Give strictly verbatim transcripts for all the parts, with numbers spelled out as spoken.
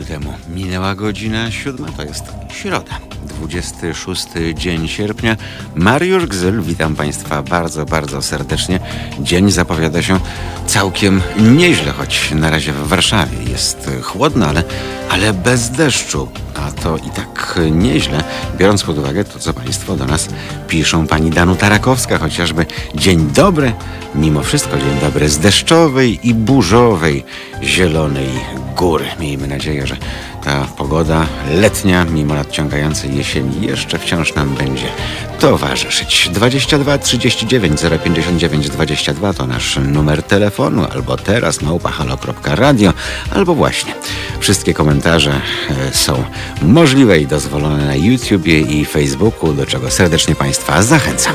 temu minęła godzina siódma, to jest środa, dwudziesty szósty dzień sierpnia. Mariusz Gzyl, witam Państwa bardzo, bardzo serdecznie. Dzień zapowiada się całkiem nieźle, choć na razie w Warszawie jest chłodno, ale, ale bez deszczu. A to i tak nieźle, biorąc pod uwagę to, co Państwo do nas piszą. Pani Danuta Rakowska chociażby. Dzień dobry, mimo wszystko dzień dobry z deszczowej i burzowej Zielonej Góry. Miejmy nadzieję, że ta pogoda letnia, mimo nadciągającej jesieni, jeszcze wciąż nam będzie towarzyszyć. dwadzieścia dwa trzydzieści dziewięć zero pięćdziesiąt dziewięć dwadzieścia dwa to nasz numer telefonu, albo teraz małpa halo kropka radio, albo właśnie wszystkie komentarze są możliwe i dozwolone na YouTubie i Facebooku, do czego serdecznie Państwa zachęcam.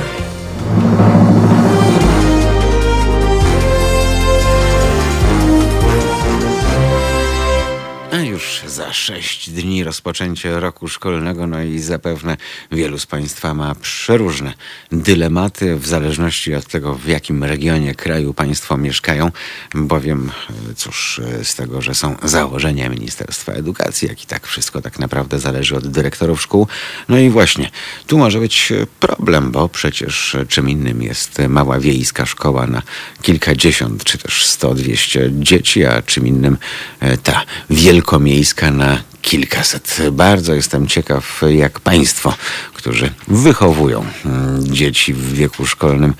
Już za sześć dni rozpoczęcie roku szkolnego, no i zapewne wielu z Państwa ma przeróżne dylematy w zależności od tego, w jakim regionie kraju Państwo mieszkają, bowiem cóż, z tego, że są założenia Ministerstwa Edukacji, jak i tak wszystko tak naprawdę zależy od dyrektorów szkół. No i właśnie, tu może być problem, bo przecież czym innym jest mała wiejska szkoła na kilkadziesiąt czy też sto, dwieście dzieci, a czym innym ta wielkomiejska na kilkaset. Bardzo jestem ciekaw, jak Państwo, którzy wychowują dzieci w wieku szkolnym,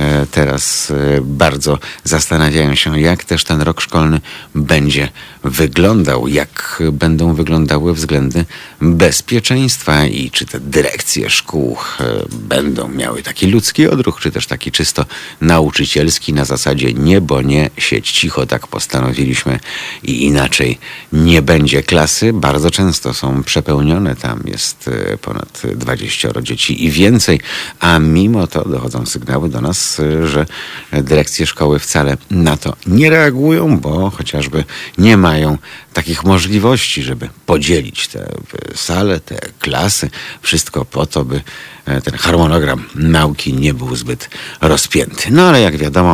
teraz bardzo zastanawiają się, jak też ten rok szkolny będzie wyglądał, jak będą wyglądały względy bezpieczeństwa i czy te dyrekcje szkół będą miały taki ludzki odruch, czy też taki czysto nauczycielski na zasadzie nie, bo nie, siedź cicho, tak postanowiliśmy i inaczej nie będzie klasy. Bardzo często są przepełnione, tam jest ponad dwadzieścia dzieci i więcej, a mimo to dochodzą sygnały do nas, że dyrekcje szkoły wcale na to nie reagują, bo chociażby nie mają takich możliwości, żeby podzielić te sale, te klasy, wszystko po to, by ten harmonogram nauki nie był zbyt rozpięty. No ale jak wiadomo,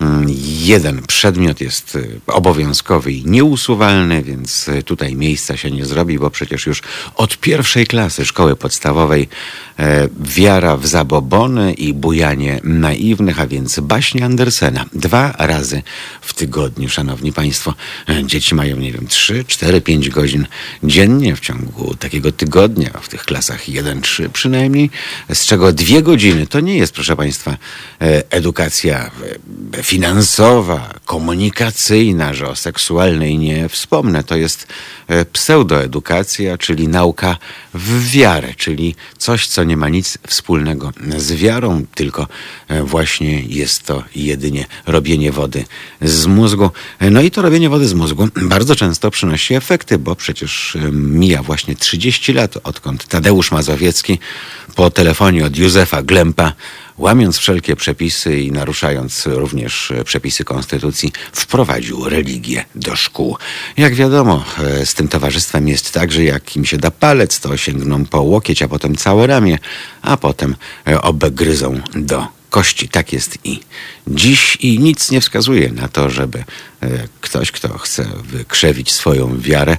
jeden przedmiot jest obowiązkowy i nieusuwalny, więc tutaj miejsca się nie zrobi, bo przecież już od pierwszej klasy szkoły podstawowej e, wiara w zabobony i bujanie naiwnych, a więc baśnie Andersena. Dwa razy w tygodniu, szanowni Państwo. Dzieci mają, nie wiem, trzy, cztery, pięć godzin dziennie w ciągu takiego tygodnia, w tych klasach jeden trzy przynajmniej, z czego dwie godziny to nie jest, proszę Państwa, edukacja finansowa, komunikacyjna, że o seksualnej nie wspomnę. To jest pseudoedukacja, czyli nauka w wiarę, czyli coś, co nie ma nic wspólnego z wiarą, tylko właśnie jest to jedynie robienie wody z mózgu. No i to robienie wody z mózgu bardzo często przynosi efekty, bo przecież mija właśnie trzydzieści lat, odkąd Tadeusz Mazowiecki po telefonie od Józefa Glempa, łamiąc wszelkie przepisy i naruszając również przepisy konstytucji, wprowadził religię do szkół. Jak wiadomo, z tym towarzystwem jest tak, że jak im się da palec, to sięgną po łokieć, a potem całe ramię, a potem obgryzą do kości. Tak jest i dziś i nic nie wskazuje na to, żeby ktoś, kto chce wykrzewić swoją wiarę,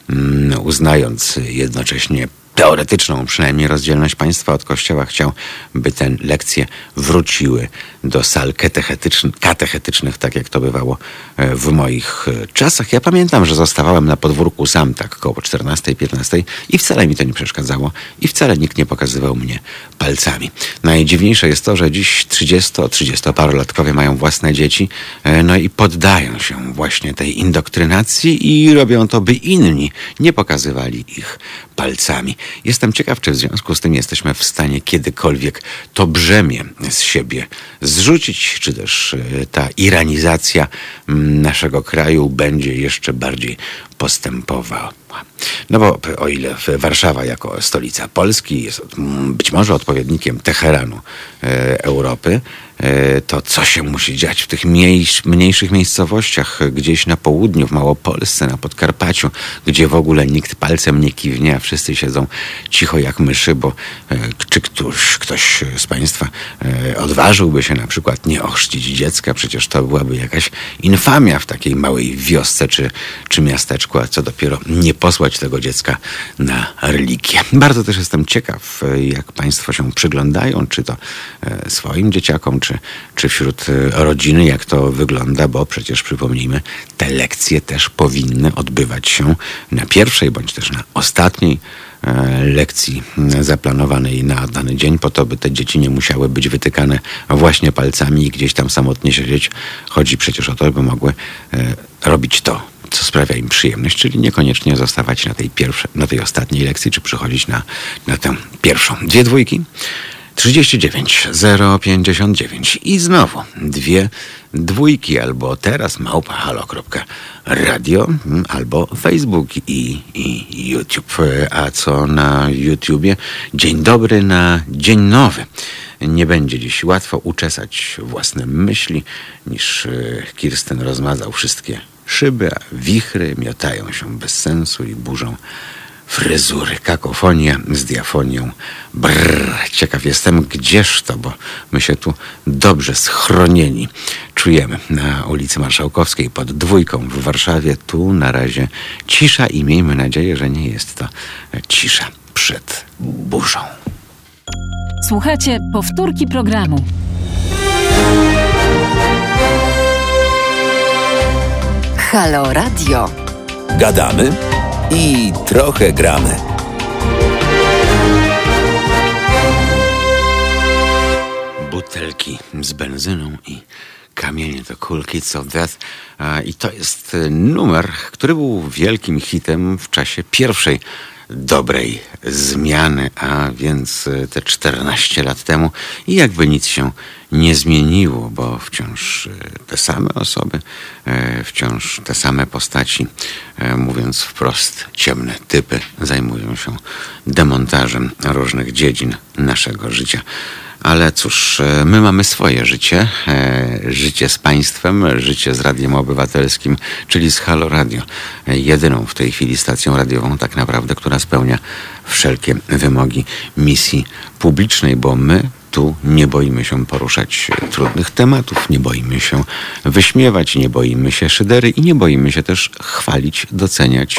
uznając jednocześnie teoretyczną przynajmniej rozdzielność państwa od Kościoła, chciał, by te lekcje wróciły do sal katechetycznych, katechetycznych, tak jak to bywało w moich czasach. Ja pamiętam, że zostawałem na podwórku sam tak koło czternastej, piętnastej i wcale mi to nie przeszkadzało i wcale nikt nie pokazywał mnie palcami. Najdziwniejsze jest to, że dziś trzydziesto, trzydziestoparolatkowie mają własne dzieci, no i poddają się właśnie tej indoktrynacji i robią to, by inni nie pokazywali ich palcami. Jestem ciekaw, czy w związku z tym jesteśmy w stanie kiedykolwiek to brzemię z siebie zrzucić, czy też ta iranizacja naszego kraju będzie jeszcze bardziej postępowała. No bo o ile Warszawa jako stolica Polski jest być może odpowiednikiem Teheranu e, Europy, e, to co się musi dziać w tych mniejsz, mniejszych miejscowościach, gdzieś na południu, w Małopolsce, na Podkarpaciu, gdzie w ogóle nikt palcem nie kiwnie, a wszyscy siedzą cicho jak myszy, bo e, czy ktoś, ktoś z Państwa e, odważyłby się na przykład nie ochrzcić dziecka, przecież to byłaby jakaś infamia w takiej małej wiosce czy, czy miasteczku, a co dopiero nie posłać tego dziecka na religię. Bardzo też jestem ciekaw, jak Państwo się przyglądają, czy to e, swoim dzieciakom, czy, czy wśród e, rodziny, jak to wygląda, bo przecież przypomnijmy, te lekcje też powinny odbywać się na pierwszej, bądź też na ostatniej e, lekcji zaplanowanej na dany dzień, po to, by te dzieci nie musiały być wytykane właśnie palcami i gdzieś tam samotnie siedzieć. Chodzi przecież o to, by mogły e, robić to, co sprawia im przyjemność, czyli niekoniecznie zostawać na tej pierwszej, na tej ostatniej lekcji, czy przychodzić na, na tę pierwszą. Dwie dwójki, trzydzieści dziewięć zero pięćdziesiąt dziewięć i znowu dwie dwójki, albo teraz małpa halo kropka radio, albo Facebook i, i YouTube. A co na YouTubie? Dzień dobry na dzień nowy. Nie będzie dziś łatwo uczesać własne myśli, niż Kirsten rozmazał wszystkie szyby, a wichry miotają się bez sensu i burzą fryzury. Kakofonia z diafonią. Brrr, ciekaw jestem, gdzież to, bo my się tu dobrze schronieni czujemy na ulicy Marszałkowskiej pod Dwójką w Warszawie. Tu na razie cisza i miejmy nadzieję, że nie jest to cisza przed burzą. Słuchajcie, powtórki programu. Halo Radio. Gadamy i trochę gramy. Butelki z benzyną i kamienie to Cool Kids of Death. I to jest numer, który był wielkim hitem w czasie pierwszej dobrej zmiany, a więc te czternaście lat temu, i jakby nic się nie zmieniło, bo wciąż te same osoby, wciąż te same postaci, mówiąc wprost, ciemne typy zajmują się demontażem różnych dziedzin naszego życia. Ale cóż, my mamy swoje życie, życie z państwem, życie z Radiem Obywatelskim, czyli z Halo Radio. Jedyną w tej chwili stacją radiową tak naprawdę, która spełnia wszelkie wymogi misji publicznej, bo my tu nie boimy się poruszać trudnych tematów, nie boimy się wyśmiewać, nie boimy się szydery i nie boimy się też chwalić, doceniać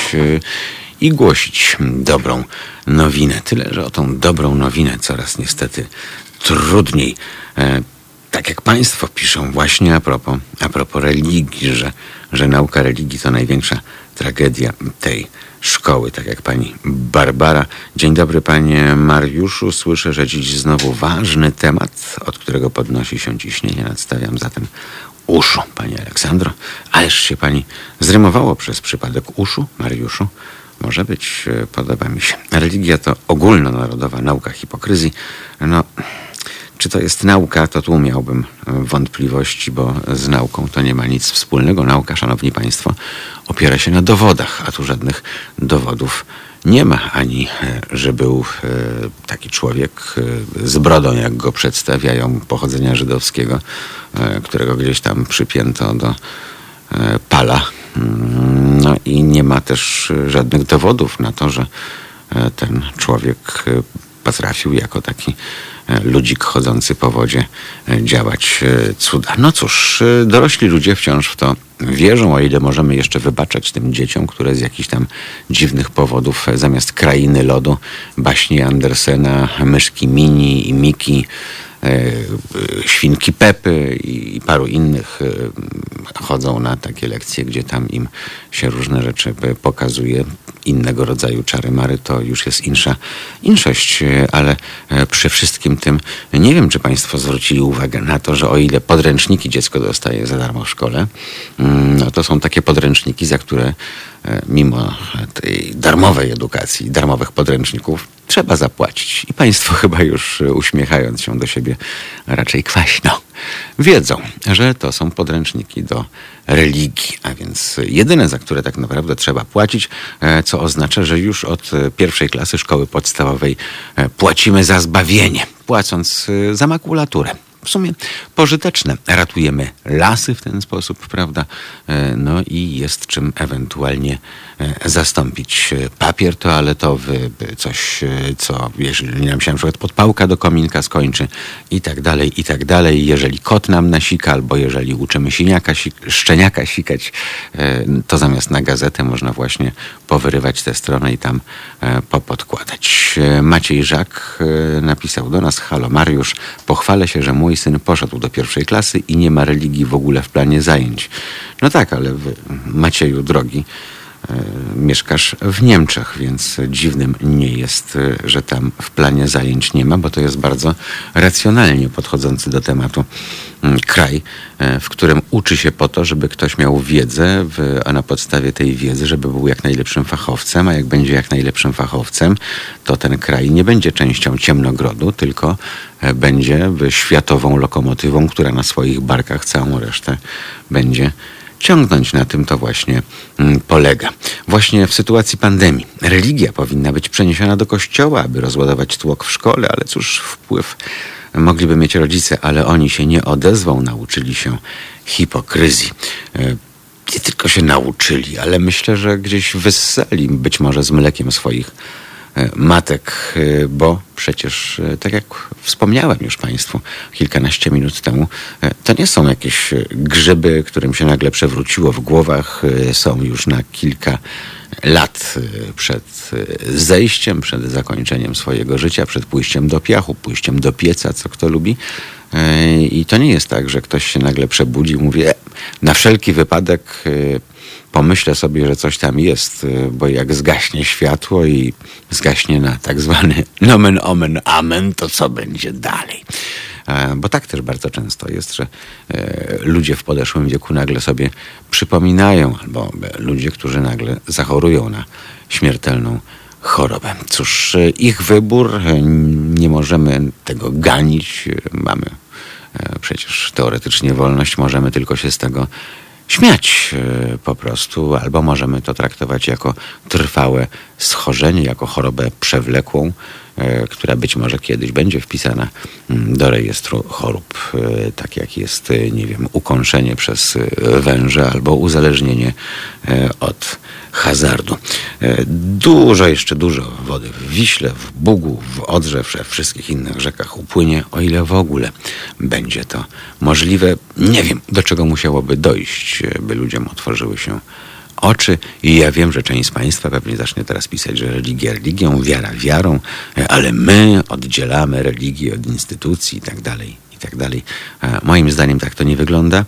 i głosić dobrą nowinę. Tyle, że o tą dobrą nowinę coraz niestety trudniej. E, tak jak Państwo piszą właśnie a propos, a propos religii, że, że nauka religii to największa tragedia tej szkoły, tak jak pani Barbara. Dzień dobry, panie Mariuszu. Słyszę, że dziś znowu ważny temat, od którego podnosi się ciśnienie. Nadstawiam zatem uszu, pani Aleksandro. Ależ się pani zrymowało przez przypadek uszu, Mariuszu. Może być, podoba mi się. Religia to ogólnonarodowa nauka hipokryzji. No, czy to jest nauka, to tu miałbym wątpliwości, bo z nauką to nie ma nic wspólnego. Nauka, szanowni państwo, opiera się na dowodach, a tu żadnych dowodów nie ma. Ani, że był taki człowiek z brodą, jak go przedstawiają, pochodzenia żydowskiego, którego gdzieś tam przypięto do pala. No i nie ma też żadnych dowodów na to, że ten człowiek potrafił jako taki ludzik chodzący po wodzie działać cuda. No cóż, dorośli ludzie wciąż w to wierzą, o ile możemy jeszcze wybaczać tym dzieciom, które z jakichś tam dziwnych powodów zamiast Krainy Lodu, baśni Andersena, myszki Mini i Miki, świnki Pepy i paru innych chodzą na takie lekcje, gdzie tam im się różne rzeczy pokazuje, innego rodzaju czary-mary, to już jest insza inszość, ale przy wszystkim tym nie wiem, czy państwo zwrócili uwagę na to, że o ile podręczniki dziecko dostaje za darmo w szkole, no to są takie podręczniki, za które mimo tej darmowej edukacji, darmowych podręczników, trzeba zapłacić. I państwo chyba już uśmiechając się do siebie raczej kwaśno wiedzą, że to są podręczniki do religii, a więc jedyne, za które tak naprawdę trzeba płacić, co oznacza, że już od pierwszej klasy szkoły podstawowej płacimy za zbawienie, płacąc za makulaturę. W sumie pożyteczne. Ratujemy lasy w ten sposób, prawda? No i jest czym ewentualnie zastąpić papier toaletowy, coś, co jeżeli nam się na przykład podpałka do kominka skończy i tak dalej, i tak dalej. Jeżeli kot nam nasika, albo jeżeli uczymy siniaka, szczeniaka sikać, to zamiast na gazetę można właśnie powyrywać tę stronę i tam popodkładać. Maciej Żak napisał do nas: halo Mariusz, pochwalę się, że mój syn poszedł do pierwszej klasy i nie ma religii w ogóle w planie zajęć. No tak, ale wy, Macieju drogi, e, mieszkasz w Niemczech, więc dziwnym nie jest, że tam w planie zajęć nie ma, bo to jest bardzo racjonalnie podchodzący do tematu kraj, w którym uczy się po to, żeby ktoś miał wiedzę, w, a na podstawie tej wiedzy, żeby był jak najlepszym fachowcem, a jak będzie jak najlepszym fachowcem, to ten kraj nie będzie częścią ciemnogrodu, tylko będzie światową lokomotywą, która na swoich barkach całą resztę będzie ciągnąć. Na tym to właśnie mm, polega. Właśnie w sytuacji pandemii religia powinna być przeniesiona do kościoła, aby rozładować tłok w szkole, ale cóż, wpływ mogliby mieć rodzice, ale oni się nie odezwą, nauczyli się hipokryzji. Nie tylko się nauczyli, ale myślę, że gdzieś wyssali być może z mlekiem swoich matek, bo przecież, tak jak wspomniałem już Państwu kilkanaście minut temu, to nie są jakieś grzyby, którym się nagle przewróciło w głowach, są już na kilka lat przed zejściem, przed zakończeniem swojego życia, przed pójściem do piachu, pójściem do pieca, co kto lubi. I to nie jest tak, że ktoś się nagle przebudzi i mówi: e, na wszelki wypadek pomyślę sobie, że coś tam jest, bo jak zgaśnie światło i zgaśnie na tak zwany nomen omen amen, to co będzie dalej? Bo tak też bardzo często jest, że ludzie w podeszłym wieku nagle sobie przypominają, albo ludzie, którzy nagle zachorują na śmiertelną chorobę. Cóż, ich wybór, nie możemy tego ganić, mamy przecież teoretycznie wolność, możemy tylko się z tego śmiać po prostu, albo możemy to traktować jako trwałe schorzenie, jako chorobę przewlekłą, która być może kiedyś będzie wpisana do rejestru chorób, tak jak jest, nie wiem, ukąszenie przez węże albo uzależnienie od hazardu. Dużo, jeszcze dużo wody w Wiśle, w Bugu, w Odrze, we wszystkich innych rzekach upłynie, o ile w ogóle będzie to możliwe. Nie wiem, do czego musiałoby dojść, by ludziom otworzyły się oczy. I ja wiem, że część z Państwa pewnie zacznie teraz pisać, że religia religią, wiara wiarą, ale my oddzielamy religię od instytucji i tak dalej, i tak dalej. Moim zdaniem tak to nie wygląda.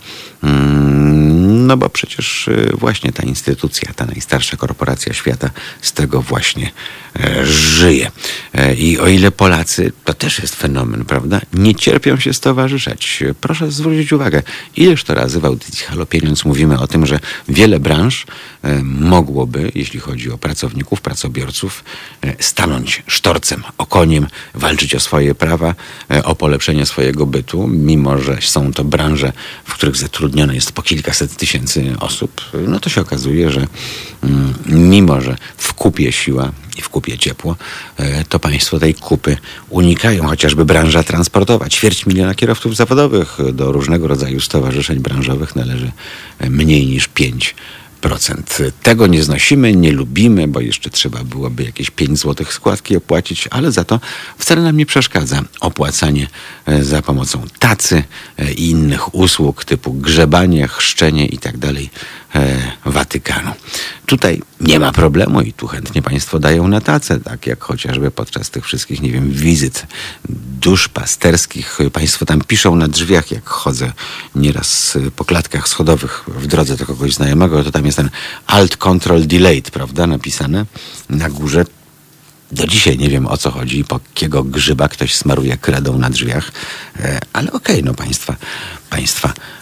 No bo przecież właśnie ta instytucja, ta najstarsza korporacja świata z tego właśnie żyje. I o ile Polacy, to też jest fenomen, prawda, nie cierpią się stowarzyszać. Proszę zwrócić uwagę, ileż to razy w audycji Halo Pieniądz mówimy o tym, że wiele branż mogłoby, jeśli chodzi o pracowników, pracobiorców, stanąć sztorcem, okoniem, walczyć o swoje prawa, o polepszenie swojego bytu, mimo że są to branże, w których zatrudnione jest po kilkaset tysięcy osób. No to się okazuje, że mm, mimo że w kupie siła i w kupie ciepło, to państwo tej kupy unikają. Chociażby branża transportowa. Ćwierć miliona kierowców zawodowych do różnego rodzaju stowarzyszeń branżowych należy mniej niż pięć procent. Tego nie znosimy, nie lubimy, bo jeszcze trzeba byłoby jakieś pięć złotych składki opłacić, ale za to wcale nam nie przeszkadza opłacanie za pomocą tacy i innych usług typu grzebanie, chrzczenie i tak dalej Watykanu. Tutaj nie ma problemu i tu chętnie Państwo dają na tacę, tak jak chociażby podczas tych wszystkich, nie wiem, wizyt duszpasterskich. Państwo tam piszą na drzwiach, jak chodzę nieraz po klatkach schodowych w drodze do kogoś znajomego, to tam jest ten Alt Control Delayed, prawda, napisane na górze. Do dzisiaj nie wiem, o co chodzi, po jakiego grzyba ktoś smaruje kredą na drzwiach, ale okej, okay, no państwa, państwa prawo.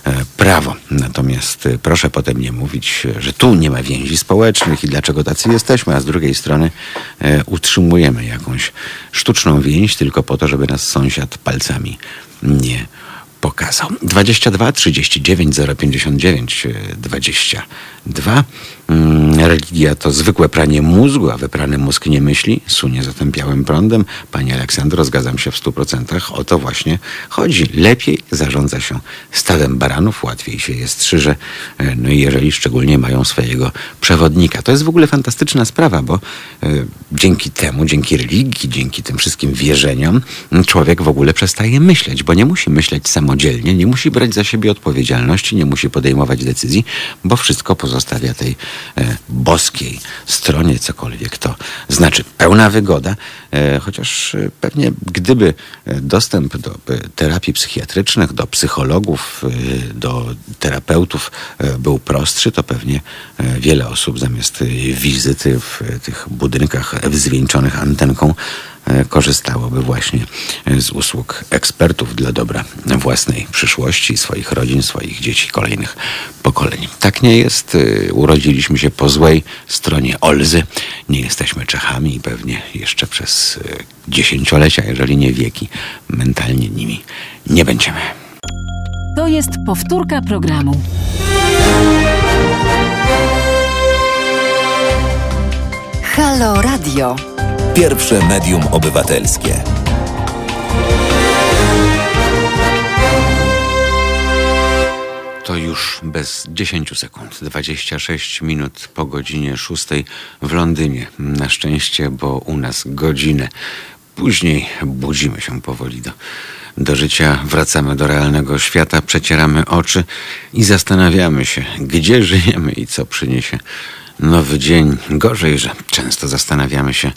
prawo. Natomiast proszę potem nie mówić, że tu nie ma więzi społecznych i dlaczego tacy jesteśmy, a z drugiej strony e, utrzymujemy jakąś sztuczną więź tylko po to, żeby nas sąsiad palcami nie pokazał. dwadzieścia dwa trzydzieści dziewięć zero pięćdziesiąt dziewięć dwadzieścia dwa. Mm, religia to zwykłe pranie mózgu, a wyprany mózg nie myśli, sunie zatem białym prądem. Pani Aleksandro, zgadzam się w stu procentach. O to właśnie chodzi. Lepiej zarządza się stadem baranów, łatwiej się je strzyże, no i jeżeli szczególnie mają swojego przewodnika. To jest w ogóle fantastyczna sprawa, bo y, dzięki temu, dzięki religii, dzięki tym wszystkim wierzeniom człowiek w ogóle przestaje myśleć, bo nie musi myśleć samodzielnie, nie musi brać za siebie odpowiedzialności, nie musi podejmować decyzji, bo wszystko pozostawia tej e, boskiej stronie, cokolwiek to znaczy. Pełna wygoda, e, chociaż e, pewnie gdyby e, dostęp do e, terapii psychiatrycznych, do psychologów, e, do terapeutów e, był prostszy, to pewnie e, wiele osób zamiast e, wizyty w e, tych budynkach zwieńczonych antenką korzystałoby właśnie z usług ekspertów dla dobra własnej przyszłości, swoich rodzin, swoich dzieci, kolejnych pokoleń. Tak nie jest. Urodziliśmy się po złej stronie Olzy. Nie jesteśmy Czechami i pewnie jeszcze przez dziesięciolecia, jeżeli nie wieki, mentalnie nimi nie będziemy. To jest powtórka programu. Halo Radio. Pierwsze medium obywatelskie. To już bez dziesięciu sekund, dwadzieścia sześć minut po godzinie szóstej w Londynie. Na szczęście, bo u nas godzinę później budzimy się powoli do, do życia, wracamy do realnego świata, przecieramy oczy i zastanawiamy się, gdzie żyjemy i co przyniesie nowy dzień. Gorzej, że często zastanawiamy się,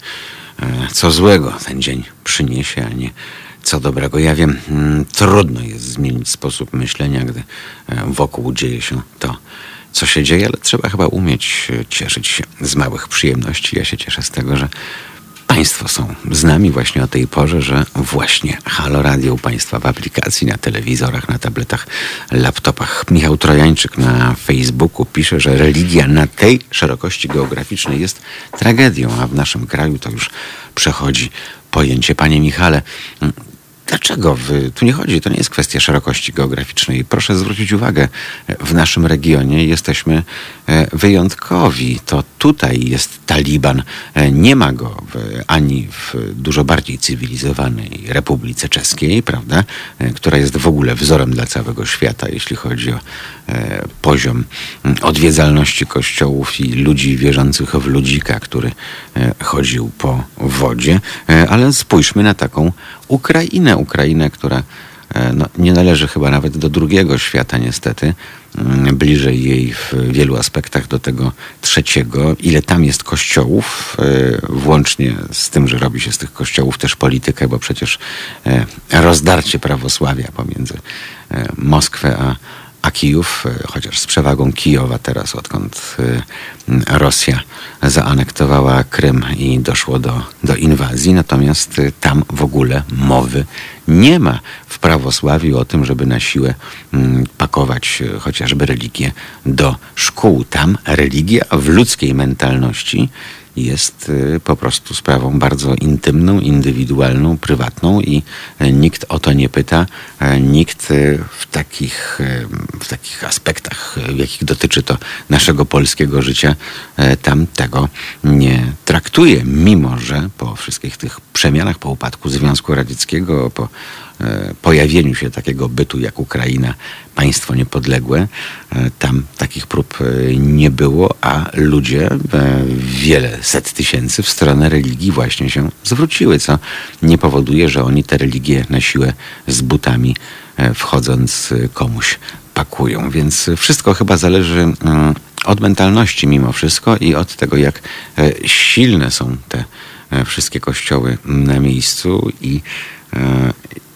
co złego ten dzień przyniesie, a nie co dobrego. Ja wiem, trudno jest zmienić sposób myślenia, gdy wokół dzieje się to, co się dzieje, ale trzeba chyba umieć cieszyć się z małych przyjemności. Ja się cieszę z tego, że Państwo są z nami właśnie o tej porze, że właśnie Halo Radio u Państwa w aplikacji, na telewizorach, na tabletach, laptopach. Michał Trojańczyk na Facebooku pisze, że religia na tej szerokości geograficznej jest tragedią, a w naszym kraju to już przechodzi pojęcie. Panie Michale, dlaczego wy, tu nie chodzi, to nie jest kwestia szerokości geograficznej. Proszę zwrócić uwagę, w naszym regionie jesteśmy wyjątkowi. To tutaj jest Taliban. Nie ma go w, ani w dużo bardziej cywilizowanej Republice Czeskiej, prawda, która jest w ogóle wzorem dla całego świata, jeśli chodzi o e, poziom odwiedzalności kościołów i ludzi wierzących w ludzika, który e, chodził po wodzie. E, ale spójrzmy na taką Ukrainę. Ukrainę, która e, no, nie należy chyba nawet do drugiego świata niestety. Bliżej jej w wielu aspektach do tego trzeciego. Ile tam jest kościołów, włącznie z tym, że robi się z tych kościołów też politykę, bo przecież rozdarcie prawosławia pomiędzy Moskwę a, a Kijów, chociaż z przewagą Kijowa teraz, odkąd Rosja zaanektowała Krym i doszło do, do inwazji. Natomiast tam w ogóle mowy nie ma w prawosławiu o tym, żeby na siłę pakować chociażby religię do szkół. Tam religia w ludzkiej mentalności jest po prostu sprawą bardzo intymną, indywidualną, prywatną i nikt o to nie pyta. Nikt w takich, w takich aspektach, w jakich dotyczy to naszego polskiego życia, tam tego nie traktuje. Mimo że po wszystkich tych przemianach, po upadku Związku Radzieckiego, po pojawieniu się takiego bytu jak Ukraina, państwo niepodległe, tam takich prób nie było, a ludzie, wiele set tysięcy w stronę religii właśnie się zwróciły, co nie powoduje, że oni te religie na siłę z butami wchodząc komuś pakują. Więc wszystko chyba zależy od mentalności mimo wszystko i od tego, jak silne są te wszystkie kościoły na miejscu i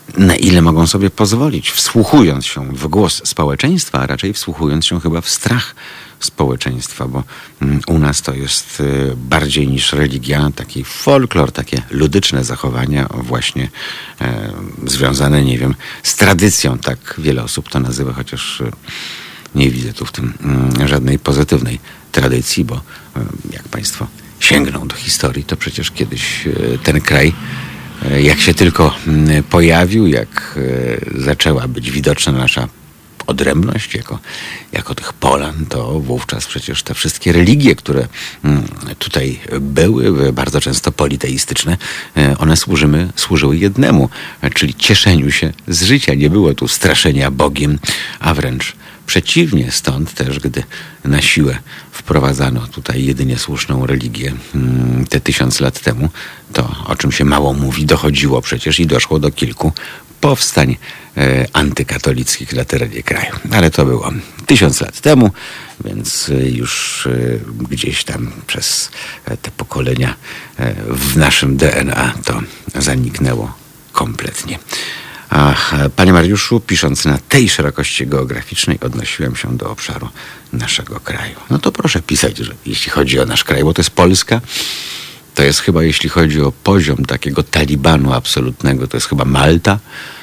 na ile mogą sobie pozwolić, wsłuchując się w głos społeczeństwa, a raczej wsłuchując się chyba w strach społeczeństwa, bo u nas to jest bardziej niż religia, taki folklor, takie ludyczne zachowania właśnie e, związane, nie wiem, z tradycją. Tak wiele osób to nazywa, chociaż nie widzę tu w tym mm, żadnej pozytywnej tradycji, bo e, jak państwo sięgną do historii, to przecież kiedyś e, ten kraj, e, jak się tylko m, pojawił, jak e, zaczęła być widoczna nasza odrębność jako, jako tych Polan, to wówczas przecież te wszystkie religie, które mm, tutaj były, bardzo często politeistyczne, e, one służymy, służyły jednemu, czyli cieszeniu się z życia. Nie było tu straszenia Bogiem, a wręcz przeciwnie. Stąd też, gdy na siłę wprowadzano tutaj jedynie słuszną religię mm, te tysiąc lat temu, to o czym się mało mówi, dochodziło przecież i doszło do kilku powstań e, antykatolickich na terenie kraju. Ale to było tysiąc lat temu, więc już e, gdzieś tam przez e, te pokolenia e, w naszym D N A to zaniknęło kompletnie. Ach, panie Mariuszu, pisząc na tej szerokości geograficznej, odnosiłem się do obszaru naszego kraju. No to proszę pisać, że jeśli chodzi o nasz kraj, bo to jest Polska, to jest chyba, jeśli chodzi o poziom takiego talibanu absolutnego, to jest chyba Malta,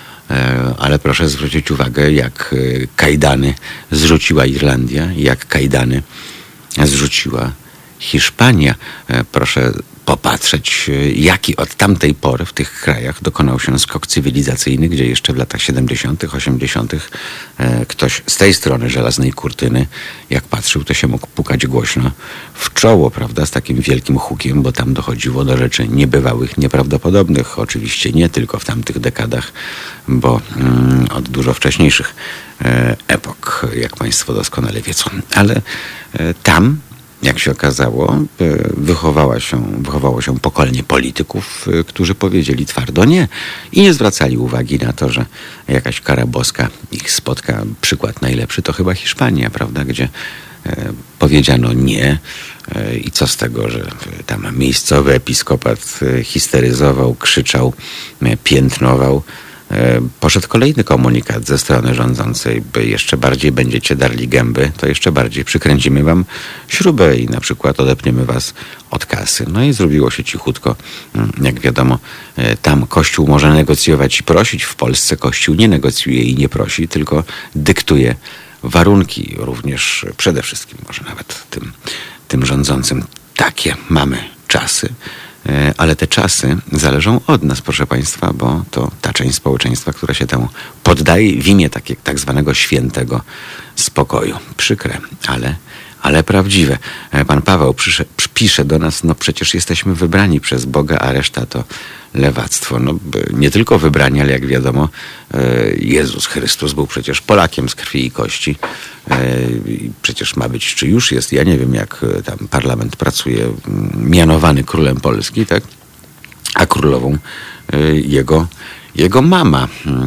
ale proszę zwrócić uwagę, jak kajdany zrzuciła Irlandia, jak kajdany zrzuciła Hiszpania. Proszę popatrzeć, jaki od tamtej pory w tych krajach dokonał się skok cywilizacyjny, gdzie jeszcze w latach siedemdziesiątych, osiemdziesiątych ktoś z tej strony żelaznej kurtyny, jak patrzył, to się mógł pukać głośno w czoło, prawda, z takim wielkim hukiem, bo tam dochodziło do rzeczy niebywałych, nieprawdopodobnych. Oczywiście nie tylko w tamtych dekadach, bo mm, od dużo wcześniejszych e, epok, jak państwo doskonale wiedzą. Ale e, tam, jak się okazało, wychowała się, wychowało się pokolenie polityków, którzy powiedzieli twardo nie i nie zwracali uwagi na to, że jakaś kara boska ich spotka. Przykład najlepszy to chyba Hiszpania, prawda, gdzie powiedziano nie i co z tego, że tam miejscowy episkopat histeryzował, krzyczał, piętnował. Poszedł kolejny komunikat ze strony rządzącej, by jeszcze bardziej będziecie darli gęby, to jeszcze bardziej przykręcimy wam śrubę i na przykład odepniemy was od kasy. No i zrobiło się cichutko. Jak wiadomo, tam Kościół może negocjować i prosić, w Polsce Kościół nie negocjuje i nie prosi, tylko dyktuje warunki, również przede wszystkim może nawet tym, tym rządzącym. Takie mamy czasy. Ale te czasy zależą od nas, proszę państwa, bo to ta część społeczeństwa, która się temu poddaje w imię takie, tak zwanego świętego spokoju. Przykre, ale, ale prawdziwe. Pan Paweł przysze, pisze do nas, no przecież jesteśmy wybrani przez Boga, a reszta to lewactwo. No, nie tylko wybrani, ale jak wiadomo, Jezus Chrystus był przecież Polakiem z krwi i kości. Przecież ma być, czy już jest, ja nie wiem, jak tam parlament pracuje, mianowany królem Polski, tak? A królową jego, jego mama,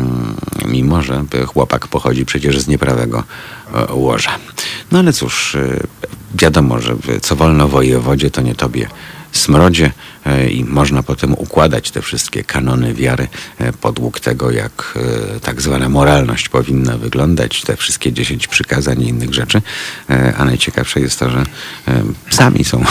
mimo że chłopak pochodzi przecież z nieprawego łoża. No ale cóż, wiadomo, że co wolno wojewodzie, to nie tobie smrodzie i można potem układać te wszystkie kanony wiary podług tego, jak tak zwana moralność powinna wyglądać, te wszystkie dziesięć przykazań i innych rzeczy, a najciekawsze jest to, że sami są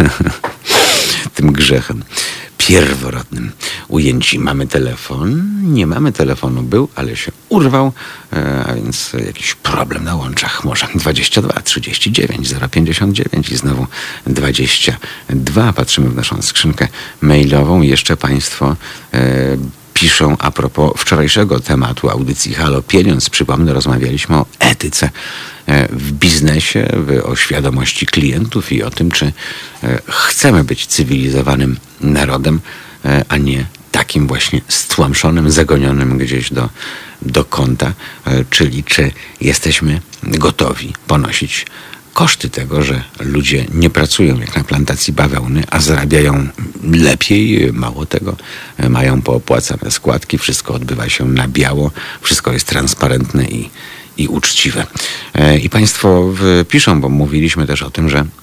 tym grzechem pierworodnym ujęci. Mamy telefon? Nie mamy telefonu. Był, ale się urwał, a więc jakiś problem na łączach. Może dwadzieścia dwa trzydzieści dziewięć zero pięćdziesiąt dziewięć i znowu dwadzieścia dwa. Patrzymy w naszą skrzynkę mailową. Jeszcze państwo e, piszą a propos wczorajszego tematu audycji Halo Pieniądz. Przypomnę, rozmawialiśmy o etyce w biznesie, o świadomości klientów i o tym, czy chcemy być cywilizowanym narodem, a nie takim właśnie stłamszonym, zagonionym gdzieś do, do kąta, czyli czy jesteśmy gotowi ponosić koszty tego, że ludzie nie pracują jak na plantacji bawełny, a zarabiają lepiej, mało tego, mają poopłacane składki, wszystko odbywa się na biało, wszystko jest transparentne i, i uczciwe. I państwo piszą, bo mówiliśmy też o tym, że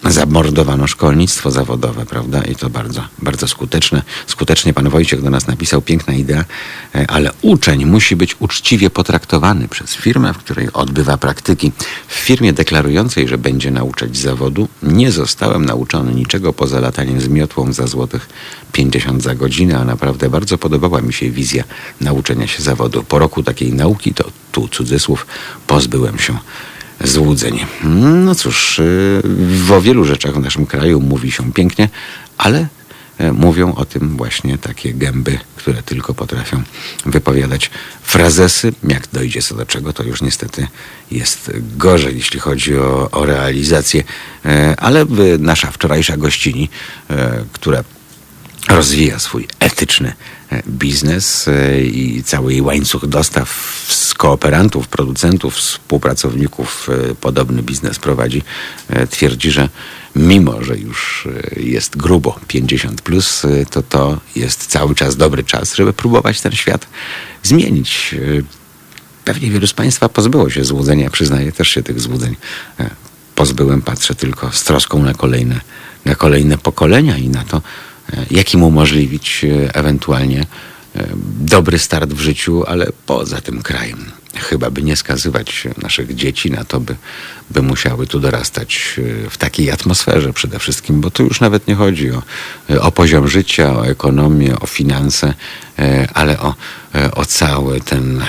zamordowano szkolnictwo zawodowe, prawda? I to bardzo, bardzo skuteczne. Skutecznie pan Wojciech do nas napisał, piękna idea, ale uczeń musi być uczciwie potraktowany przez firmę, w której odbywa praktyki. W firmie deklarującej, że będzie nauczać zawodu, nie zostałem nauczony niczego poza lataniem z miotłą za złotych pięćdziesiąt za godzinę, a naprawdę bardzo podobała mi się wizja nauczenia się zawodu. Po roku takiej nauki, to tu cudzysłów, pozbyłem się złudzeń. No cóż, o wielu rzeczach w naszym kraju mówi się pięknie, ale mówią o tym właśnie takie gęby, które tylko potrafią wypowiadać frazesy. Jak dojdzie co do czego, to już niestety jest gorzej, jeśli chodzi o, o realizację. Ale nasza wczorajsza gościni, która rozwija swój etyczny biznes i cały jej łańcuch dostaw z kooperantów, producentów, współpracowników podobny biznes prowadzi, twierdzi, że mimo, że już jest grubo pięćdziesiąt plus, to to jest cały czas dobry czas, żeby próbować ten świat zmienić. Pewnie wielu z Państwa pozbyło się złudzenia, przyznaję, też się tych złudzeń pozbyłem, patrzę tylko z troską na kolejne, na kolejne pokolenia i na to, jak im umożliwić ewentualnie dobry start w życiu, ale poza tym krajem. Chyba by nie skazywać naszych dzieci na to, by, by musiały tu dorastać w takiej atmosferze przede wszystkim, bo tu już nawet nie chodzi o, o poziom życia, o ekonomię, o finanse, ale o, o cały ten,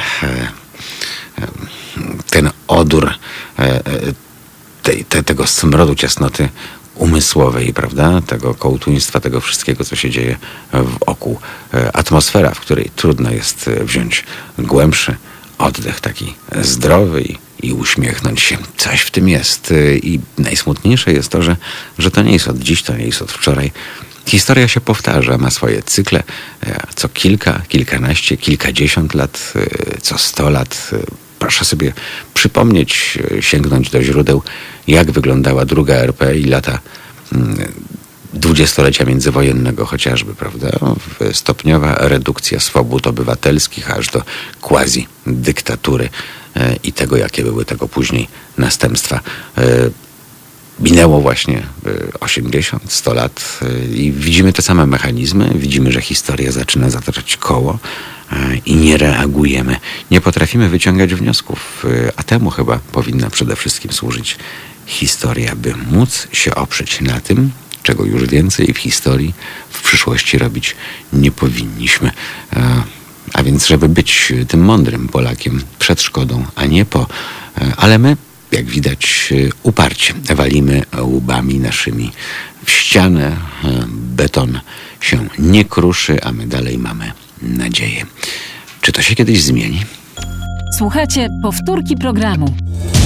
ten odór tej, te, tego smrodu ciasnoty umysłowej, prawda? Tego kołtuństwa, tego wszystkiego, co się dzieje wokół. Atmosfera, w której trudno jest wziąć głębszy oddech, taki zdrowy i, i uśmiechnąć się. Coś w tym jest. I najsmutniejsze jest to, że, że to nie jest od dziś, to nie jest od wczoraj. Historia się powtarza, ma swoje cykle. Co kilka, kilkanaście, kilkadziesiąt lat, co sto lat. Proszę sobie przypomnieć, sięgnąć do źródeł, jak wyglądała druga R P i lata dwudziestolecia międzywojennego chociażby, prawda? Stopniowa redukcja swobód obywatelskich aż do quasi dyktatury i tego, jakie były tego później następstwa. Minęło właśnie osiemdziesiąt, sto lat i widzimy te same mechanizmy, widzimy, że historia zaczyna zataczać koło i nie reagujemy. Nie potrafimy wyciągać wniosków, a temu chyba powinna przede wszystkim służyć historia, by móc się oprzeć na tym, czego już więcej w historii w przyszłości robić nie powinniśmy. A więc, żeby być tym mądrym Polakiem przed szkodą, a nie po. Ale my, jak widać, uparcie walimy łbami naszymi w ścianę. Beton się nie kruszy, a my dalej mamy nadzieję. Czy to się kiedyś zmieni? Słuchajcie, powtórki programu.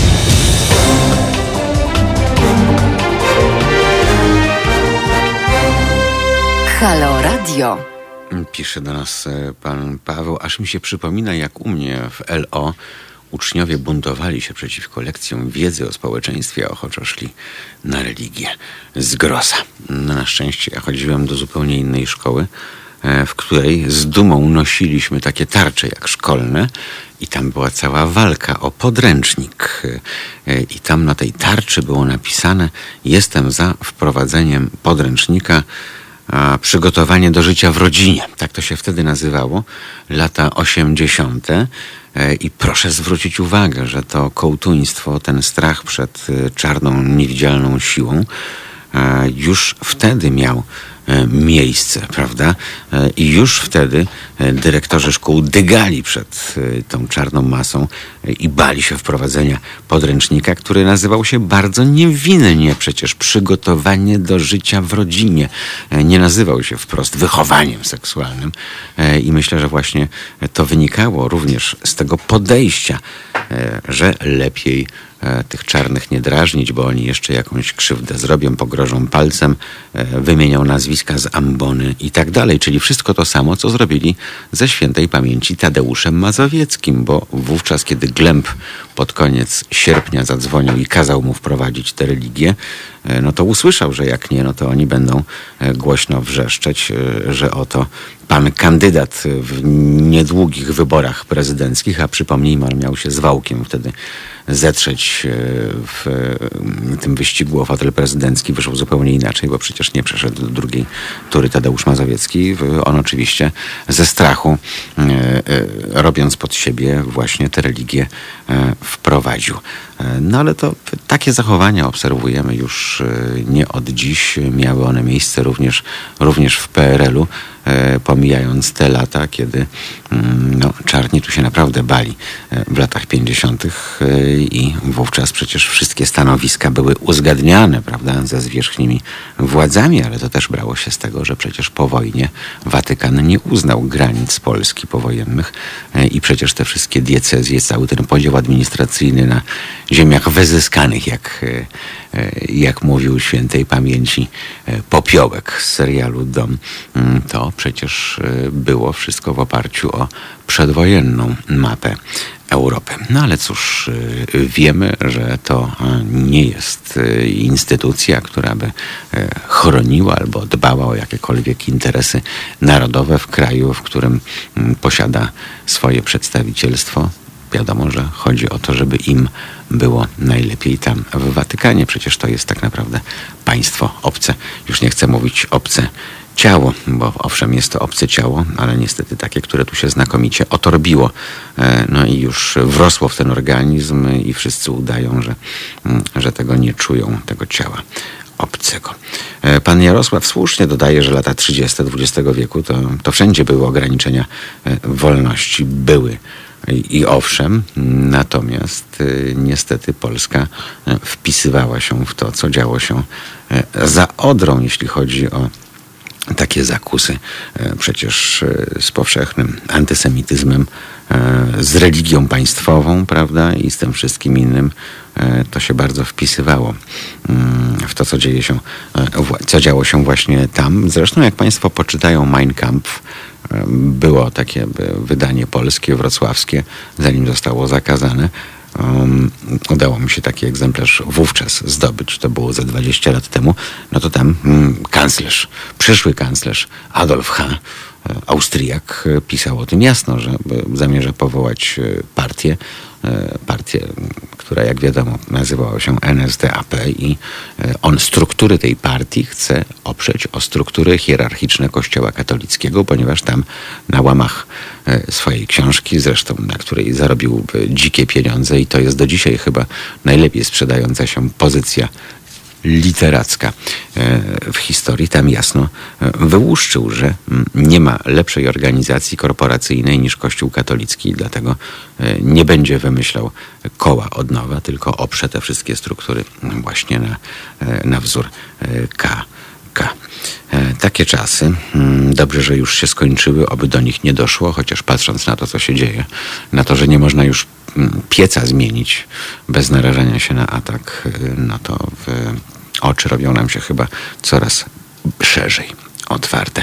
Halo Radio. Pisze do nas pan Paweł, aż mi się przypomina, jak u mnie w L O uczniowie buntowali się przeciwko lekcjom wiedzy o społeczeństwie, a ochoczo szli na religię z grosza. Na szczęście ja chodziłem do zupełnie innej szkoły, w której z dumą nosiliśmy takie tarcze jak szkolne i tam była cała walka o podręcznik. I tam na tej tarczy było napisane: jestem za wprowadzeniem podręcznika a przygotowanie do życia w rodzinie. Tak to się wtedy nazywało, lata osiemdziesiąte. I proszę zwrócić uwagę, że to kołtuństwo, ten strach przed czarną, niewidzialną siłą już wtedy miał miejsce, prawda? I już wtedy dyrektorzy szkół dygali przed tą czarną masą i bali się wprowadzenia podręcznika, który nazywał się bardzo niewinnie przecież przygotowanie do życia w rodzinie. Nie nazywał się wprost wychowaniem seksualnym. I myślę, że właśnie to wynikało również z tego podejścia, że lepiej tych czarnych nie drażnić, bo oni jeszcze jakąś krzywdę zrobią, pogrożą palcem, wymienią nazwiska z ambony i tak dalej. Czyli wszystko to samo, co zrobili ze świętej pamięci Tadeuszem Mazowieckim, bo wówczas, kiedy Glemp pod koniec sierpnia zadzwonił i kazał mu wprowadzić tę religię, no to usłyszał, że jak nie, no to oni będą głośno wrzeszczeć, że oto pan kandydat w niedługich wyborach prezydenckich, a przypomnijmy, on miał się z Wałkiem wtedy zetrzeć w tym wyścigu o fotel prezydencki, wyszło zupełnie inaczej, bo przecież nie przeszedł do drugiej tury Tadeusz Mazowiecki. On oczywiście ze strachu, robiąc pod siebie właśnie tę religię, wprowadził. No ale to takie zachowania obserwujemy już nie od dziś. Miały one miejsce również, również w P R L-u, pomijając te lata, kiedy no, czarni tu się naprawdę bali w latach pięćdziesiątych i wówczas przecież wszystkie stanowiska były uzgadniane, prawda, ze zwierzchnimi władzami, ale to też brało się z tego, że przecież po wojnie Watykan nie uznał granic Polski powojennych i przecież te wszystkie diecezje, cały ten podział administracyjny na ziemiach wyzyskanych, jak, jak mówił świętej pamięci Popiołek z serialu Dom, to przecież było wszystko w oparciu o przedwojenną mapę Europy. No ale cóż, wiemy, że to nie jest instytucja, która by chroniła albo dbała o jakiekolwiek interesy narodowe w kraju, w którym posiada swoje przedstawicielstwo. Wiadomo, że chodzi o to, żeby im było najlepiej tam w Watykanie. Przecież to jest tak naprawdę państwo obce. Już nie chcę mówić obce ciało, bo owszem jest to obce ciało, ale niestety takie, które tu się znakomicie otorbiło. No i już wrosło w ten organizm i wszyscy udają, że, że tego nie czują, tego ciała obcego. Pan Jarosław słusznie dodaje, że lata trzydzieste dwudziestego wieku to, to wszędzie były ograniczenia wolności. Były. I, I owszem, natomiast y, niestety Polska y, wpisywała się w to, co działo się y, za Odrą, jeśli chodzi o takie zakusy y, przecież y, z powszechnym antysemityzmem, y, z religią państwową, prawda, i z tym wszystkim innym. Y, to się bardzo wpisywało y, w to, co dzieje się, y, co działo się właśnie tam. Zresztą jak państwo poczytają Mein Kampf, było takie wydanie polskie, wrocławskie, zanim zostało zakazane. Um, udało mi się taki egzemplarz wówczas zdobyć, to było ze dwadzieścia lat temu. No to tam um, kanclerz, przyszły kanclerz Adolf H., Austriak, pisał o tym jasno, że zamierza powołać partię, partię, która jak wiadomo nazywała się N S D A P i on struktury tej partii chce oprzeć o struktury hierarchiczne Kościoła katolickiego, ponieważ tam na łamach swojej książki, zresztą na której zarobił dzikie pieniądze i to jest do dzisiaj chyba najlepiej sprzedająca się pozycja literacka w historii, tam jasno wyłuszczył, że nie ma lepszej organizacji korporacyjnej niż Kościół katolicki i dlatego nie będzie wymyślał koła od nowa, tylko oprze te wszystkie struktury właśnie na, na wzór K K. Takie czasy. Dobrze, że już się skończyły, oby do nich nie doszło, chociaż patrząc na to, co się dzieje, na to, że nie można już pieca zmienić bez narażania się na atak, no to w oczy robią nam się chyba coraz szerzej otwarte.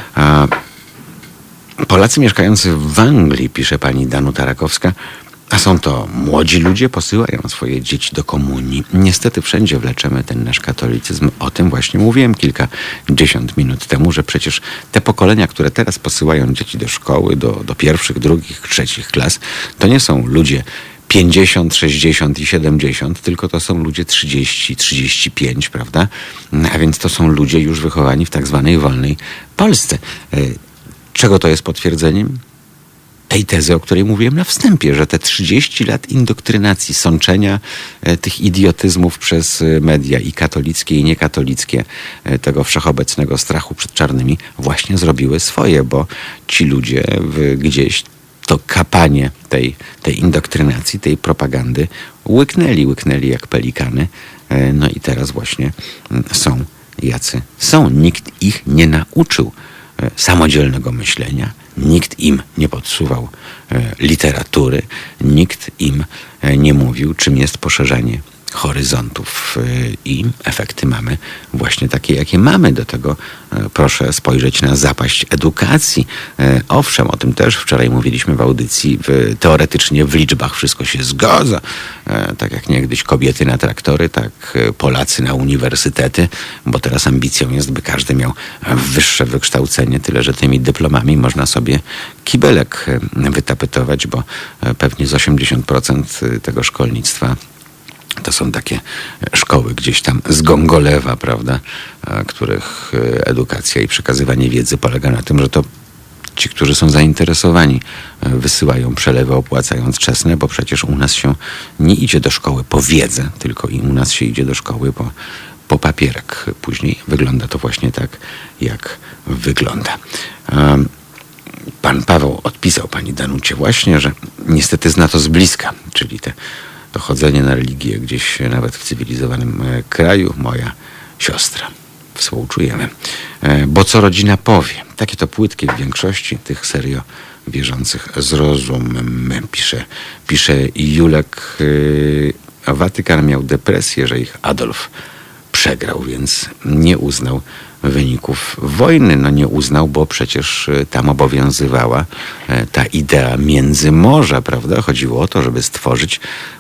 Polacy mieszkający w Anglii, pisze pani Danuta Rakowska, a są to młodzi ludzie, posyłają swoje dzieci do komunii. Niestety wszędzie wleczemy ten nasz katolicyzm. O tym właśnie mówiłem kilkadziesiąt minut temu, że przecież te pokolenia, które teraz posyłają dzieci do szkoły, do, do pierwszych, drugich, trzecich klas, to nie są ludzie pięćdziesiąt, sześćdziesiąt i siedemdziesiąt, tylko to są ludzie trzydzieści, trzydzieści pięć, prawda? A więc to są ludzie już wychowani w tak zwanej wolnej Polsce. Czego to jest potwierdzeniem? Tej tezy, o której mówiłem na wstępie, że te trzydzieści lat indoktrynacji, sączenia e, tych idiotyzmów przez media i katolickie i niekatolickie, e, tego wszechobecnego strachu przed czarnymi właśnie zrobiły swoje, bo ci ludzie w, gdzieś to kapanie tej, tej indoktrynacji, tej propagandy łyknęli, łyknęli jak pelikany. E, no i teraz właśnie m, są jacy są. Nikt ich nie nauczył e, samodzielnego myślenia. Nikt im nie podsuwał e, literatury, nikt im e, nie mówił, czym jest poszerzanie horyzontów i efekty mamy właśnie takie, jakie mamy. Do tego proszę spojrzeć na zapaść edukacji. Owszem, o tym też wczoraj mówiliśmy w audycji. W, teoretycznie w liczbach wszystko się zgadza. Tak jak niegdyś kobiety na traktory, tak Polacy na uniwersytety, bo teraz ambicją jest, by każdy miał wyższe wykształcenie, tyle że tymi dyplomami można sobie kibelek wytapetować, bo pewnie z osiemdziesiąt procent tego szkolnictwa to są takie szkoły gdzieś tam z Gongolewa, prawda, których edukacja i przekazywanie wiedzy polega na tym, że to ci, którzy są zainteresowani, wysyłają przelewy opłacając czesne, bo przecież u nas się nie idzie do szkoły po wiedzę, tylko i u nas się idzie do szkoły po, po papierek. Później wygląda to właśnie tak, jak wygląda. Um, Pan Paweł odpisał pani Danucie właśnie, że niestety zna to z bliska, czyli te dochodzenie na religię gdzieś nawet w cywilizowanym kraju. Moja siostra. Współczujemy. Bo co rodzina powie? Takie to płytkie w większości tych serio wierzących zrozummy. Pisze, pisze Julek. Watykan miał depresję, że ich Adolf przegrał, więc nie uznał wyników wojny. No nie uznał, bo przecież tam obowiązywała ta idea Międzymorza, prawda? Chodziło o to, żeby stworzyć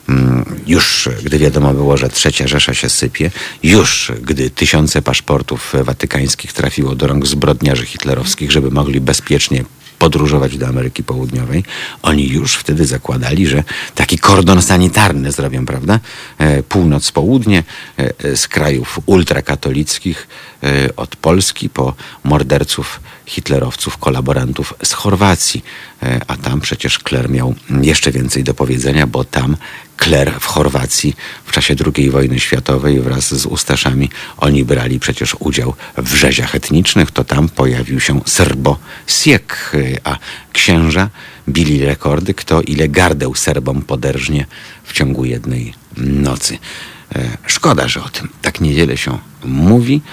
już, gdy wiadomo było, że Trzecia Rzesza się sypie, już gdy tysiące paszportów watykańskich trafiło do rąk zbrodniarzy hitlerowskich, żeby mogli bezpiecznie podróżować do Ameryki Południowej, oni już wtedy zakładali, że taki kordon sanitarny zrobią, prawda? E, północ, południe, e, z krajów ultrakatolickich, e, od Polski po morderców, hitlerowców, kolaborantów z Chorwacji. E, a tam przecież kler miał jeszcze więcej do powiedzenia, bo tam kler w Chorwacji w czasie drugiej wojny światowej wraz z Ustaszami oni brali przecież udział w rzeziach etnicznych, to tam pojawił się Serbo-Siek, a księża bili rekordy, kto ile gardeł Serbom poderżnie w ciągu jednej nocy. Szkoda, że o tym tak niewiele się mówi,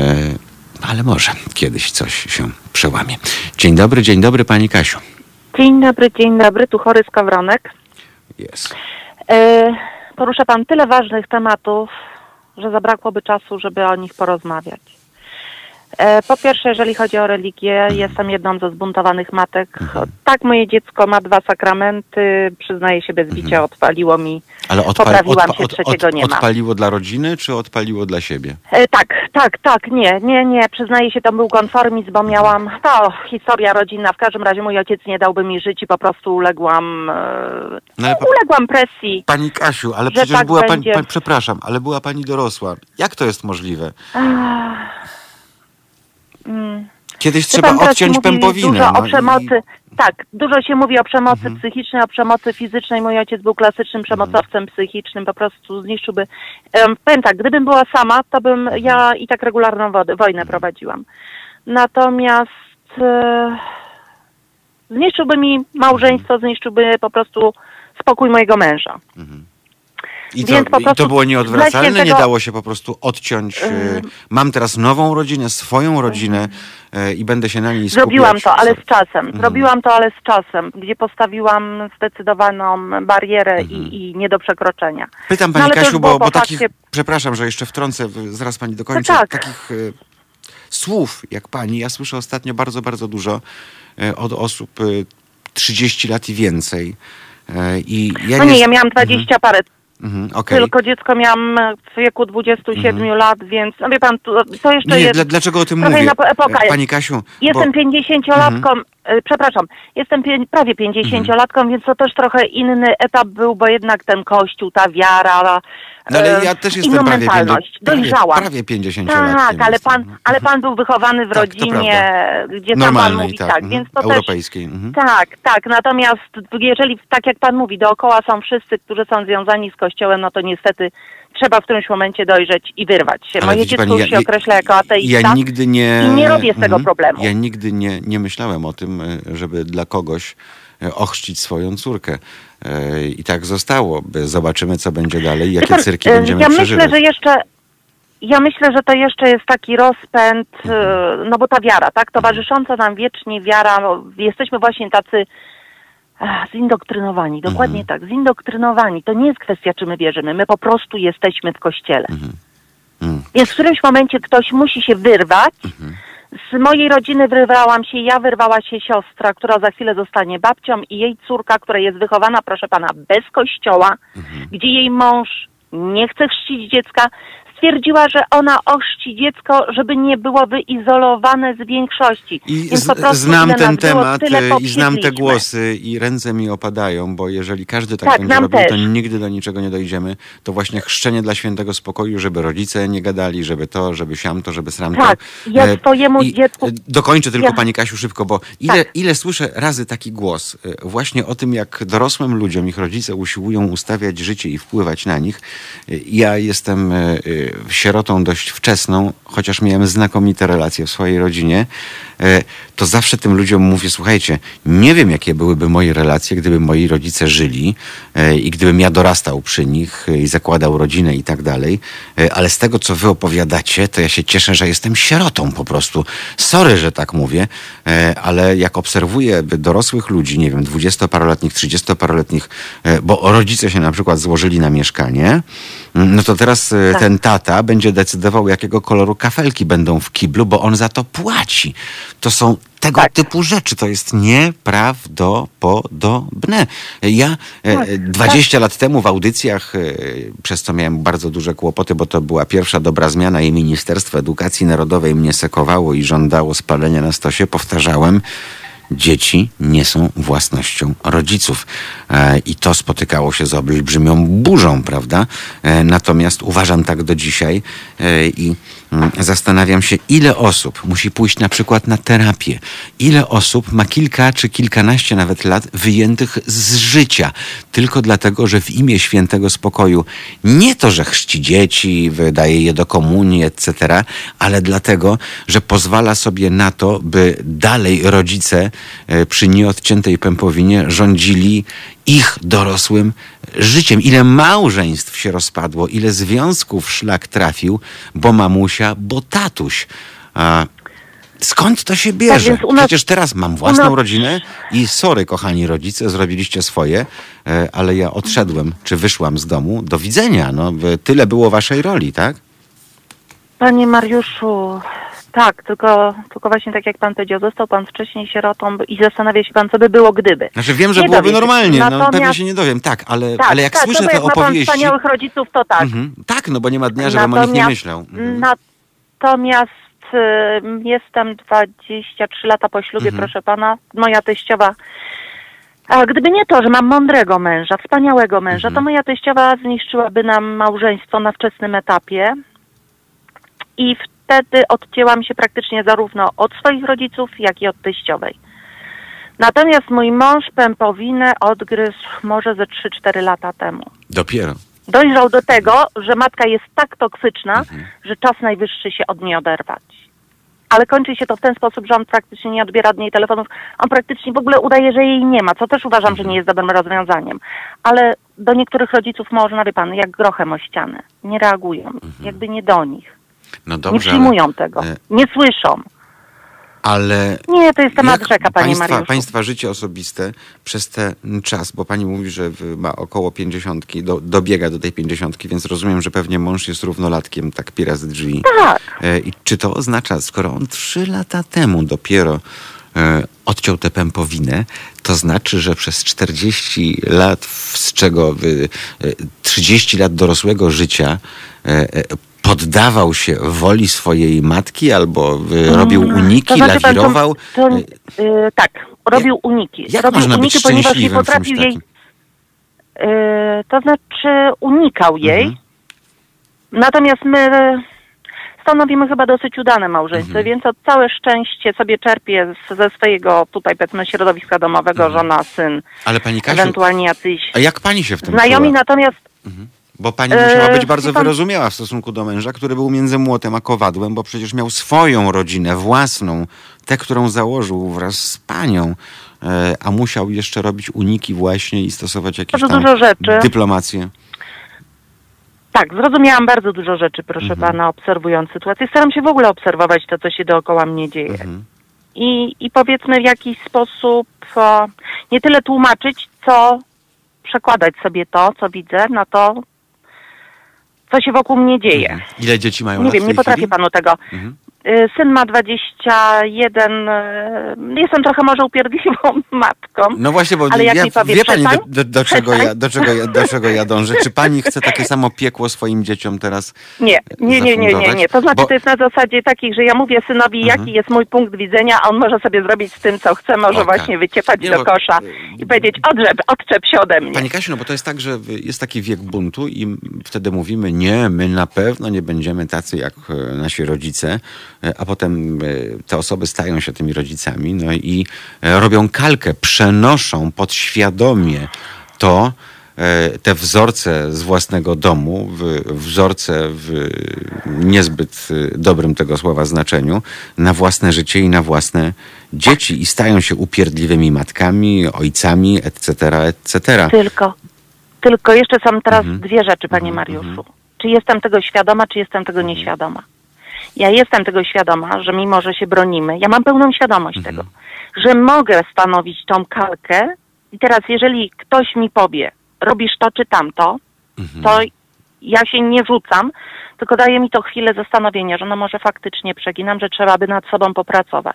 ale może kiedyś coś się przełamie. Dzień dobry, dzień dobry pani Kasiu. Dzień dobry, dzień dobry, tu chory Skowronek. Jest. Yy, porusza pan tyle ważnych tematów, że zabrakłoby czasu, żeby o nich porozmawiać. Yy, po pierwsze, jeżeli chodzi o religię, jestem jedną ze zbuntowanych matek. Mhm. Tak, moje dziecko ma dwa sakramenty, przyznaję się bez bicia, mhm. odpaliło mi, Ale odpal, poprawiłam odpa, się, od, trzeciego od, nie ma. Odpaliło dla rodziny, czy odpaliło dla siebie? Yy, tak, tak, tak, nie, nie, nie, przyznaję się, to był konformizm, bo miałam, to historia rodzinna, w każdym razie mój ojciec nie dałby mi żyć i po prostu uległam, yy, no, pa, uległam presji. Pani Kasiu, ale przecież tak była pani, pani, przepraszam, ale była pani dorosła. Jak to jest możliwe? Ach. Kiedyś Ty trzeba odciąć pępowinę. Dużo no o przemocy, i... Tak, dużo się mówi o przemocy mhm. psychicznej, o przemocy fizycznej. Mój ojciec był klasycznym przemocowcem mhm. psychicznym, po prostu zniszczyłby... Um, powiem tak, gdybym była sama, to bym mhm. ja i tak regularną wody, wojnę mhm. prowadziłam. Natomiast e, zniszczyłby mi małżeństwo, mhm. zniszczyłby po prostu spokój mojego męża. Mhm. I to, Więc po prostu i to było nieodwracalne? Tego... Nie dało się po prostu odciąć? Yy... Mam teraz nową rodzinę, swoją rodzinę yy, i będę się na niej skupiać. Zrobiłam to, ale z czasem. Mhm. Zrobiłam to, ale z czasem, gdzie postawiłam zdecydowaną barierę mhm. i, i nie do przekroczenia. Pytam pani no, Kasiu, bo, bo takich, fakcie... przepraszam, że jeszcze wtrącę, zaraz pani dokończy, no tak. takich yy, słów jak pani, ja słyszę ostatnio bardzo, bardzo dużo yy, od osób yy, trzydzieści lat i więcej. Yy, i ja no nie, nie, ja miałam dwadzieścia mhm. parę. Mhm, okay. Tylko dziecko miałam w wieku dwudziestu siedmiu mhm. lat, więc no wie pan, to, to jeszcze nie, jest... Dla, dlaczego o tym mówię? Epoka Pani Kasiu... Jestem bo... pięćdziesięciolatką, mhm. przepraszam, jestem pię prawie pięćdziesięciolatką, mhm. więc to też trochę inny etap był, bo jednak ten kościół, ta wiara... No ale ja też jestem prawie, dojrzałam. prawie pięćdziesięciolatkiem. Tak, ale pan, ale pan był wychowany w tak, rodzinie, gdzie tam pan mówi tak, tak, mhm. więc to europejskiej. też... Mhm. Tak, tak, natomiast jeżeli, tak jak pan mówi, dookoła są wszyscy, którzy są związani z Kościołem, no to niestety trzeba w którymś momencie dojrzeć i wyrwać się. Ale moje dziecko pani, już się ja, określa jako ateista ja nigdy nie, i nie robię z tego mhm. problemu. Ja nigdy nie, nie myślałem o tym, żeby dla kogoś ochrzcić swoją córkę. I tak zostało. Zobaczymy, co będzie dalej, jakie pan, cyrki będziemy ja przeżywać. Myślę, że jeszcze, ja myślę, że to jeszcze jest taki rozpęd, mhm. no bo ta wiara, tak? Towarzysząca nam wiecznie wiara, no, jesteśmy właśnie tacy Ach, zindoktrynowani, dokładnie mhm. tak, zindoktrynowani. To nie jest kwestia, czy my wierzymy, my po prostu jesteśmy w kościele. Mhm. Mhm. Więc w którymś momencie ktoś musi się wyrwać. Mhm. Z mojej rodziny wyrwałam się ja, wyrwała się siostra, która za chwilę zostanie babcią i jej córka, która jest wychowana, proszę pana, bez kościoła, mhm. gdzie jej mąż nie chce chrzcić dziecka, stwierdziła, że ona ochrzci dziecko, żeby nie było wyizolowane z większości. I Więc z, po prostu znam ten było, temat i znam te popsiedliśmy. głosy i ręce mi opadają, bo jeżeli każdy tak, Tak, będzie nam robił, też. to nigdy do niczego nie dojdziemy. To właśnie chrzczenie dla świętego spokoju, żeby rodzice nie gadali, żeby to, żeby siamto, żeby sramto. Tak, ja E, swojemu i dziecku... Dokończę tylko, ja... pani Kasiu, szybko, bo ile, tak. ile słyszę razy taki głos e, właśnie o tym, jak dorosłym ludziom ich rodzice usiłują ustawiać życie i wpływać na nich. E, ja jestem e, e, sierotą dość wczesną, chociaż miałem znakomite relacje w swojej rodzinie, to zawsze tym ludziom mówię, słuchajcie, nie wiem, jakie byłyby moje relacje, gdyby moi rodzice żyli i gdybym ja dorastał przy nich i zakładał rodzinę i tak dalej, ale z tego, co wy opowiadacie, to ja się cieszę, że jestem sierotą po prostu. Sorry, że tak mówię, ale jak obserwuję dorosłych ludzi, nie wiem, dwudziestoparoletnich, trzydziestoparoletnich, bo rodzice się na przykład złożyli na mieszkanie, no to teraz tak. ten tata będzie decydował, jakiego koloru kafelki będą w kiblu, bo on za to płaci. To są tego tak. typu rzeczy. To jest nieprawdopodobne. Ja tak, dwadzieścia tak. lat temu w audycjach, przez co miałem bardzo duże kłopoty, bo to była pierwsza dobra zmiana i Ministerstwo Edukacji Narodowej mnie sekowało i żądało spalenia na stosie, powtarzałem, dzieci nie są własnością rodziców. E, I to spotykało się z olbrzymią burzą, prawda? E, natomiast uważam tak do dzisiaj e, i mm, zastanawiam się, ile osób musi pójść na przykład na terapię. Ile osób ma kilka czy kilkanaście nawet lat wyjętych z życia. Tylko dlatego, że w imię świętego spokoju nie to, że chrzci dzieci, wydaje je do komunii, et cetera, ale dlatego, że pozwala sobie na to, by dalej rodzice przy nieodciętej pępowinie rządzili ich dorosłym życiem. Ile małżeństw się rozpadło, ile związków szlak trafił, bo mamusia, bo tatuś. A skąd to się bierze? Tak, nas, Przecież teraz mam własną nas... rodzinę i sorry, kochani rodzice, zrobiliście swoje, ale ja odszedłem, czy wyszłam z domu. Do widzenia. No, tyle było waszej roli, tak? Panie Mariuszu, tak, tylko, tylko właśnie tak jak pan powiedział, został pan wcześniej sierotą i zastanawia się pan, co by było gdyby. Znaczy wiem, że nie byłoby normalnie, Natomiast... no pewnie się nie dowiem, tak, ale, tak, ale jak tak, słyszę no te jak opowieści... ma pan wspaniałych rodziców, to tak. Mhm. Tak, no bo nie ma dnia, żebym natomiast, o nich nie myślał. Mhm. Natomiast y, jestem dwadzieścia trzy lata po ślubie, mhm. proszę pana, moja teściowa. A gdyby nie to, że mam mądrego męża, wspaniałego męża, mhm. to moja teściowa zniszczyłaby nam małżeństwo na wczesnym etapie i wtedy odcięłam się praktycznie zarówno od swoich rodziców, jak i od teściowej. Natomiast mój mąż pępowinę odgryzł może ze trzy cztery lata temu. Dopiero. Dojrzał do tego, że matka jest tak toksyczna, mhm. że czas najwyższy się od niej oderwać. Ale kończy się to w ten sposób, że on praktycznie nie odbiera od niej telefonów. On praktycznie w ogóle udaje, że jej nie ma, co też uważam, że nie jest dobrym rozwiązaniem. Ale do niektórych rodziców można, wie pan, jak grochem o ścianę. Nie reagują, mhm. jakby nie do nich. No dobrze, nie przyjmują ale... tego, nie słyszą. Ale nie, to jest temat rzeka, panie państwa, Mariuszu. Państwa życie osobiste przez ten czas, bo pani mówi, że ma około pięćdziesiątki, do, dobiega do tej pięćdziesiątki, więc rozumiem, że pewnie mąż jest równolatkiem, tak pi razy drzwi. Tak. E, I czy to oznacza, skoro on trzy lata temu dopiero e, odciął tę pępowinę, to znaczy, że przez czterdzieści lat, z czego e, trzydzieści lat dorosłego życia e, poddawał się woli swojej matki albo y, robił uniki, to znaczy, lawirował? Pan, to, to, yy, tak, robił jak, uniki. Jak robił można uniki, być ponieważ nie potrafił jej... Yy, to znaczy unikał jej. Mhm. Natomiast my stanowimy chyba dosyć udane małżeństwo, mhm. więc o całe szczęście sobie czerpię z, ze swojego tutaj powiedzmy środowiska domowego, mhm. żona, syn, ale pani Kasiu, ewentualnie jacyś a jak pani się w tym znajomi, czuła? Natomiast mhm. Bo pani musiała być bardzo wyrozumiała w stosunku do męża, który był między młotem a kowadłem, bo przecież miał swoją rodzinę, własną, tę, którą założył wraz z panią, a musiał jeszcze robić uniki właśnie i stosować jakieś tam dużo rzeczy. dyplomację. Tak, zrozumiałam bardzo dużo rzeczy, proszę mhm. pana, obserwując sytuację. Staram się w ogóle obserwować to, co się dookoła mnie dzieje. Mhm. i, i powiedzmy w jakiś sposób e, nie tyle tłumaczyć, co przekładać sobie to, co widzę, na to, co się wokół mnie dzieje. Mhm. Ile dzieci mają Nie lat wiem, w nie tej potrafię chwili? panu tego. Mhm. Y, Syn ma dwadzieścia jeden. y, Jestem trochę może upierdliwą matką. No właśnie, bo Ale jak ja, mi powie, wie pani, do, przestań, do, do, czego ja, do, czego ja, do czego ja dążę. Czy pani chce takie samo piekło swoim dzieciom teraz Nie, nie, nie, nie, nie, nie. To znaczy, Bo- to jest na zasadzie takich, że ja mówię synowi, Mhm. jaki jest mój punkt widzenia, a on może sobie zrobić z tym, co chce, może Okej. właśnie wyciepać Nie, do bo- kosza i powiedzieć, odrzep, odczep się ode mnie. Pani Kasiu, no bo to jest tak, że jest taki wiek buntu i wtedy mówimy, nie, my na pewno nie będziemy tacy jak e, nasi rodzice, e, a potem e, te osoby stają się tymi rodzicami, no i e, robią kalkę, przenoszą podświadomie to, e, te wzorce z własnego domu, w, wzorce w niezbyt e, dobrym tego słowa znaczeniu, na własne życie i na własne dzieci i stają się upierdliwymi matkami, ojcami, et cetera, et cetera. Tylko, tylko jeszcze są teraz Mhm. dwie rzeczy, panie Mhm, Mariuszu. mhm. Czy jestem tego świadoma, czy jestem tego nieświadoma? Ja jestem tego świadoma, że mimo, że się bronimy, ja mam pełną świadomość Mhm. tego, że mogę stanowić tą kalkę i teraz jeżeli ktoś mi powie, robisz to czy tamto, Mhm. to ja się nie rzucam, tylko daje mi to chwilę zastanowienia, że no może faktycznie przeginam, że trzeba by nad sobą popracować.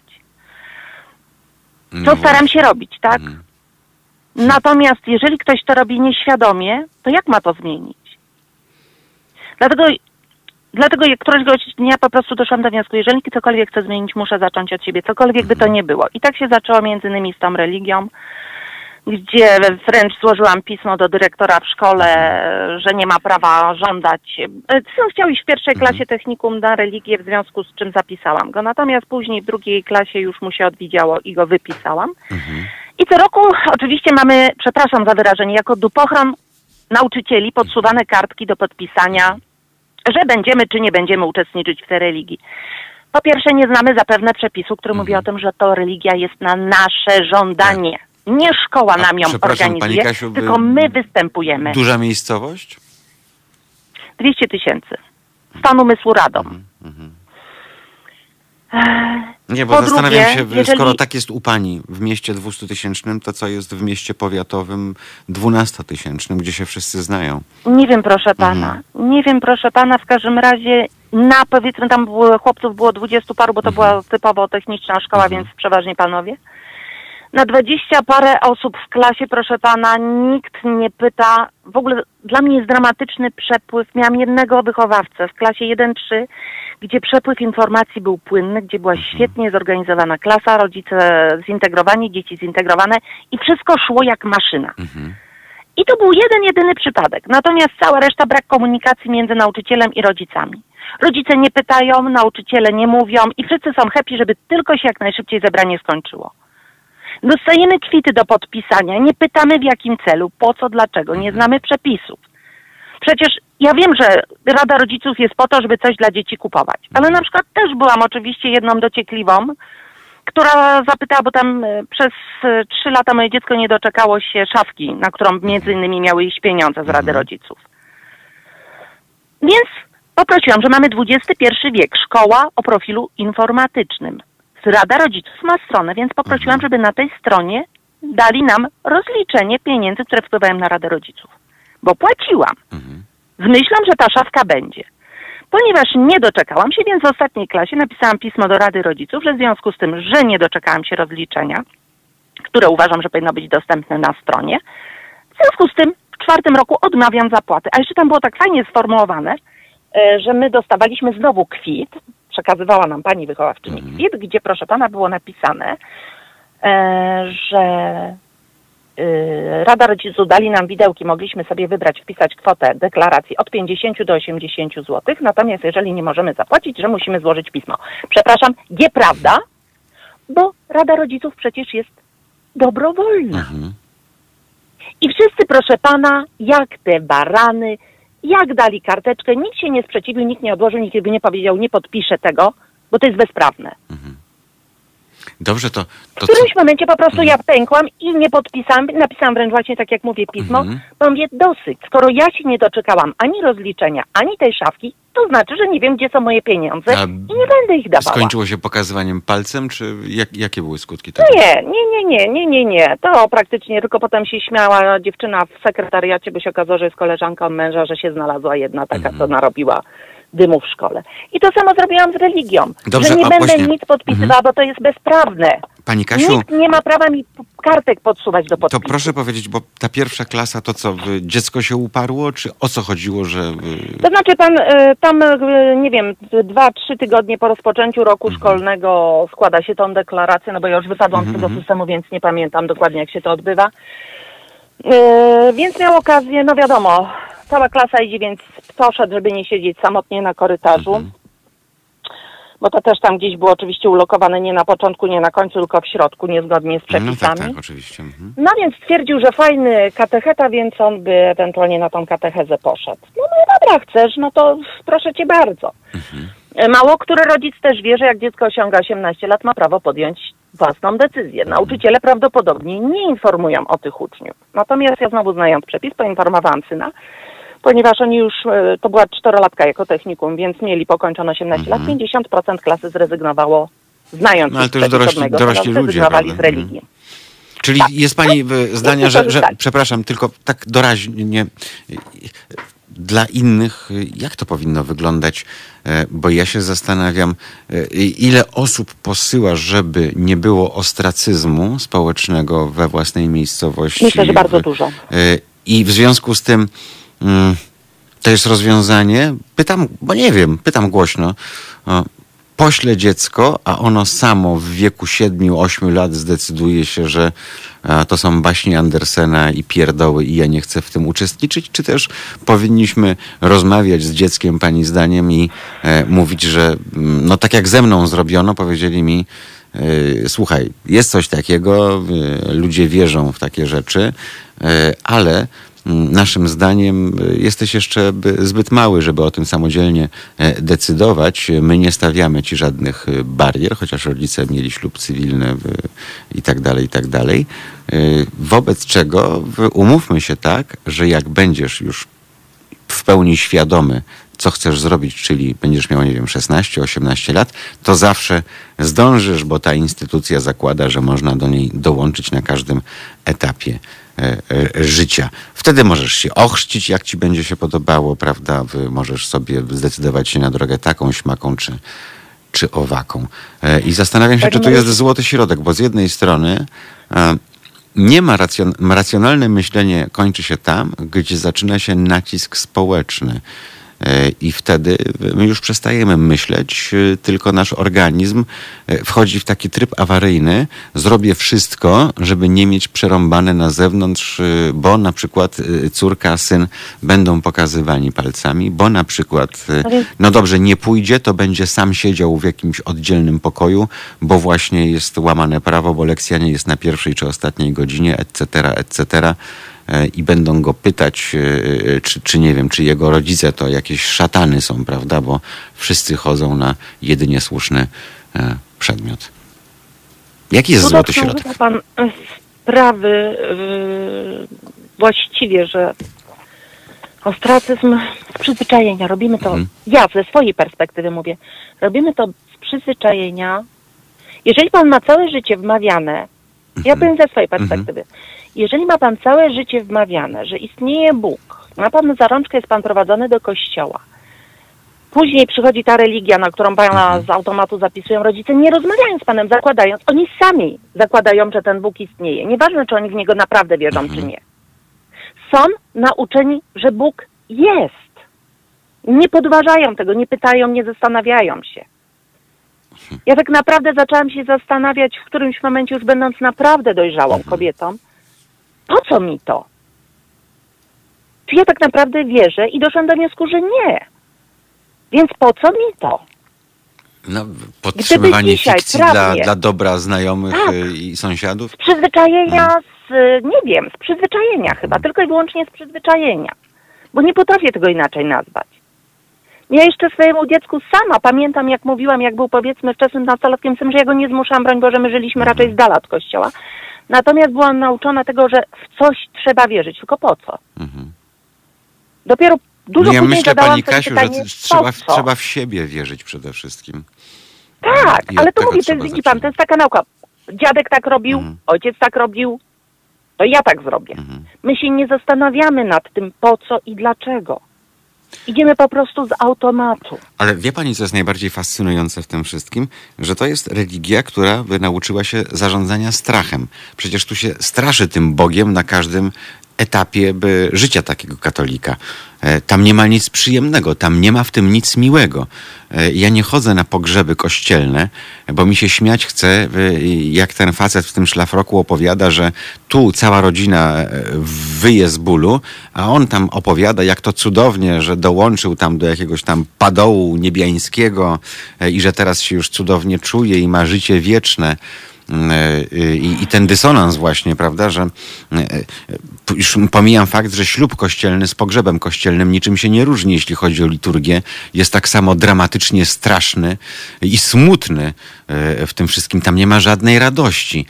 No Co staram właśnie. się robić, tak? Mhm. Natomiast jeżeli ktoś to robi nieświadomie, to jak ma to zmienić? Dlatego, dlatego jak któregoś dnia po prostu doszłam do wniosku, jeżeli cokolwiek chcę zmienić, muszę zacząć od siebie, cokolwiek by to nie było. I tak się zaczęło między innymi z tą religią, gdzie wręcz złożyłam pismo do dyrektora w szkole, że nie ma prawa żądać. Syn chciał iść w pierwszej klasie technikum na religię, w związku z czym zapisałam go. Natomiast później w drugiej klasie już mu się odwidziało i go wypisałam. Mhm. I co roku oczywiście mamy, przepraszam za wyrażenie, jako dupochron nauczycieli podsuwane kartki do podpisania, że będziemy czy nie będziemy uczestniczyć w tej religii. Po pierwsze nie znamy zapewne przepisu, który mówi o tym, że to religia jest na nasze żądanie. Nie szkoła A, nam ją przepraszam, pani organizuje, Kasiu, wy- tylko my występujemy. Duża miejscowość? dwieście tysięcy. Stan umysłu Radom. Nie, bo Po zastanawiam drugie, się, jeżeli- skoro tak jest u pani w mieście dwustutysięcznym, to co jest w mieście powiatowym dwunastotysięcznym, gdzie się wszyscy znają? Nie wiem, proszę pana. Nie wiem, proszę pana. W każdym razie na, powiedzmy, tam było, chłopców było dwudziestu paru, bo to była typowo techniczna szkoła, więc przeważnie panowie. Na dwadzieścia parę osób w klasie, proszę pana, nikt nie pyta. W ogóle dla mnie jest dramatyczny przepływ. Miałam jednego wychowawcę w klasie jeden trzy, gdzie przepływ informacji był płynny, gdzie była świetnie zorganizowana klasa, rodzice zintegrowani, dzieci zintegrowane i wszystko szło jak maszyna. I to był jeden, jedyny przypadek. Natomiast cała reszta brak komunikacji między nauczycielem i rodzicami. Rodzice nie pytają, nauczyciele nie mówią i wszyscy są happy, żeby tylko się jak najszybciej zebranie skończyło. Dostajemy kwity do podpisania, nie pytamy w jakim celu, po co, dlaczego, nie znamy przepisów. Przecież ja wiem, że Rada Rodziców jest po to, żeby coś dla dzieci kupować, ale na przykład też byłam oczywiście jedną dociekliwą, która zapytała, bo tam e, przez e, trzy lata moje dziecko nie doczekało się szafki, na którą między innymi miały iść pieniądze z Rady Rodziców. Więc poprosiłam, że mamy dwudziesty pierwszy wiek, szkoła o profilu informatycznym. Rada Rodziców ma stronę, więc poprosiłam, żeby na tej stronie dali nam rozliczenie pieniędzy, które wpływają na Radę Rodziców. Bo płaciłam. Z myślą, że ta szafka będzie. Ponieważ nie doczekałam się, więc w ostatniej klasie napisałam pismo do Rady Rodziców, że w związku z tym, że nie doczekałam się rozliczenia, które uważam, że powinno być dostępne na stronie, w związku z tym w czwartym roku odmawiam zapłaty. A jeszcze tam było tak fajnie sformułowane, e, że my dostawaliśmy znowu kwit, przekazywała nam pani wychowawczyni Mhm. kwit, gdzie proszę pana było napisane, e, że e, Rada Rodziców dali nam widełki, mogliśmy sobie wybrać, wpisać kwotę deklaracji od pięćdziesięciu do osiemdziesięciu złotych, natomiast jeżeli nie możemy zapłacić, że musimy złożyć pismo. Przepraszam, nieprawda, bo Rada Rodziców przecież jest dobrowolna. Mhm. I wszyscy, proszę pana, jak te barany, jak dali karteczkę, nikt się nie sprzeciwił, nikt nie odłożył, nikt jakby nie powiedział, nie podpiszę tego, bo to jest bezprawne. Dobrze, to... to w którymś momencie po prostu ja pękłam i nie podpisałam, napisałam wręcz właśnie tak jak mówię pismo, Mhm. bo mówię dosyć, skoro ja się nie doczekałam ani rozliczenia, ani tej szafki, to znaczy, że nie wiem, gdzie są moje pieniądze A i nie będę ich dawała. skończyło się pokazywaniem palcem, czy jak, jakie były skutki tego? Nie, nie, nie, nie, nie, nie, nie. To praktycznie tylko potem się śmiała dziewczyna w sekretariacie, bo się okazało, że jest koleżanką męża, że się znalazła jedna taka, Mhm. co narobiła dymu w szkole. I to samo zrobiłam z religią. Dobrze, że nie a będę właśnie- nic podpisywała, bo to jest bezprawne. Pani Kasiu, Nikt nie ma prawa mi p- kartek podsuwać do to podpisu. proszę powiedzieć, bo ta pierwsza klasa, to co, y, dziecko się uparło, czy o co chodziło, że... y, To znaczy pan y, tam, y, nie wiem, dwa, trzy tygodnie po rozpoczęciu roku Mhm. szkolnego składa się tą deklarację, no bo ja już wypadłam Mhm, z tego mhm. systemu, więc nie pamiętam dokładnie, jak się to odbywa. Y, więc miał okazję, no wiadomo, cała klasa idzie, więc poszedł, żeby nie siedzieć samotnie na korytarzu. Mhm. Bo to też tam gdzieś było oczywiście ulokowane nie na początku, nie na końcu, tylko w środku, niezgodnie z No tak, przepisami. tak, oczywiście. Mhm. No więc stwierdził, że fajny katecheta, więc on by ewentualnie na tą katechezę poszedł. No no dobra, chcesz, no to proszę cię bardzo. Mhm. Mało który rodzic też wie, że jak dziecko osiąga osiemnaście lat, ma prawo podjąć własną decyzję. Nauczyciele prawdopodobnie nie informują o tych uczniów. Natomiast ja znowu, znając przepis, poinformowałam syna, ponieważ oni już, e, to była czterolatka jako technikum, więc mieli pokończone osiemnaście Mhm. lat, pięćdziesiąt procent klasy zrezygnowało, znając No, ale ich to już przepis dorośli- siódmego, dorośli to ludzie, zrezygnowali prawda? z religii. Czyli Tak. jest pani y, zdania, że, że, skorzystali. przepraszam, tylko tak doraźnie, y, y, dla innych, y, jak to powinno wyglądać? Y, Bo ja się zastanawiam, y, ile osób posyła, żeby nie było ostracyzmu społecznego we własnej miejscowości. Myślę, że bardzo w- dużo. y, I w związku z tym mm, to jest rozwiązanie, pytam, bo nie wiem, pytam głośno, o, poślę dziecko, a ono samo w wieku siedmiu, ośmiu lat zdecyduje się, że a, to są baśnie Andersena i pierdoły i ja nie chcę w tym uczestniczyć, czy też powinniśmy rozmawiać z dzieckiem, pani zdaniem, i e, mówić, że mm, no tak jak ze mną zrobiono, powiedzieli mi, e, słuchaj, jest coś takiego, e, ludzie wierzą w takie rzeczy, e, ale naszym zdaniem jesteś jeszcze zbyt mały, żeby o tym samodzielnie decydować. My nie stawiamy ci żadnych barier, chociaż rodzice mieli ślub cywilny i tak dalej, i tak dalej. Wobec czego umówmy się tak, że jak będziesz już w pełni świadomy, co chcesz zrobić, czyli będziesz miał, nie wiem, szesnaście, osiemnaście lat, to zawsze zdążysz, bo ta instytucja zakłada, że można do niej dołączyć na każdym etapie e, e, życia. Wtedy możesz się ochrzcić, jak ci będzie się podobało, prawda? Wy możesz sobie zdecydować się na drogę taką, śmaką, czy, czy owaką. E, I zastanawiam się, Tak, czy tu no jest jest- złoty środek, bo z jednej strony e, nie ma racjon- racjonalne myślenie kończy się tam, gdzie zaczyna się nacisk społeczny. E, I wtedy my już przestajemy myśleć, e, tylko nasz organizm e, wchodzi w taki tryb awaryjny. Zrobię wszystko, żeby nie mieć przerąbane na zewnątrz, e, bo na przykład e, córka, syn będą pokazywani palcami, bo na przykład, e, No więc- no dobrze, nie pójdzie, to będzie sam siedział w jakimś oddzielnym pokoju, bo właśnie jest łamane prawo, bo lekcja nie jest na pierwszej czy ostatniej godzinie, et cetera, et cetera. I będą go pytać, e, czy, czy nie wiem, czy jego rodzice to jakieś szatany są, prawda? Bo wszyscy chodzą na jedynie słuszny e, przedmiot. Jaki jest Tu złoty dotknął środek? chyba pan e, sprawy yy, właściwie, że ostracyzm z przyzwyczajenia. Robimy to, Mhm. ja ze swojej perspektywy mówię, robimy to z przyzwyczajenia. Jeżeli pan ma całe życie wmawiane, ja powiem ze swojej perspektywy, jeżeli ma pan całe życie wmawiane, że istnieje Bóg, ma pan za rączkę, jest pan prowadzony do kościoła, później przychodzi ta religia, na którą pana z automatu zapisują rodzice, nie rozmawiają z panem, zakładając, oni sami zakładają, że ten Bóg istnieje. Nieważne, czy oni w niego naprawdę wierzą, czy nie. Są nauczeni, że Bóg jest. Nie podważają tego, nie pytają, nie zastanawiają się. Ja tak naprawdę zaczęłam się zastanawiać w którymś momencie, już będąc naprawdę dojrzałą kobietą, po co mi to? Czy ja tak naprawdę wierzę i doszłam do wniosku, że nie. Więc po co mi to? No, podtrzymywanie Gdyby dzisiaj fikcji dla, prawnie- dla dobra znajomych Tak. e, i sąsiadów? Z przyzwyczajenia, z, nie wiem, z przyzwyczajenia chyba, tylko i wyłącznie z przyzwyczajenia. Bo nie potrafię tego inaczej nazwać. Ja jeszcze swojemu dziecku sama pamiętam, jak mówiłam, jak był powiedzmy wczesnym nastolatkiem, z tym, że ja go nie zmuszałam, broń Boże, my żyliśmy raczej z dala od kościoła. Natomiast byłam nauczona tego, że w coś trzeba wierzyć, tylko po co? Mhm. Dopiero dużo no ja później myślę, zadałam pani sobie Kasiu, pytanie, że trzeba, co? trzeba w siebie wierzyć przede wszystkim. Tak, I ale od to tego mówię, to trzeba jest, widzi pan, zaczynać. to jest taka nauka. Dziadek tak robił, Mhm. ojciec tak robił, to ja tak zrobię. Mhm. My się nie zastanawiamy nad tym, po co i dlaczego. Idziemy po prostu z automatu. Ale wie pani, co jest najbardziej fascynujące w tym wszystkim? Że to jest religia, która by nauczyła się zarządzania strachem. Przecież tu się straszy tym Bogiem na każdym etapie by życia takiego katolika. E, Tam nie ma nic przyjemnego, tam nie ma w tym nic miłego. E, Ja nie chodzę na pogrzeby kościelne, bo mi się śmiać chce, e, jak ten facet w tym szlafroku opowiada, że tu cała rodzina e, wyje z bólu, a on tam opowiada, jak to cudownie, że dołączył tam do jakiegoś tam padołu niebiańskiego e, i że teraz się już cudownie czuje i ma życie wieczne. I, I ten dysonans właśnie, prawda, że już pomijam fakt, że ślub kościelny z pogrzebem kościelnym niczym się nie różni, jeśli chodzi o liturgię. Jest tak samo dramatycznie straszny i smutny w tym wszystkim. Tam nie ma żadnej radości.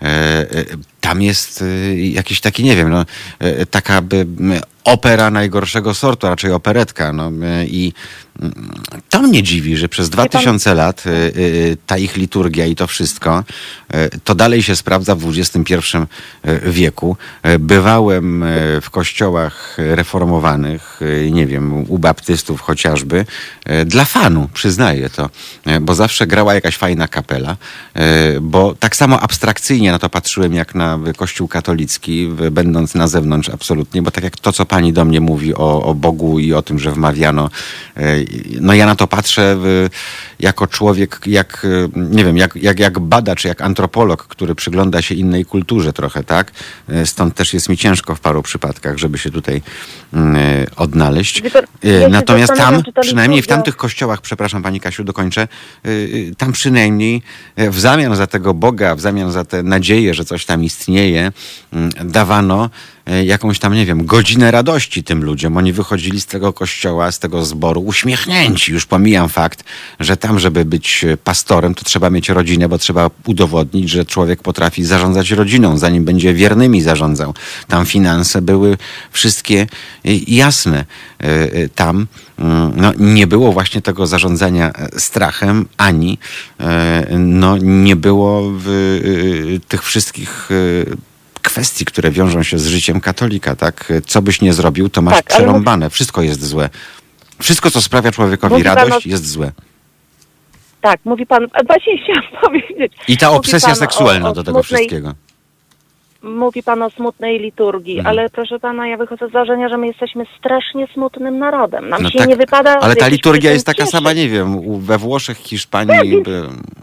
Tam jest jakiś taki, nie wiem, no, taka by opera najgorszego sortu, a raczej operetka. No, i to mnie dziwi, że przez dwa tysiące lat ta ich liturgia i to wszystko, to dalej się sprawdza w dwudziestym pierwszym wieku. Bywałem w kościołach reformowanych, nie wiem, u baptystów chociażby, dla fanu, przyznaję to, bo zawsze grała jakaś fajna kapela, bo tak samo abstrakcyjnie na to patrzyłem jak na Kościół katolicki, będąc na zewnątrz absolutnie, bo tak jak to, co pani do mnie mówi o, o Bogu i o tym, że wmawiano, no ja na to patrzę jako człowiek, jak, nie wiem, jak, jak, jak badacz, jak antropolog, który przygląda się innej kulturze trochę, tak? Stąd też jest mi ciężko w paru przypadkach, żeby się tutaj odnaleźć. Natomiast tam, przynajmniej w tamtych kościołach, przepraszam pani Kasiu, dokończę, tam przynajmniej w zamian za tego Boga, w zamian za tę nadzieję, że coś tam istnieje, dawano jakąś tam, nie wiem, godzinę radości tym ludziom. Oni wychodzili z tego kościoła, z tego zboru uśmiechnięci. Już pomijam fakt, że tam, żeby być pastorem, to trzeba mieć rodzinę, bo trzeba udowodnić, że człowiek potrafi zarządzać rodziną, zanim będzie wiernymi zarządzał. Tam finanse były wszystkie jasne. Tam no, nie było właśnie tego zarządzania strachem, ani no, nie było w tych wszystkich kwestii, które wiążą się z życiem katolika, tak? Co byś nie zrobił, to masz tak, przerąbane. Wszystko jest złe. Wszystko, co sprawia człowiekowi mówi radość, o... jest złe. Tak, mówi pan, właśnie chciałam powiedzieć. I ta obsesja seksualna o, o do tego smutnej, wszystkiego. Mówi pan o smutnej liturgii, mhm. ale proszę pana, ja wychodzę z założenia, że my jesteśmy strasznie smutnym narodem. Nam no się tak, nie wypada... Ale ta liturgia jest taka cieszyć. sama, nie wiem, we Włoszech, Hiszpanii... Tak,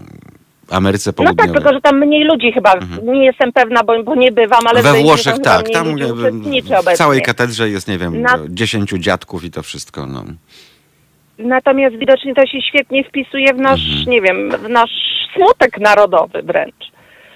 Ameryce Południowej. No tak, tylko że tam mniej ludzi chyba, mhm. nie jestem pewna, bo, bo nie bywam, ale... We Włoszech tak, tam w całej obecnie. katedrze jest, nie wiem, Na... dziesięciu dziadków i to wszystko, no. Natomiast widocznie to się świetnie wpisuje w nasz, mhm. nie wiem, w nasz smutek narodowy wręcz.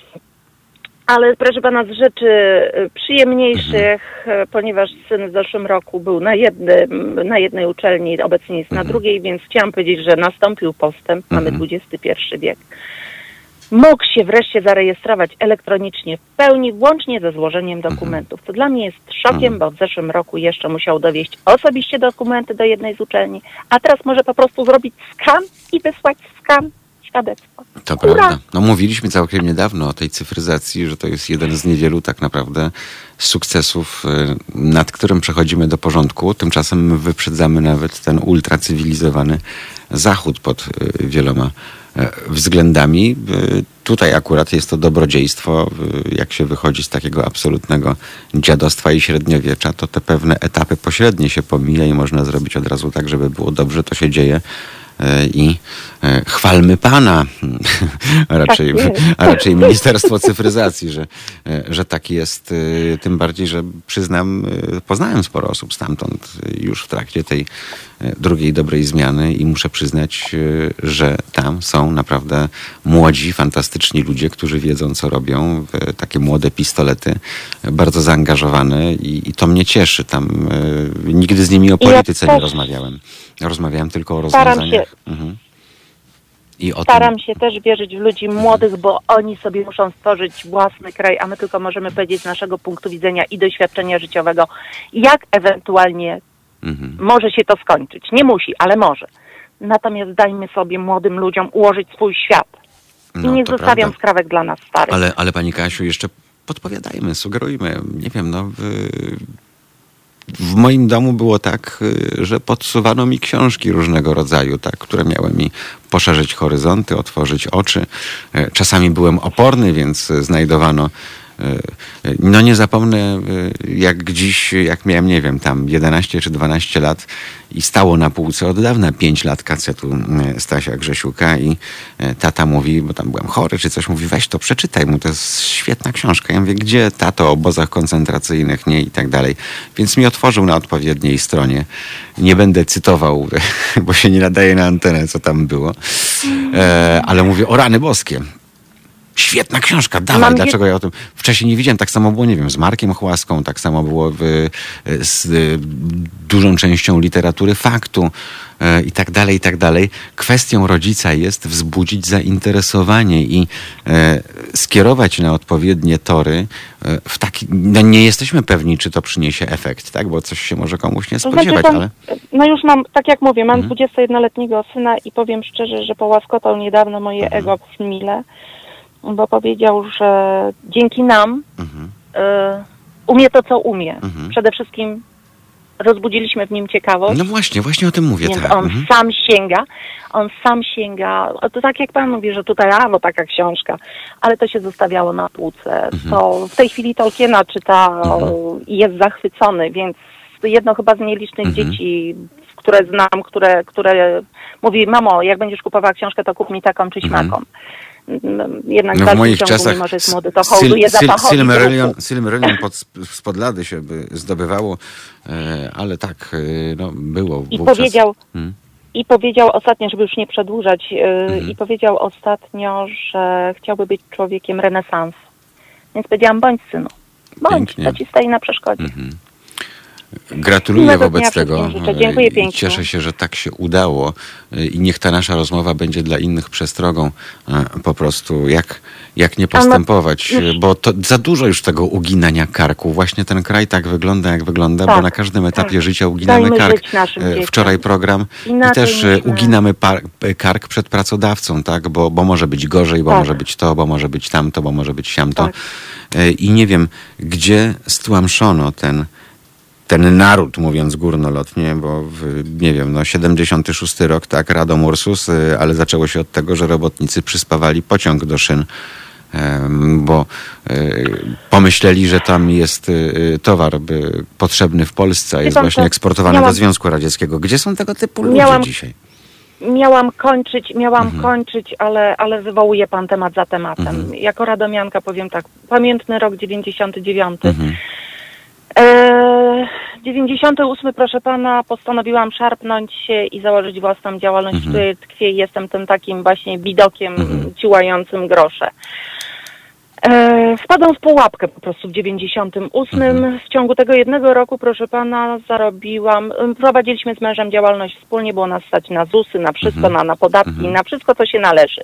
Ale proszę pana, z rzeczy przyjemniejszych, mhm. ponieważ syn w zeszłym roku był na, jednym, na jednej uczelni, obecnie jest mhm. na drugiej, więc chciałam powiedzieć, że nastąpił postęp, mhm. mamy dwudziesty pierwszy wiek. Mógł się wreszcie zarejestrować elektronicznie w pełni, włącznie ze złożeniem dokumentów. To dla mnie jest szokiem, bo w zeszłym roku jeszcze musiał dowieść osobiście dokumenty do jednej z uczelni, a teraz może po prostu zrobić skan i wysłać skan świadectwa. To Ura! Prawda. No mówiliśmy całkiem niedawno o tej cyfryzacji, że to jest jeden z niewielu tak naprawdę sukcesów, nad którym przechodzimy do porządku. Tymczasem my wyprzedzamy nawet ten ultracywilizowany Zachód pod wieloma względami. Tutaj akurat jest to dobrodziejstwo, jak się wychodzi z takiego absolutnego dziadostwa i średniowiecza, to te pewne etapy pośrednie się pomija i można zrobić od razu tak, żeby było dobrze, to się dzieje. I chwalmy Pana, a raczej, a raczej Ministerstwo Cyfryzacji, że, że tak jest. Tym bardziej, że przyznam, poznałem sporo osób stamtąd już w trakcie tej drugiej dobrej zmiany i muszę przyznać, że tam są naprawdę młodzi, fantastyczni ludzie, którzy wiedzą, co robią. Takie młode pistolety, bardzo zaangażowane i, i to mnie cieszy. Tam y, nigdy z nimi o polityce ja nie rozmawiałem. Rozmawiałem tylko o rozwiązaniach. Się, mhm. I o staram tym... się też wierzyć w ludzi młodych, bo oni sobie muszą stworzyć własny kraj, a my tylko możemy powiedzieć z naszego punktu widzenia i doświadczenia życiowego, jak ewentualnie mhm. może się to skończyć. Nie musi, ale może. Natomiast dajmy sobie młodym ludziom ułożyć swój świat. I no, nie zostawiam prawda. skrawek dla nas starych. Ale, ale pani Kasiu, jeszcze podpowiadajmy, sugerujmy. Nie wiem, no... W... W moim domu było tak, że podsuwano mi książki różnego rodzaju, tak, które miały mi poszerzyć horyzonty, otworzyć oczy. Czasami byłem oporny, więc znajdowano. No nie zapomnę, jak dziś, jak miałem, nie wiem, tam jedenaście czy dwanaście lat i stało na półce od dawna pięć lat kasetu Stasia Grzesiuka i tata mówi, bo tam byłem chory czy coś, mówi, weź to, przeczytaj mu, to jest świetna książka. Ja mówię, gdzie tato, o obozach koncentracyjnych, nie i tak dalej. Więc mi otworzył na odpowiedniej stronie. Nie będę cytował, bo się nie nadaje na antenę, co tam było, ale mówię, o rany boskie. Świetna książka, dawaj, Mam dlaczego wie... ja o tym wcześniej nie widziałem. Tak samo było, nie wiem, z Markiem Chłaską, tak samo było w, z y, dużą częścią literatury faktu y, i tak dalej, i tak dalej. Kwestią rodzica jest wzbudzić zainteresowanie i y, skierować na odpowiednie tory y, w taki... No nie jesteśmy pewni, czy to przyniesie efekt, tak? Bo coś się może komuś nie spodziewać, to znaczy, ale... No już mam, tak jak mówię, mam dwudziestojednoletniego syna i powiem szczerze, że połaskotał niedawno moje mhm. ego w mile, bo powiedział, że dzięki nam mhm. y, umie to, co umie. Mhm. Przede wszystkim rozbudziliśmy w nim ciekawość. No właśnie, właśnie o tym mówię. Więc tak. on mhm. sam sięga, on sam sięga, to tak jak pan mówi, że tutaj, a no taka książka, ale to się zostawiało na półce. Mhm. To w tej chwili Tolkiena czyta mhm. i jest zachwycony, więc jedno chyba z nielicznych mhm. dzieci, które znam, które, które mówi, mamo, jak będziesz kupowała książkę, to kup mi taką czy śmaką. Mhm. Jednak no w moich ciągu, czasach mimo że jest młody, to hołduje Sil, zapachowi. Silmarillion, Silmarillion pod, spod lady się by zdobywało, ale tak, no było I wówczas. powiedział, hmm? I powiedział ostatnio, żeby już nie przedłużać, hmm. i powiedział ostatnio, że chciałby być człowiekiem renesansu. Więc powiedziałam, bądź synu, bądź, Pięknie. To ci stoi na przeszkodzie. Hmm. Gratuluję wobec tego. Dziękuję pięknie. Cieszę się, że tak się udało i niech ta nasza rozmowa będzie dla innych przestrogą po prostu, jak, jak nie postępować, bo to za dużo już tego uginania karku. Właśnie ten kraj tak wygląda, jak wygląda, tak, bo na każdym etapie tak. życia uginamy Dajmy kark. Wczoraj program Inaczej i też myśmy... uginamy par, kark przed pracodawcą, tak, bo, bo może być gorzej, bo tak. może być to, bo może być tamto, bo może być siamto. Tak. I nie wiem, gdzie stłamszono ten ten naród, mówiąc górnolotnie, bo w, nie wiem, no siedemdziesiąty szósty rok, tak, Radom Ursus, ale zaczęło się od tego, że robotnicy przyspawali pociąg do szyn, bo pomyśleli, że tam jest towar potrzebny w Polsce, a jest właśnie eksportowany miałam, do Związku Radzieckiego. Gdzie są tego typu ludzie miałam, dzisiaj? Miałam kończyć, miałam mhm. kończyć, ale, ale wywołuje pan temat za tematem. Mhm. Jako radomianka powiem tak, pamiętny rok dziewięćdziesiąty dziewiąty. Mhm. dziewięćdziesiąty ósmy, proszę pana, postanowiłam szarpnąć się i założyć własną działalność, w której tkwię i jestem tym takim właśnie bidokiem mhm. ciłającym grosze. E, wpadłam w pułapkę po prostu w dziewięćdziesiątym ósmym. Mhm. W ciągu tego jednego roku, proszę pana, zarobiłam, prowadziliśmy z mężem działalność wspólnie, było nas stać na zusy, na wszystko, mhm. na, na podatki, mhm. na wszystko, co się należy.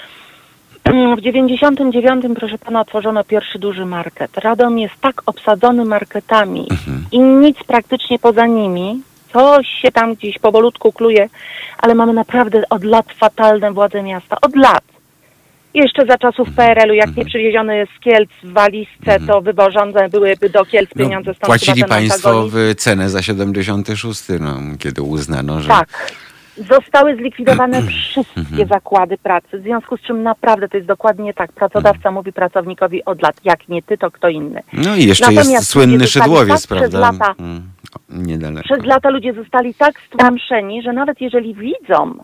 W dziewięćdziesiątym dziewiątym, proszę pana, otworzono pierwszy duży market. Radom jest tak obsadzony marketami mhm. i nic praktycznie poza nimi. Coś się tam gdzieś powolutku kluje, ale mamy naprawdę od lat fatalne władze miasta. Od lat. Jeszcze za czasów P R L u, jak nie przywieziony z Kielc w walizce, to wywożone byłyby do Kielc pieniądze. No, płacili państwo w cenę za siedemdziesiąty szósty, no, kiedy uznano, że... Tak. Zostały zlikwidowane wszystkie zakłady pracy, w związku z czym naprawdę to jest dokładnie tak. Pracodawca mówi pracownikowi od lat, jak nie ty, to kto inny. No i jeszcze Natomiast jest słynny Szydłowiec, tak, prawda? Przez lata, hmm. przez lata ludzie zostali tak stłamszeni, że nawet jeżeli widzą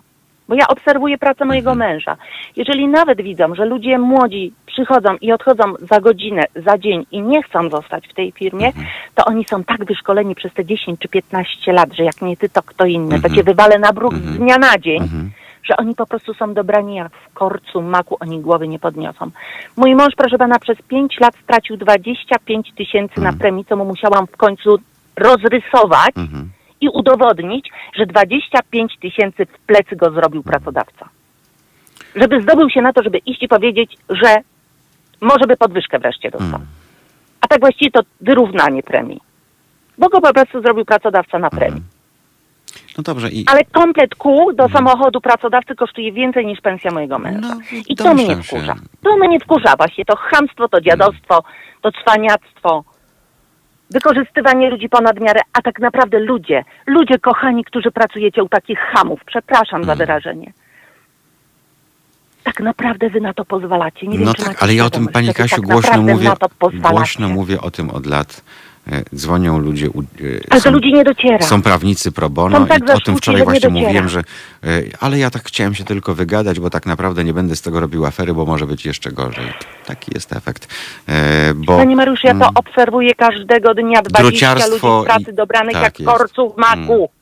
Bo ja obserwuję pracę mojego męża. Jeżeli nawet widzą, że ludzie młodzi przychodzą i odchodzą za godzinę, za dzień i nie chcą zostać w tej firmie, mhm. to oni są tak wyszkoleni przez te dziesięć czy piętnaście lat, że jak nie ty, to kto inny. Mhm. To cię wywalę na bruk mhm. z dnia na dzień. Mhm. Że oni po prostu są dobrani jak w korcu maku, oni głowy nie podniosą. Mój mąż, proszę pana, przez pięć lat stracił dwadzieścia pięć tysięcy mhm. na premii, co mu musiałam w końcu rozrysować mhm. i udowodnić, że dwadzieścia pięć tysięcy w plecy go zrobił pracodawca. Żeby zdobył się na to, żeby iść i powiedzieć, że może by podwyżkę wreszcie dostał. Mhm. A tak właściwie to wyrównanie premii. Bo go po prostu zrobił pracodawca na premii. Mhm. No dobrze. I... Ale komplet kół do samochodu pracodawcy kosztuje więcej niż pensja mojego męża. No, I to mnie wkurza. Się. To mnie wkurza właśnie. To chamstwo, to dziadostwo, to cwaniactwo, wykorzystywanie ludzi ponad miarę, a tak naprawdę ludzie, ludzie kochani, którzy pracujecie u takich chamów, przepraszam hmm. za wyrażenie. Tak naprawdę wy na to pozwalacie. Nie wiem, no czy tak, ale ja o tym, pani Kasiu, tak głośno mówię, głośno mówię o tym od lat. Dzwonią ludzie, ale są, do ludzi nie dociera. Są prawnicy pro bono tak i o tym wczoraj właśnie mówiłem, że ale ja tak chciałem się tylko wygadać, bo tak naprawdę nie będę z tego robił afery, bo może być jeszcze gorzej. Taki jest efekt. Bo, Panie Mariusz, ja to mm, obserwuję każdego dnia. dwadzieścia ludzi z pracy i, dobranych tak jak jest. Korców maku. Mm.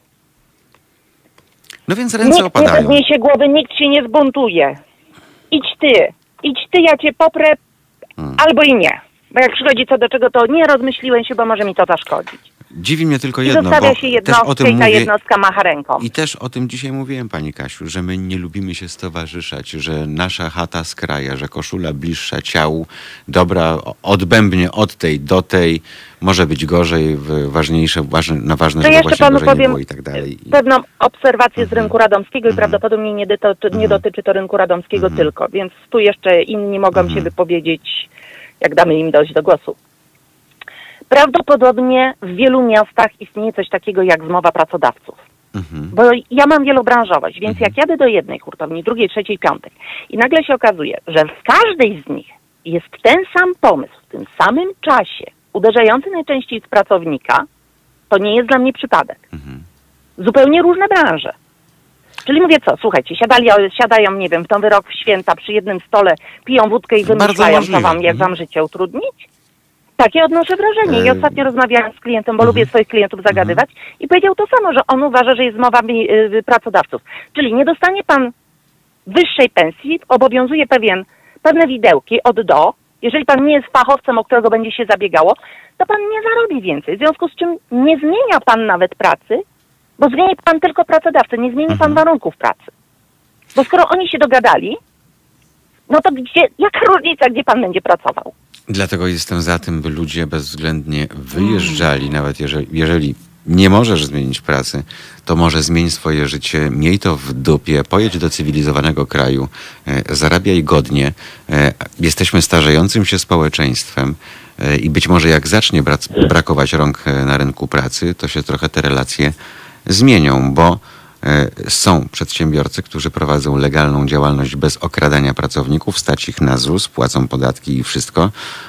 No więc ręce nikt opadają. Nikt nie podniesie głowy, nikt się nie zbuntuje. Idź ty. Idź ty, ja cię poprę mm. albo i nie. Bo jak przychodzi co do czego, to nie rozmyśliłem się, bo może mi to zaszkodzić. Dziwi mnie tylko I jedno, zostawia bo się jednostkę i ta mówię, jednostka macha ręką. I też o tym dzisiaj mówiłem, pani Kasiu, że my nie lubimy się stowarzyszać, że nasza chata z kraja, że koszula bliższa ciału, dobra, odbębnie od tej do tej, może być gorzej, ważniejsze, ważne, na ważne, to żeby jeszcze właśnie panu gorzej powiem nie było i tak dalej. Pewną obserwację mhm. z rynku radomskiego i mhm. prawdopodobnie nie, do, to, nie dotyczy to rynku radomskiego mhm. tylko, więc tu jeszcze inni mogą mhm. się wypowiedzieć, jak damy im dojść do głosu. Prawdopodobnie w wielu miastach istnieje coś takiego jak zmowa pracodawców. Mhm. Bo ja mam wielobranżowość, więc mhm. jak jadę do jednej hurtowni, drugiej, trzeciej, piątej i nagle się okazuje, że w każdej z nich jest ten sam pomysł w tym samym czasie, uderzający najczęściej w pracownika, to nie jest dla mnie przypadek. Mhm. Zupełnie różne branże. Czyli mówię co, słuchajcie, siadali, siadają, nie wiem, w Nowy Rok, w święta przy jednym stole, piją wódkę i wymyślają, co wam, jak wam życie utrudnić. Takie odnoszę wrażenie. I ostatnio rozmawiałam z klientem, bo mhm. lubię swoich klientów zagadywać mhm. i powiedział to samo, że on uważa, że jest mowa y, pracodawców. Czyli nie dostanie pan wyższej pensji, obowiązuje pewien, pewne widełki od do. Jeżeli pan nie jest fachowcem, o którego będzie się zabiegało, to pan nie zarobi więcej. W związku z czym nie zmienia pan nawet pracy, bo zmieni pan tylko pracodawcę, nie zmieni pan mhm. warunków pracy. Bo skoro oni się dogadali, no to gdzie, jaka różnica, gdzie pan będzie pracował? Dlatego jestem za tym, by ludzie bezwzględnie wyjeżdżali, nawet jeżeli, jeżeli nie możesz zmienić pracy, to może zmień swoje życie, miej to w dupie, pojedź do cywilizowanego kraju, e, zarabiaj godnie. E, jesteśmy starzejącym się społeczeństwem e, i być może jak zacznie bra- brakować rąk na rynku pracy, to się trochę te relacje zmienią, bo są przedsiębiorcy, którzy prowadzą legalną działalność bez okradania pracowników, stać ich na Z U S, płacą podatki i wszystko.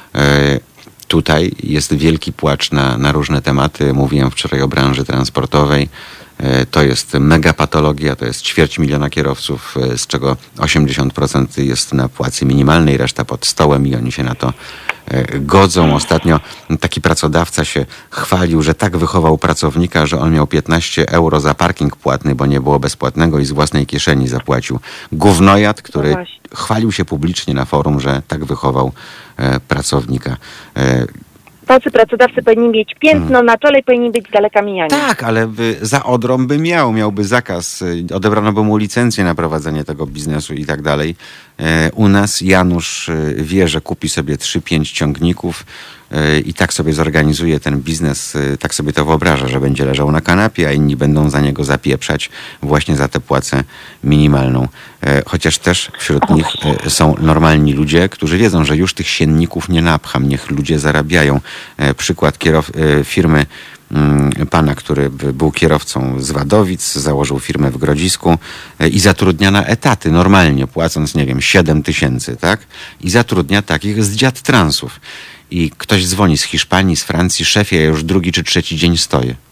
Tutaj jest wielki płacz na, na różne tematy. Mówiłem wczoraj o branży transportowej. To jest megapatologia, to jest ćwierć miliona kierowców, z czego osiemdziesiąt procent jest na płacy minimalnej, reszta pod stołem i oni się na to godzą. Ostatnio taki pracodawca się chwalił, że tak wychował pracownika, że on miał piętnaście euro za parking płatny, bo nie było bezpłatnego i z własnej kieszeni zapłacił. Gównojad, który no chwalił się publicznie na forum, że tak wychował e, pracownika. E, Tacy pracodawcy powinni mieć piętno hmm. na czole i powinni być z daleka mijani. Tak, ale by, za Odrą by miał, miałby zakaz, odebrano by mu licencję na prowadzenie tego biznesu i tak dalej. E, u nas Janusz wie, że kupi sobie trzy pięć ciągników e, i tak sobie zorganizuje ten biznes, e, tak sobie to wyobraża, że będzie leżał na kanapie, a inni będą za niego zapieprzać właśnie za tę płacę minimalną. E, chociaż też wśród nich e, są normalni ludzie, którzy wiedzą, że już tych sienników nie napcham, niech ludzie zarabiają. E, przykład kierow, e, firmy pana, który był kierowcą z Wadowic, założył firmę w Grodzisku i zatrudnia na etaty normalnie, płacąc, nie wiem, siedem tysięcy, tak? I zatrudnia takich z dziad transów. I ktoś dzwoni z Hiszpanii, z Francji, szefie, ja już drugi czy trzeci dzień stoję.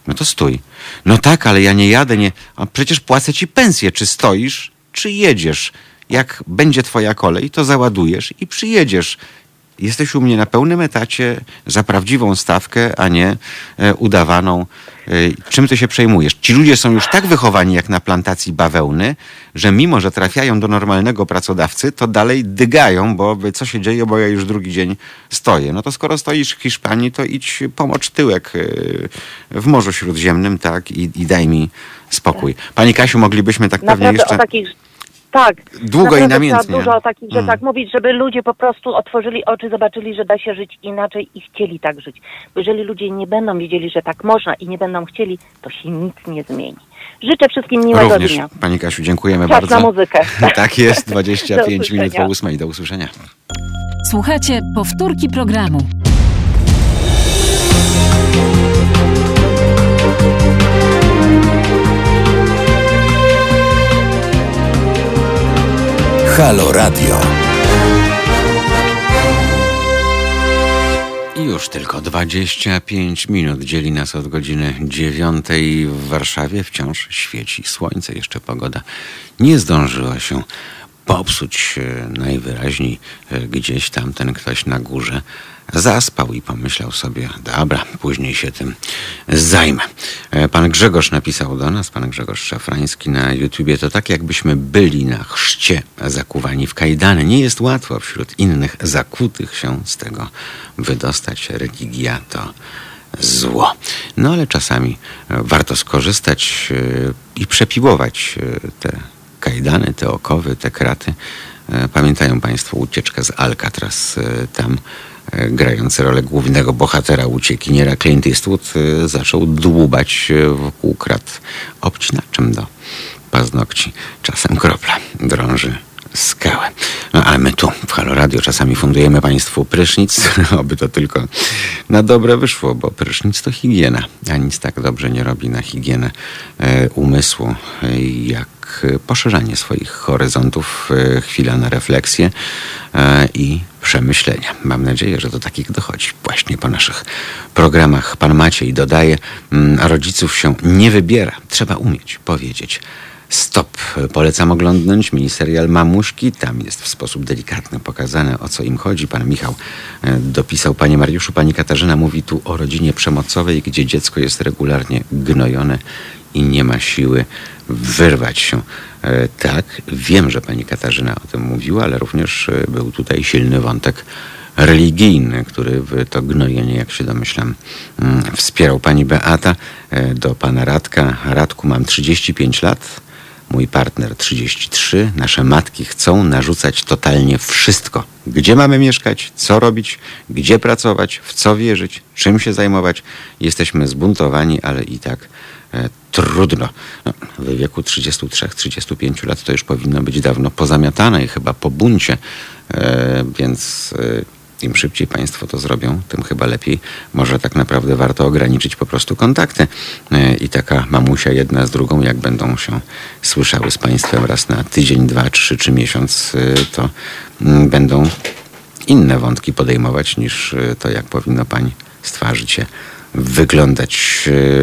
No to stój. No tak, ale ja nie jadę, nie... A przecież płacę ci pensję. Czy stoisz, czy jedziesz? Jak będzie twoja kolej, to załadujesz i przyjedziesz. Jesteś u mnie na pełnym etacie za prawdziwą stawkę, a nie e, udawaną. E, czym ty się przejmujesz? Ci ludzie są już tak wychowani jak na plantacji bawełny, że mimo, że trafiają do normalnego pracodawcy, to dalej dygają, bo co się dzieje, bo ja już drugi dzień stoję. No to skoro stoisz w Hiszpanii, to idź pomocz tyłek e, w Morzu Śródziemnym, tak, i, i daj mi spokój. Pani Kasiu, moglibyśmy tak Naprawdę pewnie jeszcze... o takich... Tak. Długo i namiętnie. Trzeba dużo o takich rzeczach mm. mówić, żeby ludzie po prostu otworzyli oczy, zobaczyli, że da się żyć inaczej i chcieli tak żyć. Bo jeżeli ludzie nie będą wiedzieli, że tak można i nie będą chcieli, to się nic nie zmieni. Życzę wszystkim miłego Również, dnia. Pani Kasiu, dziękujemy Czas bardzo. na muzykę. Tak jest, dwadzieścia pięć minut po ósmej. Do usłyszenia. Słuchajcie, powtórki programu. Halo Radio. I już tylko dwadzieścia pięć minut dzieli nas od godziny dziewiątej w Warszawie. Wciąż świeci słońce, jeszcze pogoda nie zdążyła się popsuć. Najwyraźniej gdzieś tam ten ktoś na górze zaspał i pomyślał sobie, dobra, później się tym zajmę. Pan Grzegorz napisał do nas, pan Grzegorz Szafrański na YouTubie, to tak jakbyśmy byli na chrzcie zakuwani w kajdany. Nie jest łatwo wśród innych zakutych się z tego wydostać. Religia to zło. No ale czasami warto skorzystać i przepiłować te kajdany, te okowy, te kraty. Pamiętają państwo ucieczkę z Alcatraz, tam grający rolę głównego bohatera uciekiniera Clint Eastwood zaczął dłubać wokół krat obcinaczem do paznokci. Czasem kropla drąży skałę. No ale my tu w Halo Radio czasami fundujemy państwu prysznic, oby to tylko na dobre wyszło, bo prysznic to higiena, a nic tak dobrze nie robi na higienę e, umysłu, e, jak poszerzanie swoich horyzontów, e, chwila na refleksję e, i przemyślenia. Mam nadzieję, że do takich dochodzi właśnie po naszych programach. Pan Maciej dodaje, m, rodziców się nie wybiera, trzeba umieć powiedzieć stop. Polecam oglądnąć miniserial Mamuśki. Tam jest w sposób delikatny pokazane, o co im chodzi. Pan Michał dopisał, panie Mariuszu, pani Katarzyna mówi tu o rodzinie przemocowej, gdzie dziecko jest regularnie gnojone i nie ma siły wyrwać się. E, tak, wiem, że pani Katarzyna o tym mówiła, ale również był tutaj silny wątek religijny, który w to gnojenie, jak się domyślam, wspierał. Pani Beata do pana Radka. Radku, mam trzydzieści pięć lat. Mój partner trzydzieści trzy. Nasze matki chcą narzucać totalnie wszystko. Gdzie mamy mieszkać, co robić, gdzie pracować, w co wierzyć, czym się zajmować. Jesteśmy zbuntowani, ale i tak e, trudno. No, w wieku trzydziestu trzech trzydziestu pięciu lat to już powinno być dawno pozamiatane i chyba po buncie, e, więc e, im szybciej państwo to zrobią, tym chyba lepiej. Może tak naprawdę warto ograniczyć po prostu kontakty i taka mamusia jedna z drugą, jak będą się słyszały z państwem raz na tydzień, dwa, trzy czy miesiąc, to będą inne wątki podejmować niż to, jak powinno państwa życie wyglądać.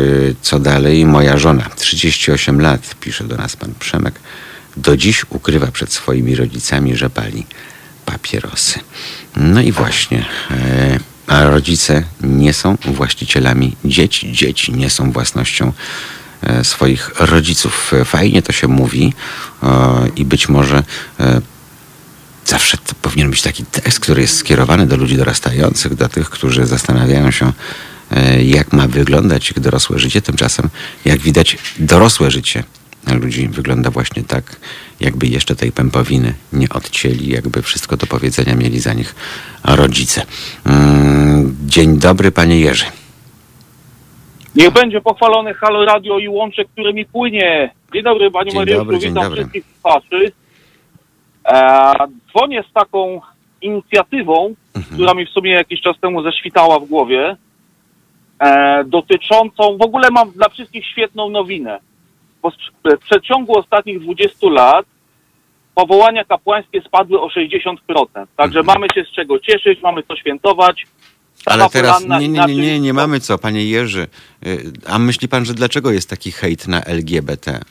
Co dalej? Moja żona, trzydzieści osiem lat, pisze do nas pan Przemek, do dziś ukrywa przed swoimi rodzicami, że pali papierosy. No i właśnie, e, a rodzice nie są właścicielami dzieci. Dzieci nie są własnością e, swoich rodziców. Fajnie to się mówi e, i być może e, zawsze to powinien być taki tekst, który jest skierowany do ludzi dorastających, do tych, którzy zastanawiają się, e, jak ma wyglądać ich dorosłe życie. Tymczasem, jak widać, dorosłe życie ludzi wygląda właśnie tak, jakby jeszcze tej pępowiny nie odcięli, jakby wszystko do powiedzenia mieli za nich rodzice. Dzień dobry, panie Jerzy. Niech będzie pochwalone Halo Radio i łącze, które mi płynie. Dzień dobry, panie Dzień Mariuszu, dobry, dzień witam dobry. wszystkich słuchaczy. E, dzwonię z taką inicjatywą, mhm. która mi w sumie jakiś czas temu zaświtała w głowie, e, dotyczącą, w ogóle mam dla wszystkich świetną nowinę. Bo w przeciągu ostatnich dwudziestu lat powołania kapłańskie spadły o sześćdziesiąt procent. Także mhm. mamy się z czego cieszyć, mamy co świętować. Ale teraz poranna, nie, nie, nie, inaczej- nie, nie mamy co, panie Jerzy. Y, A myśli pan, że dlaczego jest taki hejt na L G B T?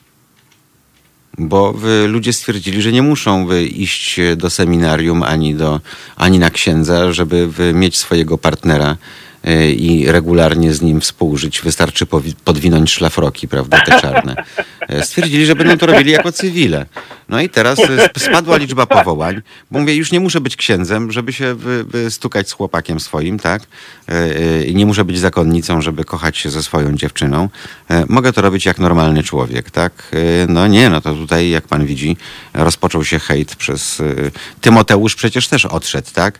Bo y, ludzie stwierdzili, że nie muszą y, iść do seminarium ani, do, ani na księdza, żeby y, mieć swojego partnera y, i regularnie z nim współżyć. Wystarczy powi- podwinąć szlafroki, prawda, te czarne. Y, Stwierdzili, że będą to robili jako cywile. No i teraz y, sp- spadła liczba powołań, bo mówię, już nie muszę być księdzem, żeby się wy, wy stukać z chłopakiem swoim, tak? Y, y, Nie muszę być zakonnicą, żeby kochać się ze swoją dziewczyną. Y, Mogę to robić jak normalny człowiek, tak? Y, No nie, no to tutaj, jak pan widzi, rozpoczął się hejt przez... y, Tymoteusz przecież też odszedł, tak?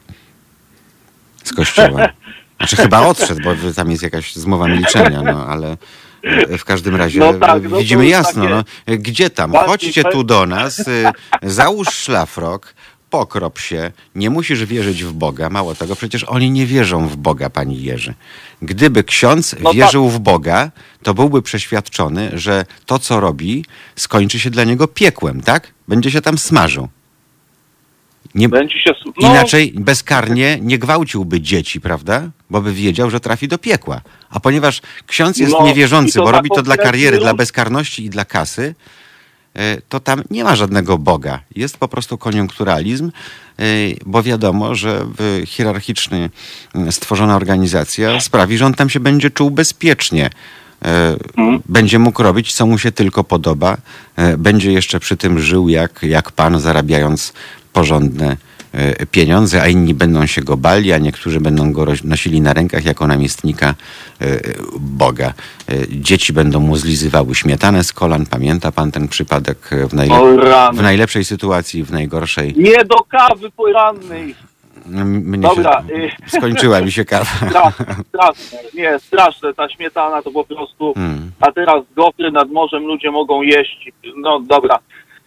Z kościoła. Znaczy chyba odszedł, bo tam jest jakaś zmowa milczenia, no ale y, w każdym razie No tak, no to widzimy już jasno, takie- no, gdzie tam? Bardziej Chodźcie pe- tu do nas, y, załóż szlafrok, pokrop się, nie musisz wierzyć w Boga. Mało tego, przecież oni nie wierzą w Boga, pani Jerzy. Gdyby ksiądz No wierzył w Boga, to byłby przeświadczony, że to, co robi, skończy się dla niego piekłem, tak? Będzie się tam smażył. Nie, Będzie się... s- No, Inaczej bezkarnie nie gwałciłby dzieci, prawda? Bo by wiedział, że trafi do piekła. A ponieważ ksiądz jest No, niewierzący, i to bo za robi to dla konkretny kariery, dla ruch. bezkarności i dla kasy, e, to tam nie ma żadnego Boga. Jest po prostu koniunkturalizm, e, bo wiadomo, że w hierarchicznie m, stworzona organizacja sprawi, że on tam się będzie czuł bezpiecznie. E, Będzie mógł robić, co mu się tylko podoba. E, Będzie jeszcze przy tym żył jak, jak pan, zarabiając porządne e, pieniądze, a inni będą się go bali, a niektórzy będą go roz- nosili na rękach jako namiestnika e, Boga. E, Dzieci będą mu zlizywały śmietanę z kolan. Pamięta pan ten przypadek e, w, o najle- rany. w najlepszej sytuacji, w najgorszej? Nie do kawy porannej. M- Mnie Dobra, się, y- skończyła mi się kawa. Straszne, straszne. Nie, straszne. Ta śmietana to po prostu... Hmm. A teraz gofry nad morzem ludzie mogą jeść. No dobra.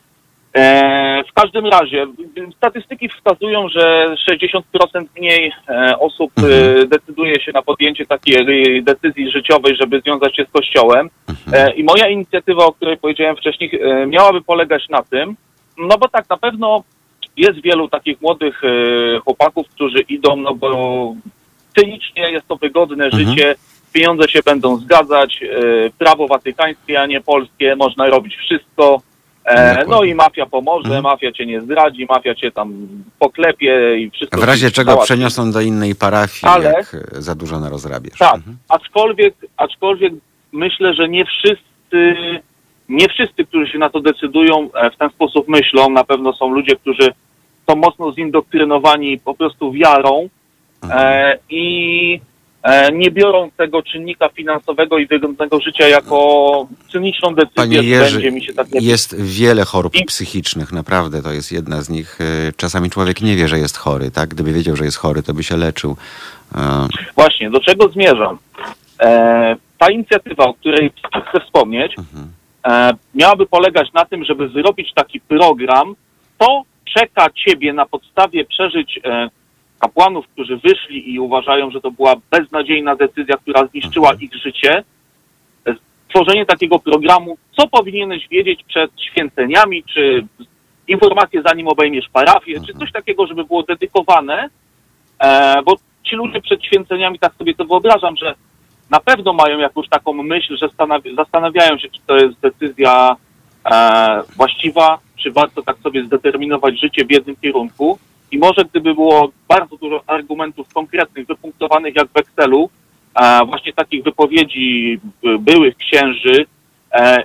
E, w każdym razie statystyki wskazują, że sześćdziesiąt procent mniej e, osób e, decyduje się na podjęcie takiej e, decyzji życiowej, żeby związać się z Kościołem. E, I moja inicjatywa, o której powiedziałem wcześniej, e, miałaby polegać na tym, no bo tak na pewno jest wielu takich młodych e, chłopaków, którzy idą, no bo cynicznie jest to wygodne Mhm. życie, pieniądze się będą zgadzać, e, prawo watykańskie, a nie polskie, można robić wszystko. E, Dokładnie. no i mafia pomoże, Mhm. mafia cię nie zdradzi, mafia cię tam poklepie i wszystko. W razie ci czego załatwi. przeniosą do innej parafii, Ale- jak e, za dużo narozrabiasz. Tak, Mhm. aczkolwiek, aczkolwiek myślę, że nie wszyscy, nie wszyscy, którzy się na to decydują, e, w ten sposób myślą. Na pewno są ludzie, którzy są mocno zindoktrynowani po prostu wiarą e, i e, nie biorą tego czynnika finansowego i wygodnego życia jako cyniczną decyzję, Panie że Jerzy, będzie mi się tak nie... jest wiele chorób I- psychicznych, naprawdę, to jest jedna z nich. E, Czasami człowiek nie wie, że jest chory, tak? Gdyby wiedział, że jest chory, to by się leczył. E, Właśnie, do czego zmierzam? E, ta inicjatywa, o której chcę wspomnieć, e, miałaby polegać na tym, żeby zrobić taki program, co czeka ciebie na podstawie przeżyć e, kapłanów, którzy wyszli i uważają, że to była beznadziejna decyzja, która zniszczyła ich życie. E, Stworzenie takiego programu, co powinieneś wiedzieć przed święceniami, czy informacje zanim obejmiesz parafię, czy coś takiego, żeby było dedykowane, e, bo ci ludzie przed święceniami, tak sobie to wyobrażam, że na pewno mają jakąś taką myśl, że stanawi- zastanawiają się, czy to jest decyzja e, właściwa, czy warto tak sobie zdeterminować życie w jednym kierunku. I może gdyby było bardzo dużo argumentów konkretnych, wypunktowanych jak w Excelu, e, właśnie takich wypowiedzi by- byłych księży e,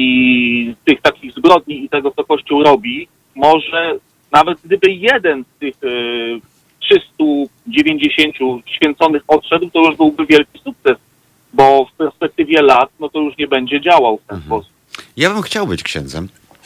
i tych takich zbrodni i tego, co Kościół robi, może nawet gdyby jeden z tych e, trzystu dziewięćdziesięciu święconych odszedł, to już byłby wielki sukces, bo w perspektywie lat, no to już nie będzie działał w ten sposób. Ja bym chciał być księdzem,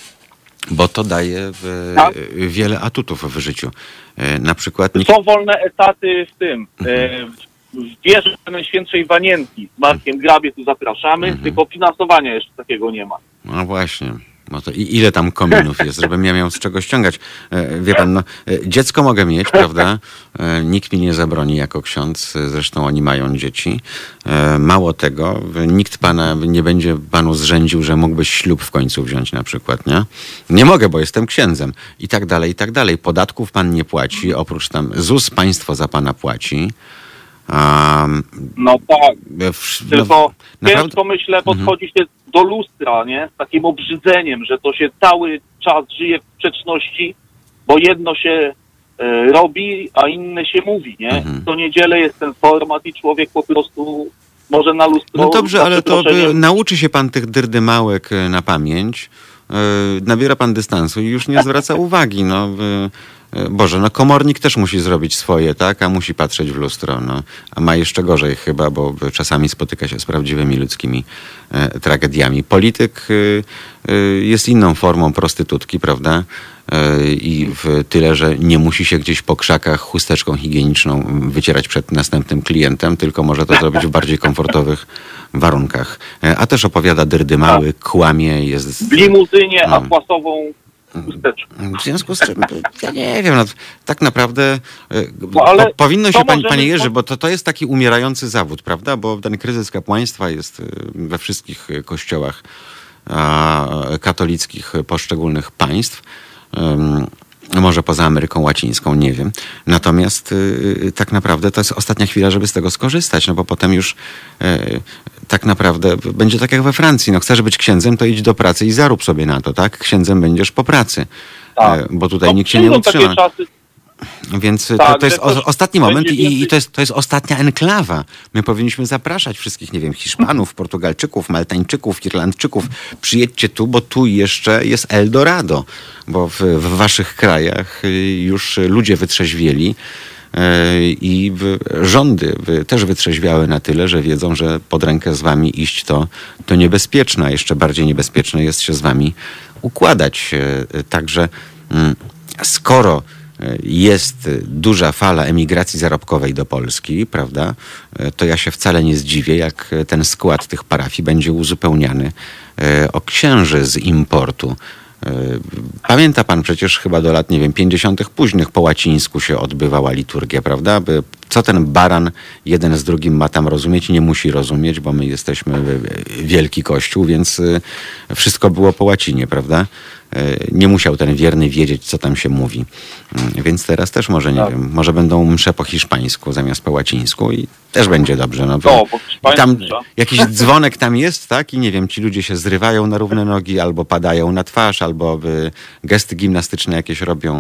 bo to daje e, Tak? wiele atutów w życiu. E, Na przykład... nikt- Są wolne etaty w tym, e, w wieży Najświętszej Wanienki z Markiem Grabie tu zapraszamy, tylko finansowania jeszcze takiego nie ma. No właśnie. No to i ile tam kominów jest, żebym ja miał z czego ściągać. E, Wie pan, no, e, dziecko mogę mieć, prawda? E, Nikt mi nie zabroni jako ksiądz, e, zresztą oni mają dzieci. E, Mało tego, e, nikt pana nie będzie panu zrzędził, że mógłbyś ślub w końcu wziąć na przykład, nie? Nie mogę, bo jestem księdzem. I tak dalej, i tak dalej. Podatków pan nie płaci, oprócz tam Z U S państwo za pana płaci. Um, No tak, w, tylko no, ciężko naprawdę? myślę podchodzi się do lustra, nie? Z takim obrzydzeniem, że to się cały czas żyje w sprzeczności, bo jedno się e, robi, a inne się mówi, nie? Mhm. Co niedzielę jest ten format i człowiek po prostu może na lustro... No dobrze, za ale to przeproszeniem- by, nauczy się pan tych drdymałek e, na pamięć, e, nabiera pan dystansu i już nie zwraca uwagi. No, e, Boże, no komornik też musi zrobić swoje, tak? A musi patrzeć w lustro. No. A ma jeszcze gorzej chyba, bo czasami spotyka się z prawdziwymi ludzkimi e, tragediami. Polityk e, e, jest inną formą prostytutki, prawda? E, I w tyle, że nie musi się gdzieś po krzakach chusteczką higieniczną wycierać przed następnym klientem, tylko może to zrobić w bardziej komfortowych warunkach. E, a też opowiada dyrdymały, kłamie, jest... W limuzynie, No. a płasową chusteczką. W związku z czym, ja nie wiem, no, tak naprawdę e, No, ale po, powinno to się, panie, możemy- panie Jerzy, bo to, to jest taki umierający zawód, prawda? Bo ten kryzys kapłaństwa jest e, we wszystkich e, kościołach a, katolickich poszczególnych państw. Em, Może poza Ameryką Łacińską, nie wiem. Natomiast y, tak naprawdę to jest ostatnia chwila, żeby z tego skorzystać, no bo potem już y, tak naprawdę będzie tak jak we Francji. No chcesz być księdzem, to idź do pracy i zarób sobie na to, tak? Księdzem będziesz po pracy. Tak. Y, bo tutaj No, nikt się nie przyjdą takie utrzyma. czasy, Więc to, Tak, to jest że ktoś o, ostatni moment będzie i, i więcej- to, jest, to jest ostatnia enklawa. My powinniśmy zapraszać wszystkich, nie wiem, Hiszpanów, Portugalczyków, Maltańczyków, Irlandczyków. Przyjedźcie tu, bo tu jeszcze jest Eldorado, bo w, w waszych krajach y, już ludzie wytrzeźwieli y, i w- rządy wy- też wytrzeźwiały na tyle, że wiedzą, że pod rękę z wami iść to, to niebezpieczne, a jeszcze bardziej niebezpieczne jest się z wami układać. Y, Także mm, skoro jest duża fala emigracji zarobkowej do Polski, prawda, to ja się wcale nie zdziwię, jak ten skład tych parafii będzie uzupełniany e, o księży z importu. E, Pamięta pan przecież chyba do lat, nie wiem, pięćdziesiątych późnych po łacińsku się odbywała liturgia, prawda? By- Co ten baran jeden z drugim ma tam rozumieć? Nie musi rozumieć, bo my jesteśmy e, wielki kościół, więc e, wszystko było po łacinie, prawda? Nie musiał ten wierny wiedzieć, co tam się mówi. Więc teraz też może, nie Tak. wiem, może będą msze po hiszpańsku zamiast po łacińsku i też będzie dobrze. No, No, po I tam hiszpańsku, jakiś dzwonek tam jest, tak? I nie wiem, ci ludzie się zrywają na równe nogi, albo padają na twarz, albo y, gesty gimnastyczne jakieś robią,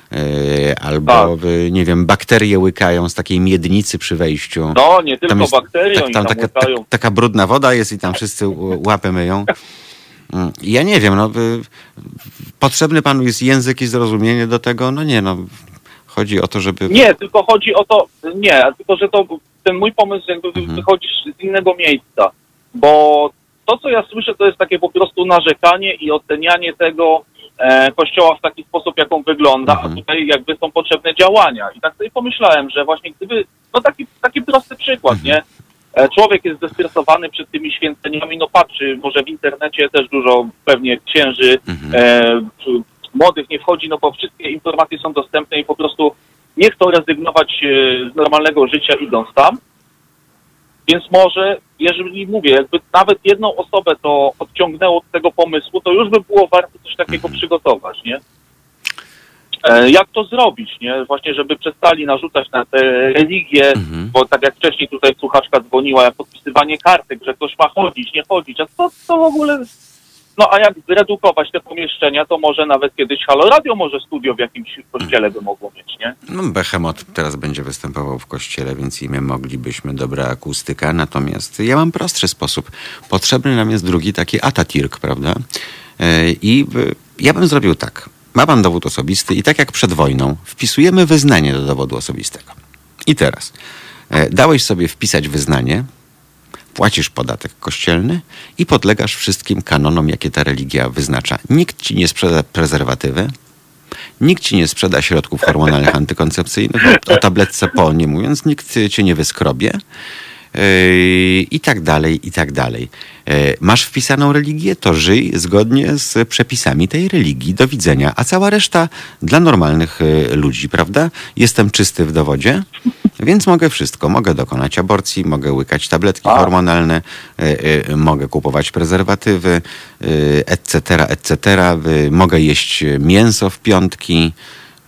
y, albo Tak. y, nie wiem, bakterie łykają z takiej miednicy przy wejściu. no nie tylko Tam jest- bakterie, tak, oni tam tam taka, tak, łykają. taka brudna woda jest i tam wszyscy ł- łapy myją. Mm, Ja nie wiem, no, y, potrzebny panu jest język i zrozumienie do tego? No nie, no. Chodzi o to, żeby... Nie, tylko chodzi o to, nie, tylko że to ten mój pomysł jakby wy- Mhm. wychodzi z innego miejsca, bo to, co ja słyszę, to jest takie po prostu narzekanie i ocenianie tego e, kościoła w taki sposób, jak on wygląda, Mhm. a tutaj jakby są potrzebne działania. I tak sobie pomyślałem, że właśnie gdyby, no taki, taki prosty przykład, Mhm. nie? E, Człowiek jest zestresowany przed tymi święceniami, no patrzy, może w internecie też dużo pewnie księży Mhm. e, czy młodych nie wchodzi, no bo wszystkie informacje są dostępne i po prostu nie chcą rezygnować e, z normalnego życia idąc tam. Więc może, jeżeli mówię, jakby nawet jedną osobę to odciągnęło od tego pomysłu, to już by było warto coś takiego przygotować, nie? E, jak to zrobić, nie? Właśnie, żeby przestali narzucać na te religie, Mhm. bo tak jak wcześniej tutaj słuchaczka dzwoniła, jak podpisywanie kartek, że ktoś ma chodzić, nie chodzić, a co to w ogóle... No a jak zredukować te pomieszczenia, to może nawet kiedyś Halo Radio, może studio w jakimś kościele by mogło mieć, nie? No, Behemoth teraz będzie występował w kościele, więc imię moglibyśmy, dobra akustyka. Natomiast ja mam prostszy sposób. Potrzebny nam jest drugi taki Atatürk, prawda? E, I y, ja bym zrobił tak. Ma pan dowód osobisty i tak jak przed wojną wpisujemy wyznanie do dowodu osobistego. I teraz e, dałeś sobie wpisać wyznanie, płacisz podatek kościelny i podlegasz wszystkim kanonom, jakie ta religia wyznacza. Nikt ci nie sprzeda prezerwatywy, nikt ci nie sprzeda środków hormonalnych antykoncepcyjnych, o, o tabletce po nie mówiąc, nikt cię nie wyskrobie yy, i tak dalej, i tak dalej. Yy, masz wpisaną religię, to żyj zgodnie z przepisami tej religii. Do widzenia. A cała reszta dla normalnych yy, ludzi, prawda? Jestem czysty w dowodzie, więc mogę wszystko. Mogę dokonać aborcji, mogę łykać tabletki A. hormonalne, y, y, mogę kupować prezerwatywy, y, et cetera, et cetera. Y, mogę jeść mięso w piątki.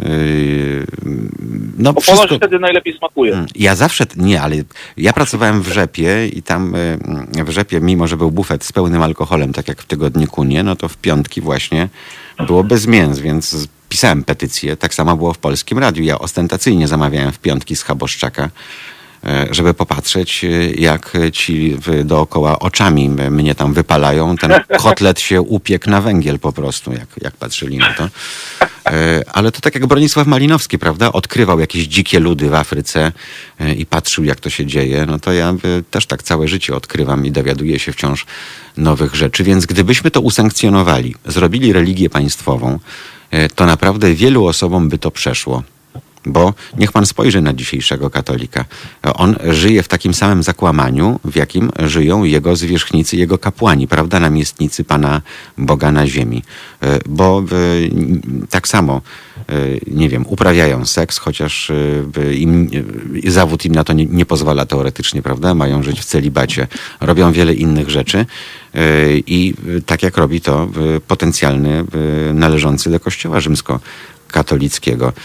No, Bo wszystko... ponoć wtedy najlepiej smakuje. Ja zawsze, nie, ale ja pracowałem w Rzepie i tam w Rzepie, mimo że był bufet z pełnym alkoholem, tak jak w tygodniku nie, no to w piątki właśnie było bez mięs, więc pisałem petycję. Tak samo było w Polskim Radiu. Ja ostentacyjnie zamawiałem w piątki z Chaboszczaka, żeby popatrzeć, jak ci dookoła oczami mnie tam wypalają. Ten kotlet się upiekł na węgiel po prostu, jak, jak patrzyli na to. Ale to tak jak Bronisław Malinowski, prawda? Odkrywał jakieś dzikie ludy w Afryce i patrzył, jak to się dzieje. No to ja też tak całe życie odkrywam i dowiaduję się wciąż nowych rzeczy. Więc gdybyśmy to usankcjonowali, zrobili religię państwową, to naprawdę wielu osobom by to przeszło. Bo niech pan spojrzy na dzisiejszego katolika. On żyje w takim samym zakłamaniu, w jakim żyją jego zwierzchnicy, jego kapłani, prawda, namiestnicy Pana Boga na ziemi. Bo tak samo, nie wiem, uprawiają seks, chociaż im, zawód im na to nie, nie pozwala teoretycznie, prawda, mają żyć w celibacie, robią wiele innych rzeczy i tak jak robi to potencjalny należący do Kościoła rzymskokatolickiego.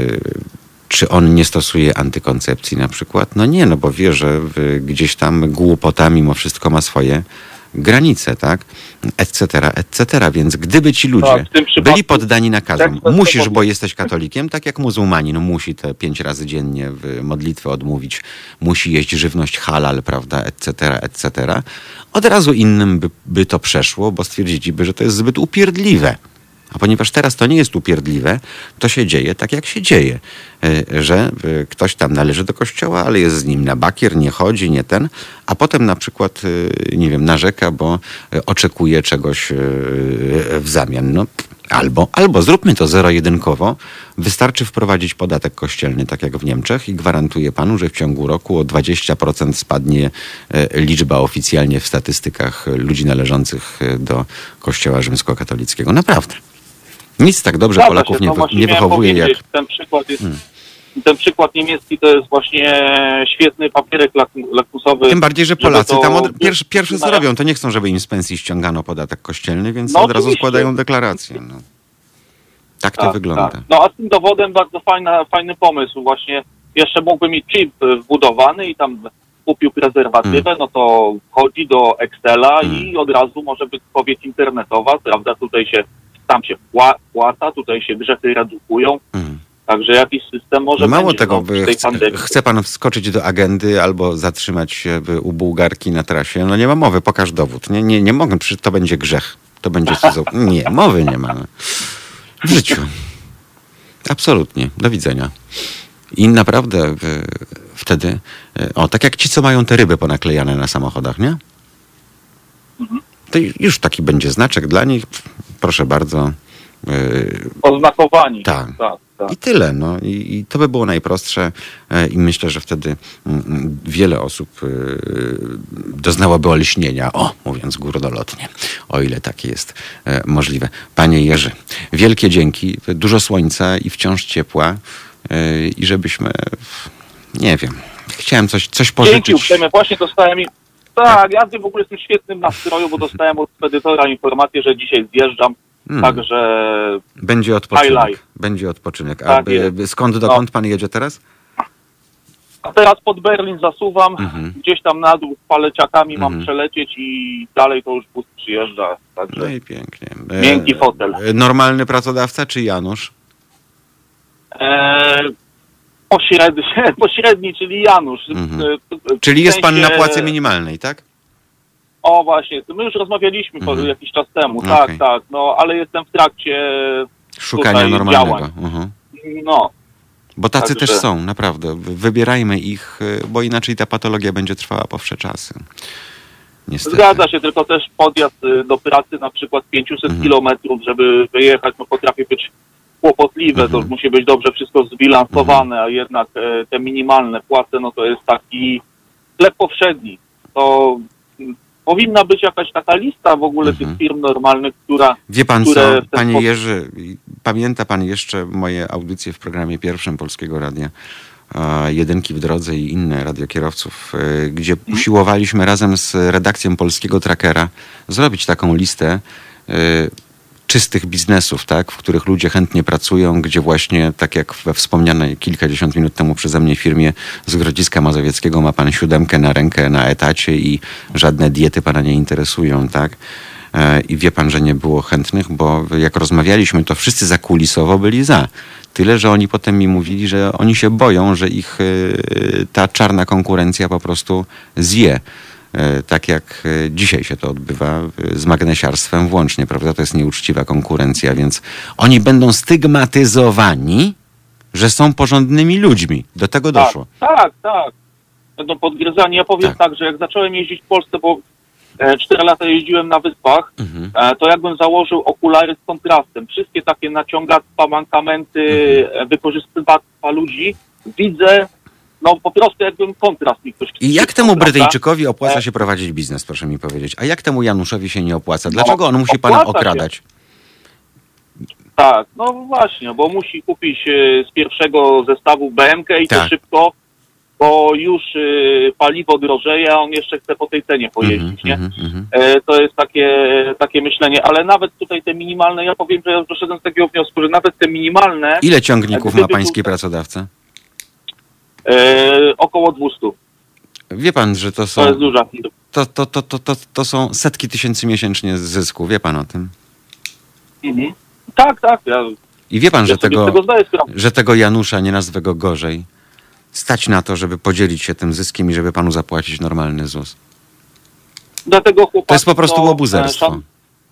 Czy on nie stosuje antykoncepcji na przykład? No nie, no bo wie, że gdzieś tam głupota mimo wszystko ma swoje granice, tak? Et cetera, et cetera. Więc gdyby ci ludzie tak, byli poddani nakazom, tak, musisz, to bo jesteś katolikiem, tak jak muzułmanin musi te pięć razy dziennie w modlitwę odmówić, musi jeść żywność halal, prawda, et cetera, et cetera. Od razu innym by, by to przeszło, bo stwierdziliby, że to jest zbyt upierdliwe. A ponieważ teraz to nie jest upierdliwe, to się dzieje tak, jak się dzieje. Że ktoś tam należy do kościoła, ale jest z nim na bakier, nie chodzi, nie ten, a potem na przykład, nie wiem, narzeka, bo oczekuje czegoś w zamian. No, albo, albo zróbmy to zero-jedynkowo. Wystarczy wprowadzić podatek kościelny, tak jak w Niemczech i gwarantuję panu, że w ciągu roku o dwadzieścia procent spadnie liczba oficjalnie w statystykach ludzi należących do Kościoła rzymskokatolickiego. Naprawdę. Nic tak dobrze Zgadza Polaków się, nie, no wy, nie wychowuje jak... Ten przykład, jest, Hmm. ten przykład niemiecki to jest właśnie świetny papierek lakmusowy. Tym bardziej, że Polacy to... tam od, pierwsze, pierwsze co robią, to nie chcą, żeby im z pensji ściągano podatek kościelny, więc no od razu oczywiście. składają deklarację. No. Tak to tak, wygląda. Tak. No a z tym dowodem bardzo fajna, fajny pomysł. Właśnie jeszcze mógłby mieć chip wbudowany i tam kupił prezerwatywę, hmm. no to wchodzi do Excela hmm. i od razu może być spowiedź internetowa, prawda? Tutaj się, tam się płata, tutaj się grzechy redukują. Hmm. Także jakiś system może Mało będzie, tego, no, w tej chce, pandemii. chce pan wskoczyć do agendy albo zatrzymać się u Bułgarki na trasie. No nie ma mowy, pokaż dowód. Nie, nie, nie mogę, przecież to będzie grzech. To będzie cudzo... Nie, mowy nie ma. W życiu. Absolutnie. Do widzenia. I naprawdę wtedy, o, tak jak ci, co mają te ryby ponaklejane na samochodach, nie? Mhm. To już taki będzie znaczek dla nich. Proszę bardzo. Oznakowani. Tak. tak, tak. I tyle. No. I, I to by było najprostsze i myślę, że wtedy wiele osób doznałoby olśnienia, o, mówiąc górnolotnie, o ile takie jest możliwe. Panie Jerzy, wielkie dzięki, dużo słońca i wciąż ciepła i żebyśmy, nie wiem, chciałem coś, coś pożyczyć. Dzięki uprzejmie, właśnie dostałem i tak, ja w ogóle jestem w świetnym nastroju, bo dostałem od spedytora informację, że dzisiaj zjeżdżam. Hmm. Także będzie odpoczynek. Będzie odpoczynek. A tak skąd dokąd no. pan jedzie teraz? A teraz pod Berlin zasuwam, mhm. gdzieś tam na dół z paleciakami mhm. mam przelecieć i dalej to już bus przyjeżdża. Także no i pięknie. Miękki fotel. Normalny pracodawca czy Janusz? E, pośredni, pośredni, czyli Janusz. Mhm. Czyli jest pan na płacy minimalnej, tak? O właśnie, my już rozmawialiśmy mhm. jakiś czas temu, okay. tak, tak, no ale jestem w trakcie szukania normalnego. Uh-huh. No. Bo tacy Także... też są, naprawdę. Wybierajmy ich, bo inaczej ta patologia będzie trwała po wsze czasy. Niestety. Zgadza się, tylko też podjazd do pracy na przykład pięćset mhm. kilometrów, żeby wyjechać, no potrafi być kłopotliwe, mhm. to musi być dobrze wszystko zbilansowane, mhm. a jednak te minimalne płace, no to jest taki chleb powszedni. To powinna być jakaś taka lista w ogóle mhm. tych firm normalnych, która... Wie pan co, panie sposób... Jerzy, pamięta pan jeszcze moje audycje w programie pierwszym Polskiego Radia, Jedynki w drodze i inne radiokierowców, gdzie mhm. usiłowaliśmy razem z redakcją Polskiego Trackera zrobić taką listę czystych biznesów, tak, w których ludzie chętnie pracują, gdzie właśnie, tak jak we wspomnianej kilkadziesiąt minut temu przeze mnie firmie z Grodziska Mazowieckiego ma pan siódemkę na rękę na etacie i żadne diety pana nie interesują, tak? I wie pan, że nie było chętnych, bo jak rozmawialiśmy, to wszyscy zakulisowo byli za. Tyle, że oni potem mi mówili, że oni się boją, że ich ta czarna konkurencja po prostu zje. Tak jak dzisiaj się to odbywa z magnesiarstwem włącznie, prawda? To jest nieuczciwa konkurencja, więc oni będą stygmatyzowani, że są porządnymi ludźmi. Do tego tak, doszło. Tak, tak. Będą podgryzani. Ja powiem tak, tak że jak zacząłem jeździć w Polsce, bo cztery lata jeździłem na wyspach, mhm. to jakbym założył okulary z kontrastem. Wszystkie takie naciągactwa, mankamenty, mhm. wykorzystywactwa ludzi widzę, no po prostu jakbym kontrast mi ktoś... I jak temu Brytyjczykowi opłaca się prowadzić biznes, proszę mi powiedzieć? A jak temu Januszowi się nie opłaca? Dlaczego on musi pana okradać? Się. Tak, no właśnie, bo musi kupić z pierwszego zestawu B M K i tak. to szybko, bo już y, paliwo drożeje, a on jeszcze chce po tej cenie pojeździć, mm, nie? Mm, mm. E, to jest takie, takie myślenie, ale nawet tutaj te minimalne, ja powiem, że ja doszedłem z takiego wniosku, że nawet te minimalne... Ile ciągników ma pański pracodawca? E, około dwieście. Wie pan, że to są... To jest duża. To, to, to, to, to, to są setki tysięcy miesięcznie zysku, wie pan o tym? Mhm. Tak, tak. Ja, I wie pan, ja że, tego, tego że tego Janusza, nie nazwę go gorzej, stać na to, żeby podzielić się tym zyskiem i żeby panu zapłacić normalny ZUS. Dlatego chłopaki, to jest po prostu łobuzerstwo. Szan...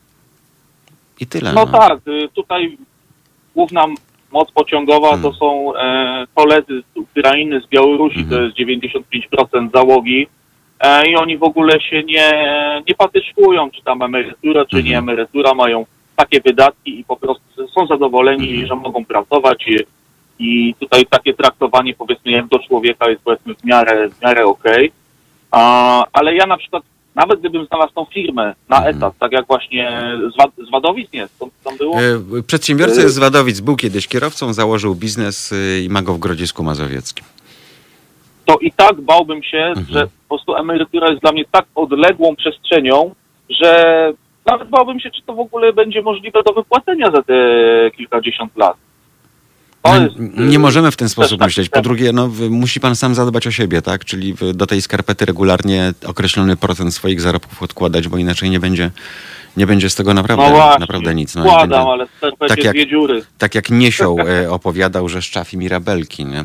I tyle. No, no tak, tutaj główna moc pociągowa hmm. to są e, koledzy z Ukrainy, z Białorusi, hmm. to jest dziewięćdziesiąt pięć procent załogi e, i oni w ogóle się nie, nie patyczkują, czy tam emerytura, czy hmm. nie emerytura, mają takie wydatki i po prostu są zadowoleni, hmm. że mogą pracować i, i tutaj takie traktowanie, powiedzmy, jak do człowieka jest, powiedzmy, w miarę, w miarę okej. Okay. Ale ja na przykład, nawet gdybym znalazł tą firmę na etat, mhm. tak jak właśnie z, Wad- z Wadowic, nie? To, tam było? Przedsiębiorca y- z Wadowic był kiedyś kierowcą, założył biznes i ma go w Grodzisku Mazowieckim. To i tak bałbym się, mhm. że po prostu emerytura jest dla mnie tak odległą przestrzenią, że nawet bałbym się, czy to w ogóle będzie możliwe do wypłacenia za te kilkadziesiąt lat. No, jest, nie możemy w ten sposób tak, myśleć. Po tak. drugie, no, musi pan sam zadbać o siebie, tak? Czyli do tej skarpety regularnie określony procent swoich zarobków odkładać, bo inaczej nie będzie, nie będzie z tego naprawdę, no właśnie, naprawdę nic. No, wkładam, będzie, ale w skarpecie tak jak, dwie dziury. Tak jak Niesioł e, opowiadał, że szczawi mirabelki, nie?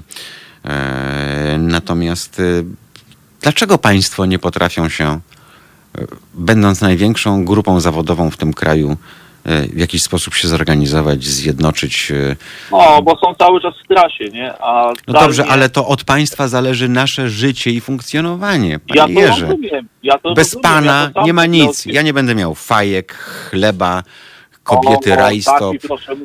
E, natomiast e, dlaczego państwo nie potrafią się, e, będąc największą grupą zawodową w tym kraju, w jakiś sposób się zorganizować, zjednoczyć. No, bo są cały czas w trasie, nie? A no dobrze, ale to od państwa zależy nasze życie i funkcjonowanie. Panie ja to Jerzy. rozumiem. Ja to Bez rozumiem. pana ja nie ma nic. Ja nie będę miał fajek, chleba, kobiety, o, rajstop,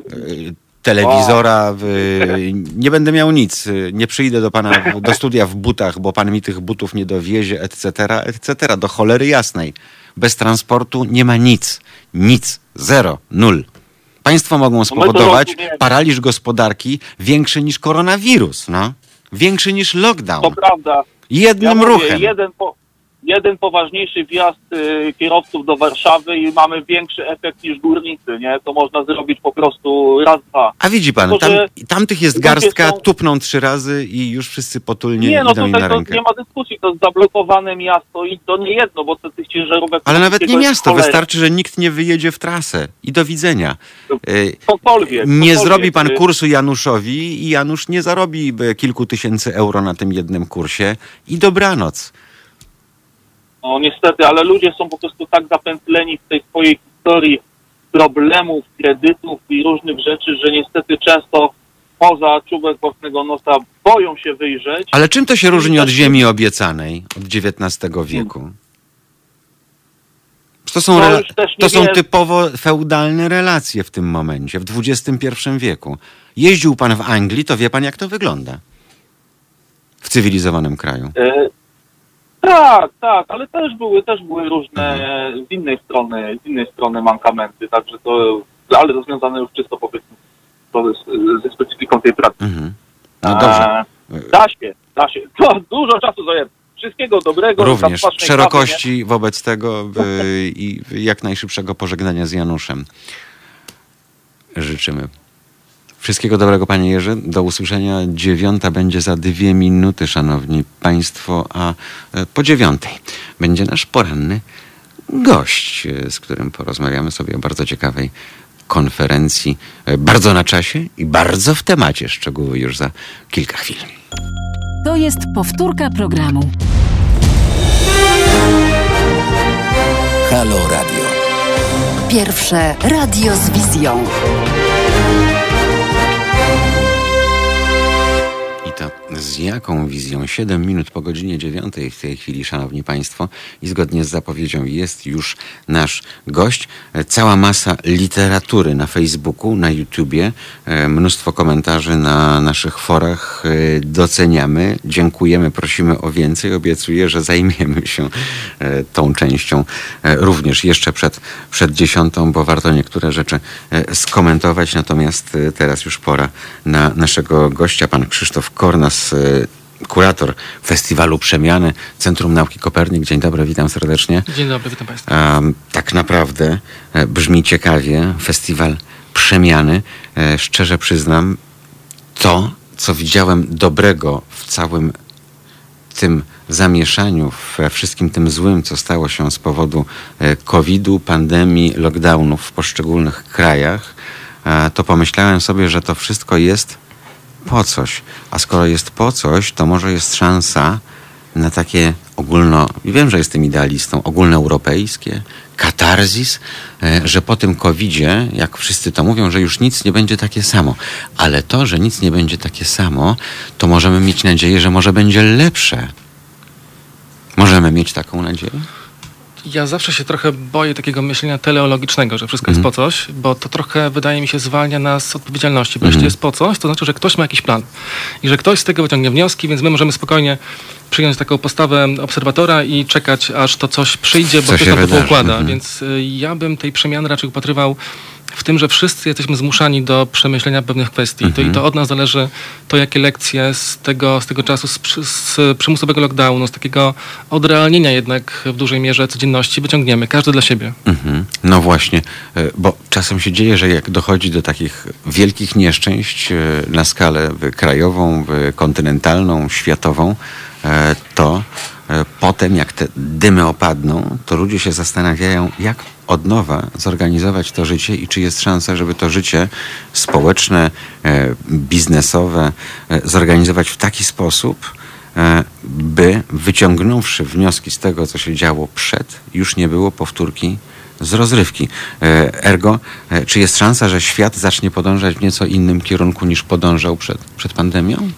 telewizora. W, nie będę miał nic. Nie przyjdę do pana do studia w butach, bo pan mi tych butów nie dowiezie, et cetera, et cetera. Do cholery jasnej. Bez transportu nie ma nic. Nic. Zero. Nul. Państwo mogą spowodować paraliż gospodarki większy niż koronawirus. No. Większy niż lockdown. To prawda. Jednym ja mówię, ruchem. Jeden, po, jeden poważniejszy wjazd y, kierowców do Warszawy i mamy większy efekt niż górnicy, nie? To można zrobić po prostu raz, dwa. A widzi pan, Tylko, tam, tamtych jest garstka, są... tupną trzy razy i już wszyscy potulnie nie, no idą im tutaj na to rękę. Nie ma dyskusji, to jest zablokowane miasto i to nie jedno, bo to tych ciężarówek... Ale nawet nie miasto, wystarczy, że nikt nie wyjedzie w trasę i do widzenia. Cokolwiek. Nie cokolwiek. zrobi pan kursu Januszowi i Janusz nie zarobi kilku tysięcy euro na tym jednym kursie i dobranoc. No niestety, ale ludzie są po prostu tak zapętleni w tej swojej historii problemów, kredytów i różnych rzeczy, że niestety często poza czubek własnego nosa boją się wyjrzeć. Ale czym to się różni od ziemi obiecanej od dziewiętnastego wieku? To są, rela- to są typowo feudalne relacje w tym momencie, w dwudziestym pierwszym wieku. Jeździł pan w Anglii, to wie pan, jak to wygląda w cywilizowanym kraju. E- Tak, tak, ale też były, też były różne mhm. z innej strony, z innej strony mankamenty, także to, ale to związane już czysto powiedzmy to ze specyfiką tej pracy. Mhm. No dobrze. E, da się, da się. To dużo czasu zajęło. Wszystkiego dobrego. Również szerokości kawy, wobec tego y, i jak najszybszego pożegnania z Januszem. życzymy. Wszystkiego dobrego, panie Jerzy. Do usłyszenia. Dziewiąta będzie za dwie minuty, szanowni państwo, a po dziewiątej będzie nasz poranny gość, z którym porozmawiamy sobie o bardzo ciekawej konferencji, bardzo na czasie i bardzo w temacie. Szczegóły już za kilka chwil. To jest powtórka programu. Halo Radio. Pierwsze radio z wizją. I to z jaką wizją? siedem minut po godzinie dziewiątej w tej chwili, szanowni państwo, i zgodnie z zapowiedzią jest już nasz gość. Cała masa literatury na Facebooku, na YouTubie, mnóstwo komentarzy na naszych forach. Doceniamy, dziękujemy, prosimy o więcej. Obiecuję, że zajmiemy się tą częścią również jeszcze przed, przed dziesiątą, bo warto niektóre rzeczy skomentować. Natomiast teraz już pora na naszego gościa, pan Krzysztof Kornas, kurator Festiwalu Przemiany, Centrum Nauki Kopernik. Dzień dobry, witam serdecznie. Dzień dobry, witam państwa. Um, tak naprawdę e, brzmi ciekawie. Festiwal Przemiany. E, szczerze przyznam, to, co widziałem dobrego w całym tym zamieszaniu, we wszystkim tym złym, co stało się z powodu e, kowida, pandemii, lockdownów w poszczególnych krajach, e, to pomyślałem sobie, że to wszystko jest po coś. A skoro jest po coś, to może jest szansa na takie ogólno, i wiem, że jestem idealistą, ogólnoeuropejskie, katarzis, że po tym kowidzie, jak wszyscy to mówią, że już nic nie będzie takie samo. Ale to, że nic nie będzie takie samo, to możemy mieć nadzieję, że może będzie lepsze. Możemy mieć taką nadzieję? Ja zawsze się trochę boję takiego myślenia teleologicznego, że wszystko Mhm. jest po coś, bo to trochę, wydaje mi się, zwalnia nas z odpowiedzialności. Bo Mhm. jeśli jest po coś, to znaczy, że ktoś ma jakiś plan i że ktoś z tego wyciągnie wnioski, więc my możemy spokojnie przyjąć taką postawę obserwatora i czekać, aż to coś przyjdzie, bo Co ktoś się na to wydarzy. poukłada. Mhm. Więc y, ja bym tej przemiany raczej upatrywał w tym, że wszyscy jesteśmy zmuszani do przemyślenia pewnych kwestii. Mhm. To, I to od nas zależy to, jakie lekcje z tego, z tego czasu, z, przy- z przymusowego lockdownu, z takiego odrealnienia jednak w dużej mierze codzienności wyciągniemy. Każdy dla siebie. Mhm. No właśnie, e, bo czasem się dzieje, że jak dochodzi do takich wielkich nieszczęść e, na skalę e, krajową, e, kontynentalną, światową, e, to e, potem jak te dymy opadną, to ludzie się zastanawiają, jak od nowa zorganizować to życie i czy jest szansa, żeby to życie społeczne, e, biznesowe e, zorganizować w taki sposób, e, by wyciągnąwszy wnioski z tego, co się działo przed, już nie było powtórki z rozrywki. E, Ergo, e, czy jest szansa, że świat zacznie podążać w nieco innym kierunku niż podążał przed, przed pandemią?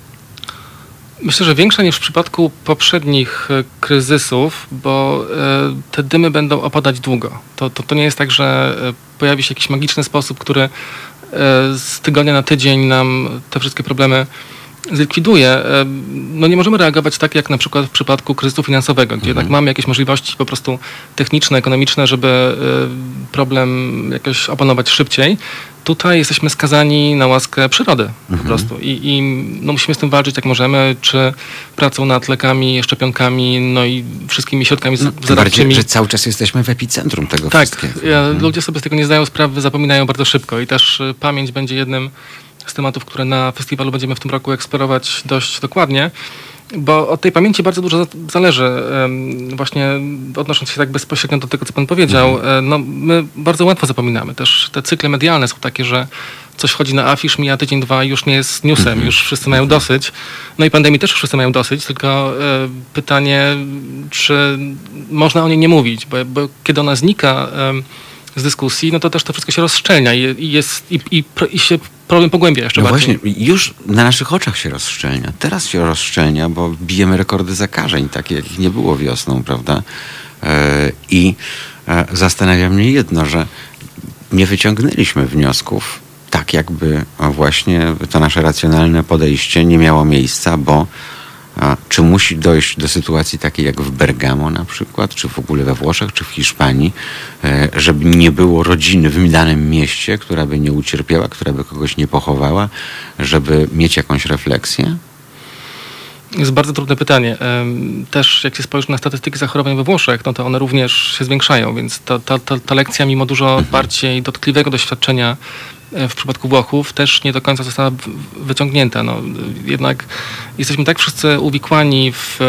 Myślę, że większa niż w przypadku poprzednich e, kryzysów, bo e, te dymy będą opadać długo. To, to, to nie jest tak, że e, pojawi się jakiś magiczny sposób, który e, z tygodnia na tydzień nam te wszystkie problemy zlikwiduje. E, no nie możemy reagować tak, jak na przykład w przypadku kryzysu finansowego, gdzie jednak mamy jakieś możliwości po prostu techniczne, ekonomiczne, żeby e, problem jakoś opanować szybciej. Tutaj jesteśmy skazani na łaskę przyrody po prostu i, i no, musimy z tym walczyć jak możemy, czy pracą nad lekami, szczepionkami, no i wszystkimi środkami No, tym bardziej, zaradczymi. że cały czas jesteśmy w epicentrum tego Tak, wszystkiego. ja, Mhm. ludzie sobie z tego nie zdają sprawy, zapominają bardzo szybko i też y, pamięć będzie jednym z tematów, które na festiwalu będziemy w tym roku eksplorować dość dokładnie. Bo od tej pamięci bardzo dużo za- zależy. Em, Właśnie odnosząc się tak bezpośrednio do tego, co pan powiedział, e, no my bardzo łatwo zapominamy. Też te cykle medialne są takie, że coś wchodzi na afisz, mija tydzień, dwa i już nie jest newsem, już wszyscy mają dosyć. No i pandemii też wszyscy mają dosyć, tylko e, pytanie, czy można o niej nie mówić, bo, bo kiedy ona znika em, z dyskusji, no to też to wszystko się rozszczelnia i, i, jest, i, i, pro- i się problem pogłębia jeszcze No bardziej. właśnie, już na naszych oczach się rozszczelnia. Teraz się rozszczelnia, bo bijemy rekordy zakażeń, takie jakich nie było wiosną, prawda? E, I e, zastanawia mnie jedno, że nie wyciągnęliśmy wniosków tak, jakby o, właśnie to nasze racjonalne podejście nie miało miejsca, bo a, czy musi dojść do sytuacji takiej jak w Bergamo na przykład, czy w ogóle we Włoszech, czy w Hiszpanii, e, żeby nie było rodziny w danym mieście, która by nie ucierpiała, która by kogoś nie pochowała, żeby mieć jakąś refleksję? Jest bardzo trudne pytanie. Em, Też jak się spojrzy na statystyki zachorowań we Włoszech, no to one również się zwiększają, więc ta, ta, ta, ta lekcja mimo dużo bardziej dotkliwego doświadczenia w przypadku Włochów też nie do końca została wyciągnięta. No, jednak jesteśmy tak wszyscy uwikłani w,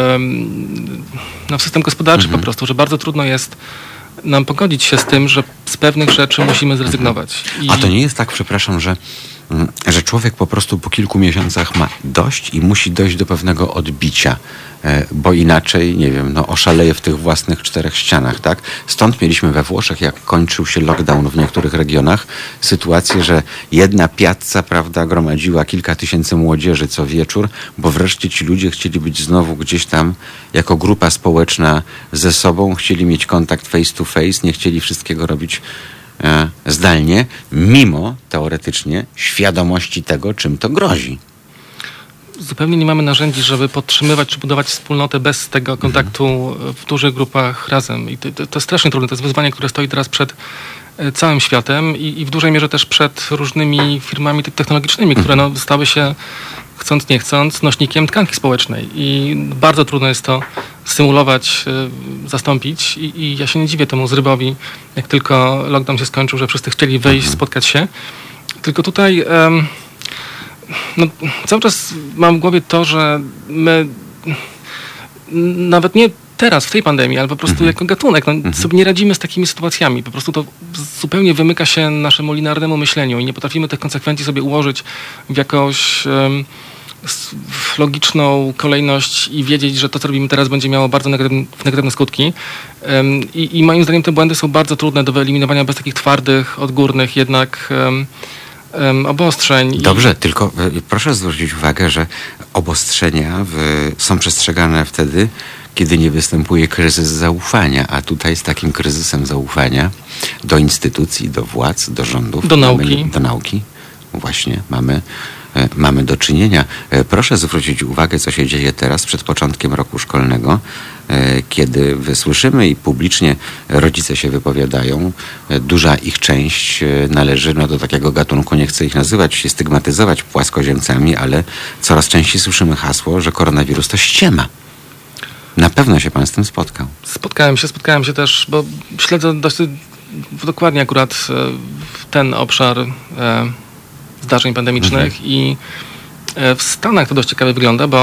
no, w system gospodarczy mhm. po prostu, że bardzo trudno jest nam pogodzić się z tym, że z pewnych rzeczy musimy zrezygnować. I... A to nie jest tak, przepraszam, że, że człowiek po prostu po kilku miesiącach ma dość i musi dojść do pewnego odbicia, bo inaczej, nie wiem, no oszaleje w tych własnych czterech ścianach, tak? Stąd mieliśmy we Włoszech, jak kończył się lockdown w niektórych regionach, sytuację, że jedna piazza, prawda, gromadziła kilka tysięcy młodzieży co wieczór, bo wreszcie ci ludzie chcieli być znowu gdzieś tam jako grupa społeczna ze sobą, chcieli mieć kontakt face to face, nie chcieli wszystkiego robić e, zdalnie, mimo teoretycznie świadomości tego, czym to grozi. Zupełnie nie mamy narzędzi, żeby podtrzymywać czy budować wspólnotę bez tego kontaktu w dużych grupach razem. I to, to, to jest strasznie trudne. To jest wyzwanie, które stoi teraz przed całym światem i, i w dużej mierze też przed różnymi firmami technologicznymi, które no, stały się, chcąc nie chcąc, nośnikiem tkanki społecznej. I bardzo trudno jest to symulować, zastąpić. I, i ja się nie dziwię temu zrybowi, jak tylko lockdown się skończył, że wszyscy chcieli wyjść, spotkać się. Tylko tutaj... Um, No, cały czas mam w głowie to, że my nawet nie teraz, w tej pandemii, ale po prostu mhm. jako gatunek no, mhm. sobie nie radzimy z takimi sytuacjami. Po prostu to zupełnie wymyka się naszemu linarnemu myśleniu i nie potrafimy tych konsekwencji sobie ułożyć w jakąś um, w logiczną kolejność i wiedzieć, że to, co robimy teraz, będzie miało bardzo negatywne, negatywne skutki. Um, i, I moim zdaniem te błędy są bardzo trudne do wyeliminowania bez takich twardych, odgórnych jednak um, Um, obostrzeń. Dobrze, i... tylko y, proszę zwrócić uwagę, że obostrzenia w, są przestrzegane wtedy, kiedy nie występuje kryzys zaufania, a tutaj z takim kryzysem zaufania do instytucji, do władz, do rządów, do nauki, mamy, do nauki właśnie mamy, y, mamy do czynienia. Y, proszę zwrócić uwagę, co się dzieje teraz przed początkiem roku szkolnego, kiedy słyszymy i publicznie rodzice się wypowiadają, duża ich część należy no, do takiego gatunku, nie chcę ich nazywać, się stygmatyzować płaskoziemcami, ale coraz częściej słyszymy hasło, że koronawirus to ściema. Na pewno się pan z tym spotkał. Spotkałem się, spotkałem się też, bo śledzę dosyć dokładnie akurat ten obszar zdarzeń pandemicznych mhm. i w Stanach to dość ciekawie wygląda, bo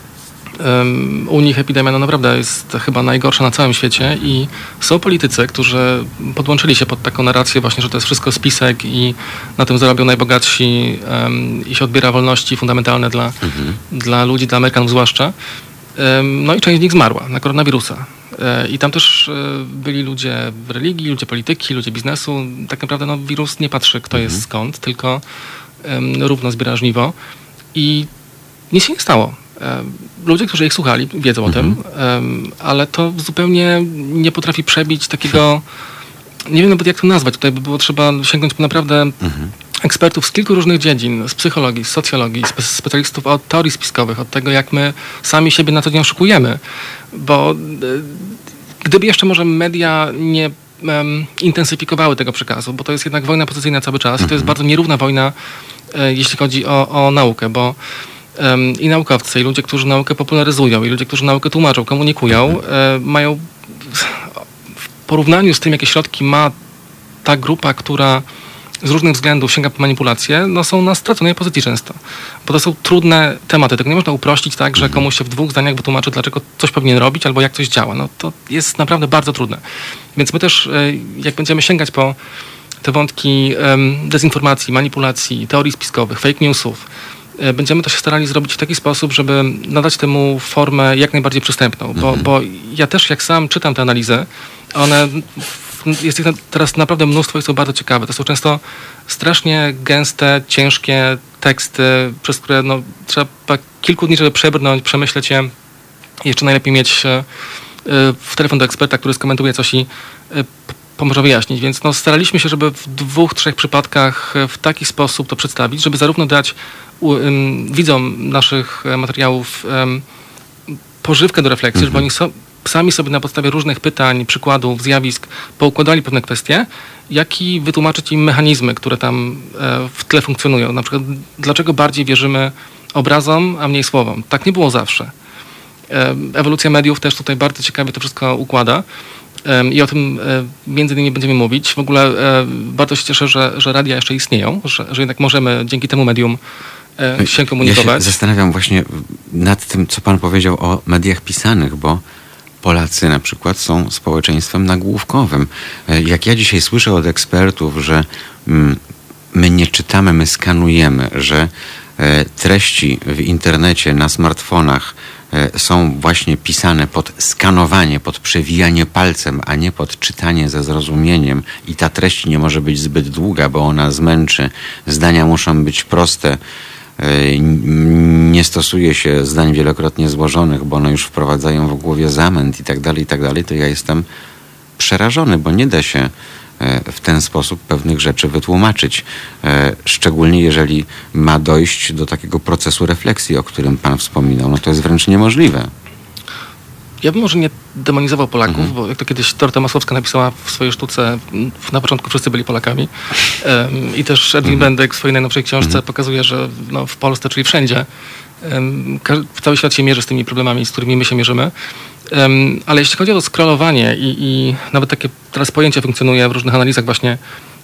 Um, u nich epidemia no naprawdę jest chyba najgorsza na całym świecie i są politycy, którzy podłączyli się pod taką narrację właśnie, że to jest wszystko spisek i na tym zarobią najbogatsi um, i się odbiera wolności fundamentalne dla, mhm. dla ludzi, dla Amerykanów zwłaszcza. Um, no i część z nich zmarła na koronawirusa. E, I tam też e, byli ludzie w religii, ludzie polityki, ludzie biznesu. Tak naprawdę no, wirus nie patrzy, kto mhm. jest skąd, tylko um, równo zbiera żniwo i nic się nie stało. Ludzie, którzy ich słuchali, wiedzą mhm. o tym, um, ale to zupełnie nie potrafi przebić takiego, nie wiem nawet jak to nazwać, tutaj by było trzeba sięgnąć po naprawdę mhm. ekspertów z kilku różnych dziedzin, z psychologii, z socjologii, spe- specjalistów od teorii spiskowych, od tego jak my sami siebie na co dzień oszukujemy, bo y, gdyby jeszcze może media nie um, intensyfikowały tego przekazu, bo to jest jednak wojna pozycyjna cały czas mhm. i to jest bardzo nierówna wojna, y, jeśli chodzi o, o naukę, bo i naukowcy, i ludzie, którzy naukę popularyzują, i ludzie, którzy naukę tłumaczą, komunikują, e, mają w porównaniu z tym, jakie środki ma ta grupa, która z różnych względów sięga po manipulację, no są na straconej pozycji często. Bo to są trudne tematy. Tego nie można uprościć tak, że komuś się w dwóch zdaniach wytłumaczy, dlaczego coś powinien robić, albo jak coś działa. No to jest naprawdę bardzo trudne. Więc my też, jak będziemy sięgać po te wątki dezinformacji, manipulacji, teorii spiskowych, fake newsów, będziemy to się starali zrobić w taki sposób, żeby nadać temu formę jak najbardziej przystępną, bo, mhm. bo ja też jak sam czytam te analizy, one, jest ich teraz naprawdę mnóstwo i są bardzo ciekawe. To są często strasznie gęste, ciężkie teksty, przez które no, trzeba kilku dni, żeby przebrnąć, przemyśleć je i jeszcze najlepiej mieć w telefon do eksperta, który skomentuje coś i pomoże wyjaśnić. Więc no, staraliśmy się, żeby w dwóch, trzech przypadkach w taki sposób to przedstawić, żeby zarówno dać um, widzom naszych materiałów um, pożywkę do refleksji, mhm. żeby oni so, sami sobie na podstawie różnych pytań, przykładów, zjawisk poukładali pewne kwestie, jak i wytłumaczyć im mechanizmy, które tam e, w tle funkcjonują. Na przykład, dlaczego bardziej wierzymy obrazom, a mniej słowom. Tak nie było zawsze. E, ewolucja mediów też tutaj bardzo ciekawie to wszystko układa. I o tym między innymi będziemy mówić. W ogóle bardzo się cieszę, że, że radia jeszcze istnieją, że, że jednak możemy dzięki temu medium się komunikować. Ja się zastanawiam właśnie nad tym, co pan powiedział o mediach pisanych, bo Polacy na przykład są społeczeństwem nagłówkowym. Jak ja dzisiaj słyszę od ekspertów, że my nie czytamy, my skanujemy, że treści w internecie, na smartfonach są właśnie pisane pod skanowanie, pod przewijanie palcem, a nie pod czytanie ze zrozumieniem i ta treść nie może być zbyt długa, bo ona zmęczy. Zdania muszą być proste. Nie stosuje się zdań wielokrotnie złożonych, bo one już wprowadzają w głowie zamęt i tak dalej, i tak dalej, to ja jestem przerażony, bo nie da się w ten sposób pewnych rzeczy wytłumaczyć. Szczególnie jeżeli ma dojść do takiego procesu refleksji, o którym pan wspominał, no to jest wręcz niemożliwe. Ja bym może nie demonizował Polaków, mhm. bo jak to kiedyś Dorota Masłowska napisała w swojej sztuce, na początku wszyscy byli Polakami. Um, I też Edwin mhm. Bendek w swojej najnowszej książce mhm. pokazuje, że no, w Polsce, czyli wszędzie, um, cały świat się mierzy z tymi problemami, z którymi my się mierzymy. Um, ale jeśli chodzi o to scrollowanie i, i nawet takie teraz pojęcie funkcjonuje w różnych analizach właśnie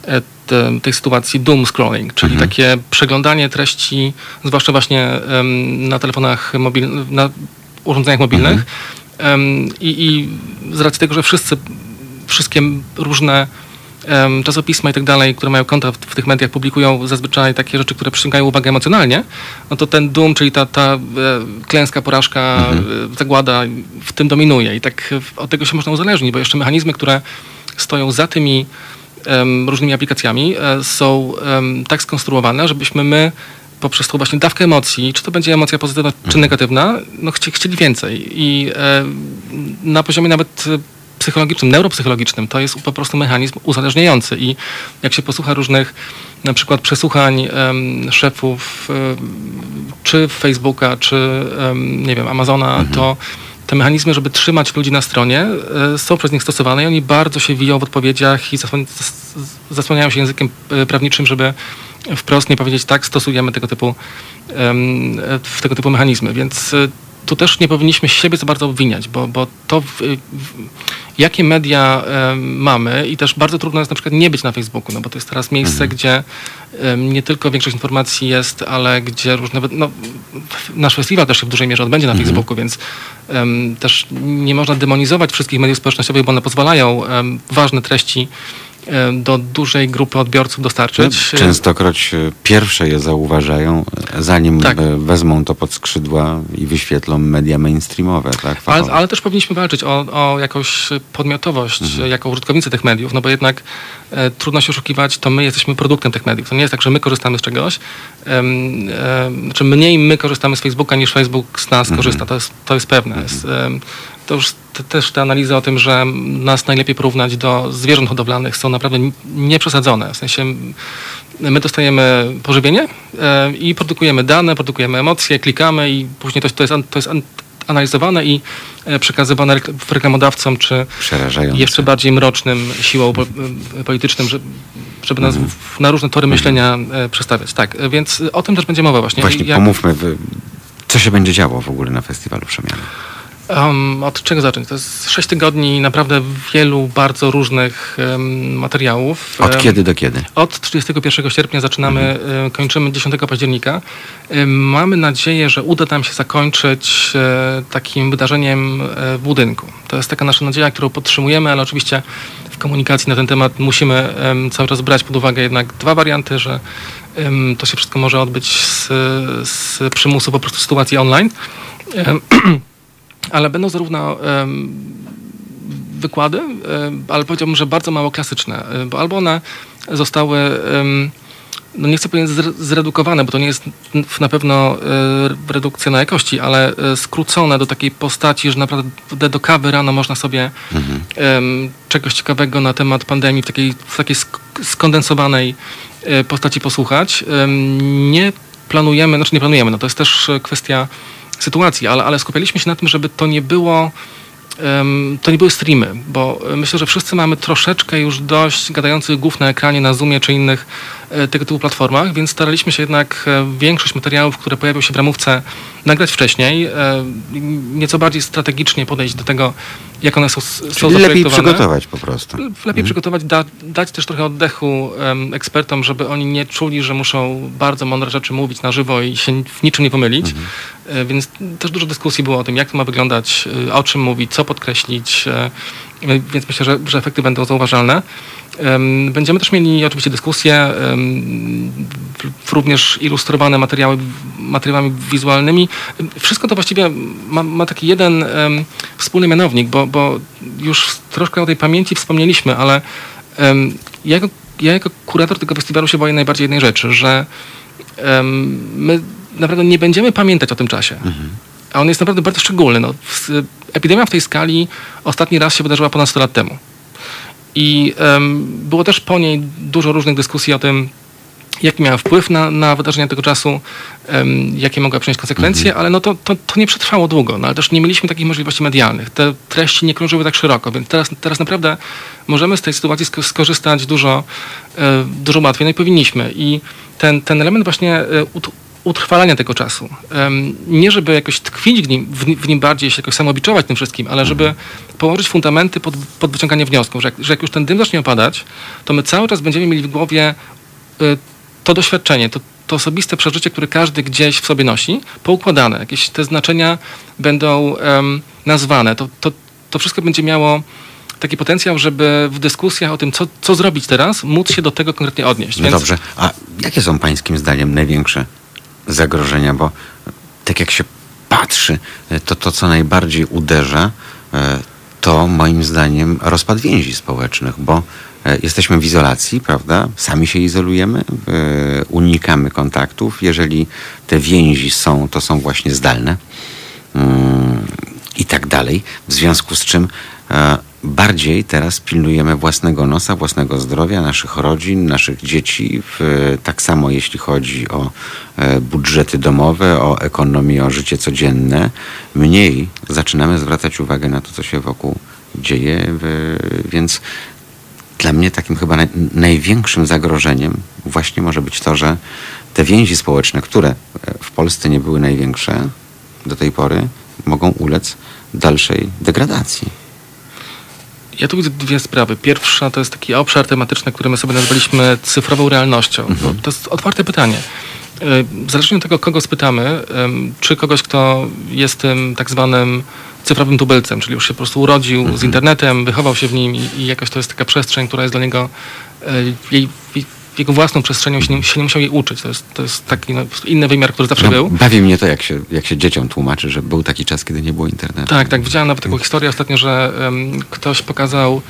te, tej sytuacji doom scrolling, czyli mhm. takie przeglądanie treści, zwłaszcza właśnie um, na telefonach mobilnych, na urządzeniach mobilnych. Mhm. Um, i, I z racji tego, że wszyscy, wszystkie różne um, czasopisma i tak dalej, które mają konta w, w tych mediach, publikują zazwyczaj takie rzeczy, które przyciągają uwagę emocjonalnie, no to ten doom, czyli ta, ta e, klęska, porażka, mhm. e, zagłada w tym dominuje. I tak od tego się można uzależnić, bo jeszcze mechanizmy, które stoją za tymi um, różnymi aplikacjami e, są um, tak skonstruowane, żebyśmy my poprzez tą właśnie dawkę emocji, czy to będzie emocja pozytywna, czy negatywna, no chci, chcieli więcej. I e, na poziomie nawet psychologicznym, neuropsychologicznym to jest po prostu mechanizm uzależniający. I jak się posłucha różnych na przykład przesłuchań um, szefów um, czy Facebooka, czy um, nie wiem, Amazona, mhm. to te mechanizmy, żeby trzymać ludzi na stronie, e, są przez nich stosowane i oni bardzo się wiją w odpowiedziach i zasłania, zasłaniają się językiem prawniczym, żeby wprost nie powiedzieć tak, stosujemy tego typu, um, tego typu mechanizmy. Więc tu też nie powinniśmy siebie za bardzo obwiniać, bo, bo to w, w, jakie media um, mamy i też bardzo trudno jest na przykład nie być na Facebooku, no bo to jest teraz miejsce, mhm. gdzie um, nie tylko większość informacji jest, ale gdzie różne, no, nasz festiwal też się w dużej mierze odbędzie na mhm. Facebooku, więc um, też nie można demonizować wszystkich mediów społecznościowych, bo one pozwalają um, ważne treści do dużej grupy odbiorców dostarczyć. Częstokroć pierwsze je zauważają, zanim tak. wezmą to pod skrzydła i wyświetlą media mainstreamowe. Tak? Ale, ale też powinniśmy walczyć o, o jakąś podmiotowość mhm. jako użytkownicy tych mediów, no bo jednak e, trudno się oszukiwać, to my jesteśmy produktem tych mediów. To nie jest tak, że my korzystamy z czegoś. E, e, znaczy mniej my korzystamy z Facebooka, niż Facebook z nas mhm. korzysta. To jest, to jest pewne. Mhm. Jest, e, to już te, też te analizy o tym, że nas najlepiej porównać do zwierząt hodowlanych są naprawdę nieprzesadzone. W sensie my dostajemy pożywienie e, i produkujemy dane, produkujemy emocje, klikamy i później to, to, jest, to jest analizowane i e, przekazywane reklamodawcom, czy jeszcze bardziej mrocznym siłom po, politycznym, że, żeby nas mhm. w, na różne tory myślenia e, przestawiać. Tak, więc o tym też będzie mowa właśnie. Właśnie jak... pomówmy, co się będzie działo w ogóle na Festiwalu Przemiany. Um, od czego zacząć? To jest sześć tygodni naprawdę wielu bardzo różnych um, materiałów. Od um, kiedy do kiedy? Od trzydziestego pierwszego sierpnia zaczynamy, mhm. um, kończymy dziesiątego października. Um, mamy nadzieję, że uda nam się zakończyć um, takim wydarzeniem um, w budynku. To jest taka nasza nadzieja, którą podtrzymujemy, ale oczywiście w komunikacji na ten temat musimy um, cały czas brać pod uwagę jednak dwa warianty, że um, to się wszystko może odbyć z, z przymusu po prostu sytuacji online. Um, Ale będą zarówno um, wykłady, um, ale powiedziałbym, że bardzo mało klasyczne, um, bo albo one zostały, um, no nie chcę powiedzieć zredukowane, bo to nie jest na pewno um, redukcja na jakości, ale um, skrócone do takiej postaci, że naprawdę do kawy rano można sobie mhm. um, czegoś ciekawego na temat pandemii w takiej, w takiej sk- skondensowanej um, postaci posłuchać. Um, nie planujemy, znaczy nie planujemy, no to jest też kwestia sytuacji, ale, ale skupialiśmy się na tym, żeby to nie było um, to nie były streamy, bo myślę, że wszyscy mamy troszeczkę już dość gadających głów na ekranie, na Zoomie czy innych e, tego typu platformach, więc staraliśmy się jednak e, większość materiałów, które pojawią się w ramówce, nagrać wcześniej, e, nieco bardziej strategicznie podejść do tego, jak one są, są Czyli lepiej zaprojektowane. przygotować po prostu. Lepiej Mhm. przygotować, da, dać też trochę oddechu um, ekspertom, żeby oni nie czuli, że muszą bardzo mądre rzeczy mówić na żywo i się w niczym nie pomylić. Mhm. E, więc też dużo dyskusji było o tym, jak to ma wyglądać, e, o czym mówić, co podkreślić. E, więc myślę, że, że efekty będą zauważalne. Um, będziemy też mieli oczywiście dyskusje, um, również ilustrowane materiały, materiałami wizualnymi. Wszystko to właściwie ma, ma taki jeden um, wspólny mianownik, bo, bo już troszkę o tej pamięci wspomnieliśmy, ale um, ja, jako, ja jako kurator tego festiwalu się boję najbardziej jednej rzeczy, że um, my naprawdę nie będziemy pamiętać o tym czasie. Mhm. A on jest naprawdę bardzo szczególny. No, w, epidemia w tej skali ostatni raz się wydarzyła ponad sto lat temu. I um, było też po niej dużo różnych dyskusji o tym, jaki miał wpływ na, na wydarzenia tego czasu, um, jakie mogła przynieść konsekwencje, mhm. ale no to, to, to nie przetrwało długo, no ale też nie mieliśmy takich możliwości medialnych. Te treści nie krążyły tak szeroko, więc teraz, teraz naprawdę możemy z tej sytuacji sk- skorzystać dużo, e, dużo łatwiej, no i powinniśmy. I ten, ten element właśnie e, ut- utrwalania tego czasu. Um, nie żeby jakoś tkwić w nim, w, w nim bardziej, się jakoś samobiczować tym wszystkim, ale żeby położyć fundamenty pod, pod wyciąganie wniosków, że jak, że jak już ten dym zacznie opadać, to my cały czas będziemy mieli w głowie y, to doświadczenie, to, to osobiste przeżycie, które każdy gdzieś w sobie nosi, poukładane. Jakieś te znaczenia będą um, nazwane. To, to, to wszystko będzie miało taki potencjał, żeby w dyskusjach o tym, co, co zrobić teraz, móc się do tego konkretnie odnieść. No Więc... dobrze, a jakie są pańskim zdaniem największe zagrożenia? Bo tak jak się patrzy, to to, co najbardziej uderza, to moim zdaniem rozpad więzi społecznych, bo jesteśmy w izolacji, prawda? Sami się izolujemy, unikamy kontaktów. Jeżeli te więzi są, to są właśnie zdalne i tak dalej. W związku z czym bardziej teraz pilnujemy własnego nosa, własnego zdrowia, naszych rodzin, naszych dzieci. W, tak samo jeśli chodzi o e, budżety domowe, o ekonomię, o życie codzienne. Mniej zaczynamy zwracać uwagę na to, co się wokół dzieje. W, więc dla mnie takim chyba naj, największym zagrożeniem właśnie może być to, że te więzi społeczne, które w Polsce nie były największe do tej pory, mogą ulec dalszej degradacji. Ja tu widzę dwie sprawy. Pierwsza to jest taki obszar tematyczny, który my sobie nazwaliśmy cyfrową realnością. Mhm. To jest otwarte pytanie. Zależnie od tego, kogo spytamy, czy kogoś, kto jest tym tak zwanym cyfrowym tubylcem, czyli już się po prostu urodził mhm. z internetem, wychował się w nim i, i jakoś to jest taka przestrzeń, która jest dla niego jej, jego własną przestrzenią, się nie, się nie musiał jej uczyć. To jest, to jest taki no, inny wymiar, który zawsze no, był. Bawi mnie to, jak się, jak się dzieciom tłumaczy, że był taki czas, kiedy nie było internetu. Tak, tak. Widziałem nawet taką historię ostatnio, że um, ktoś pokazał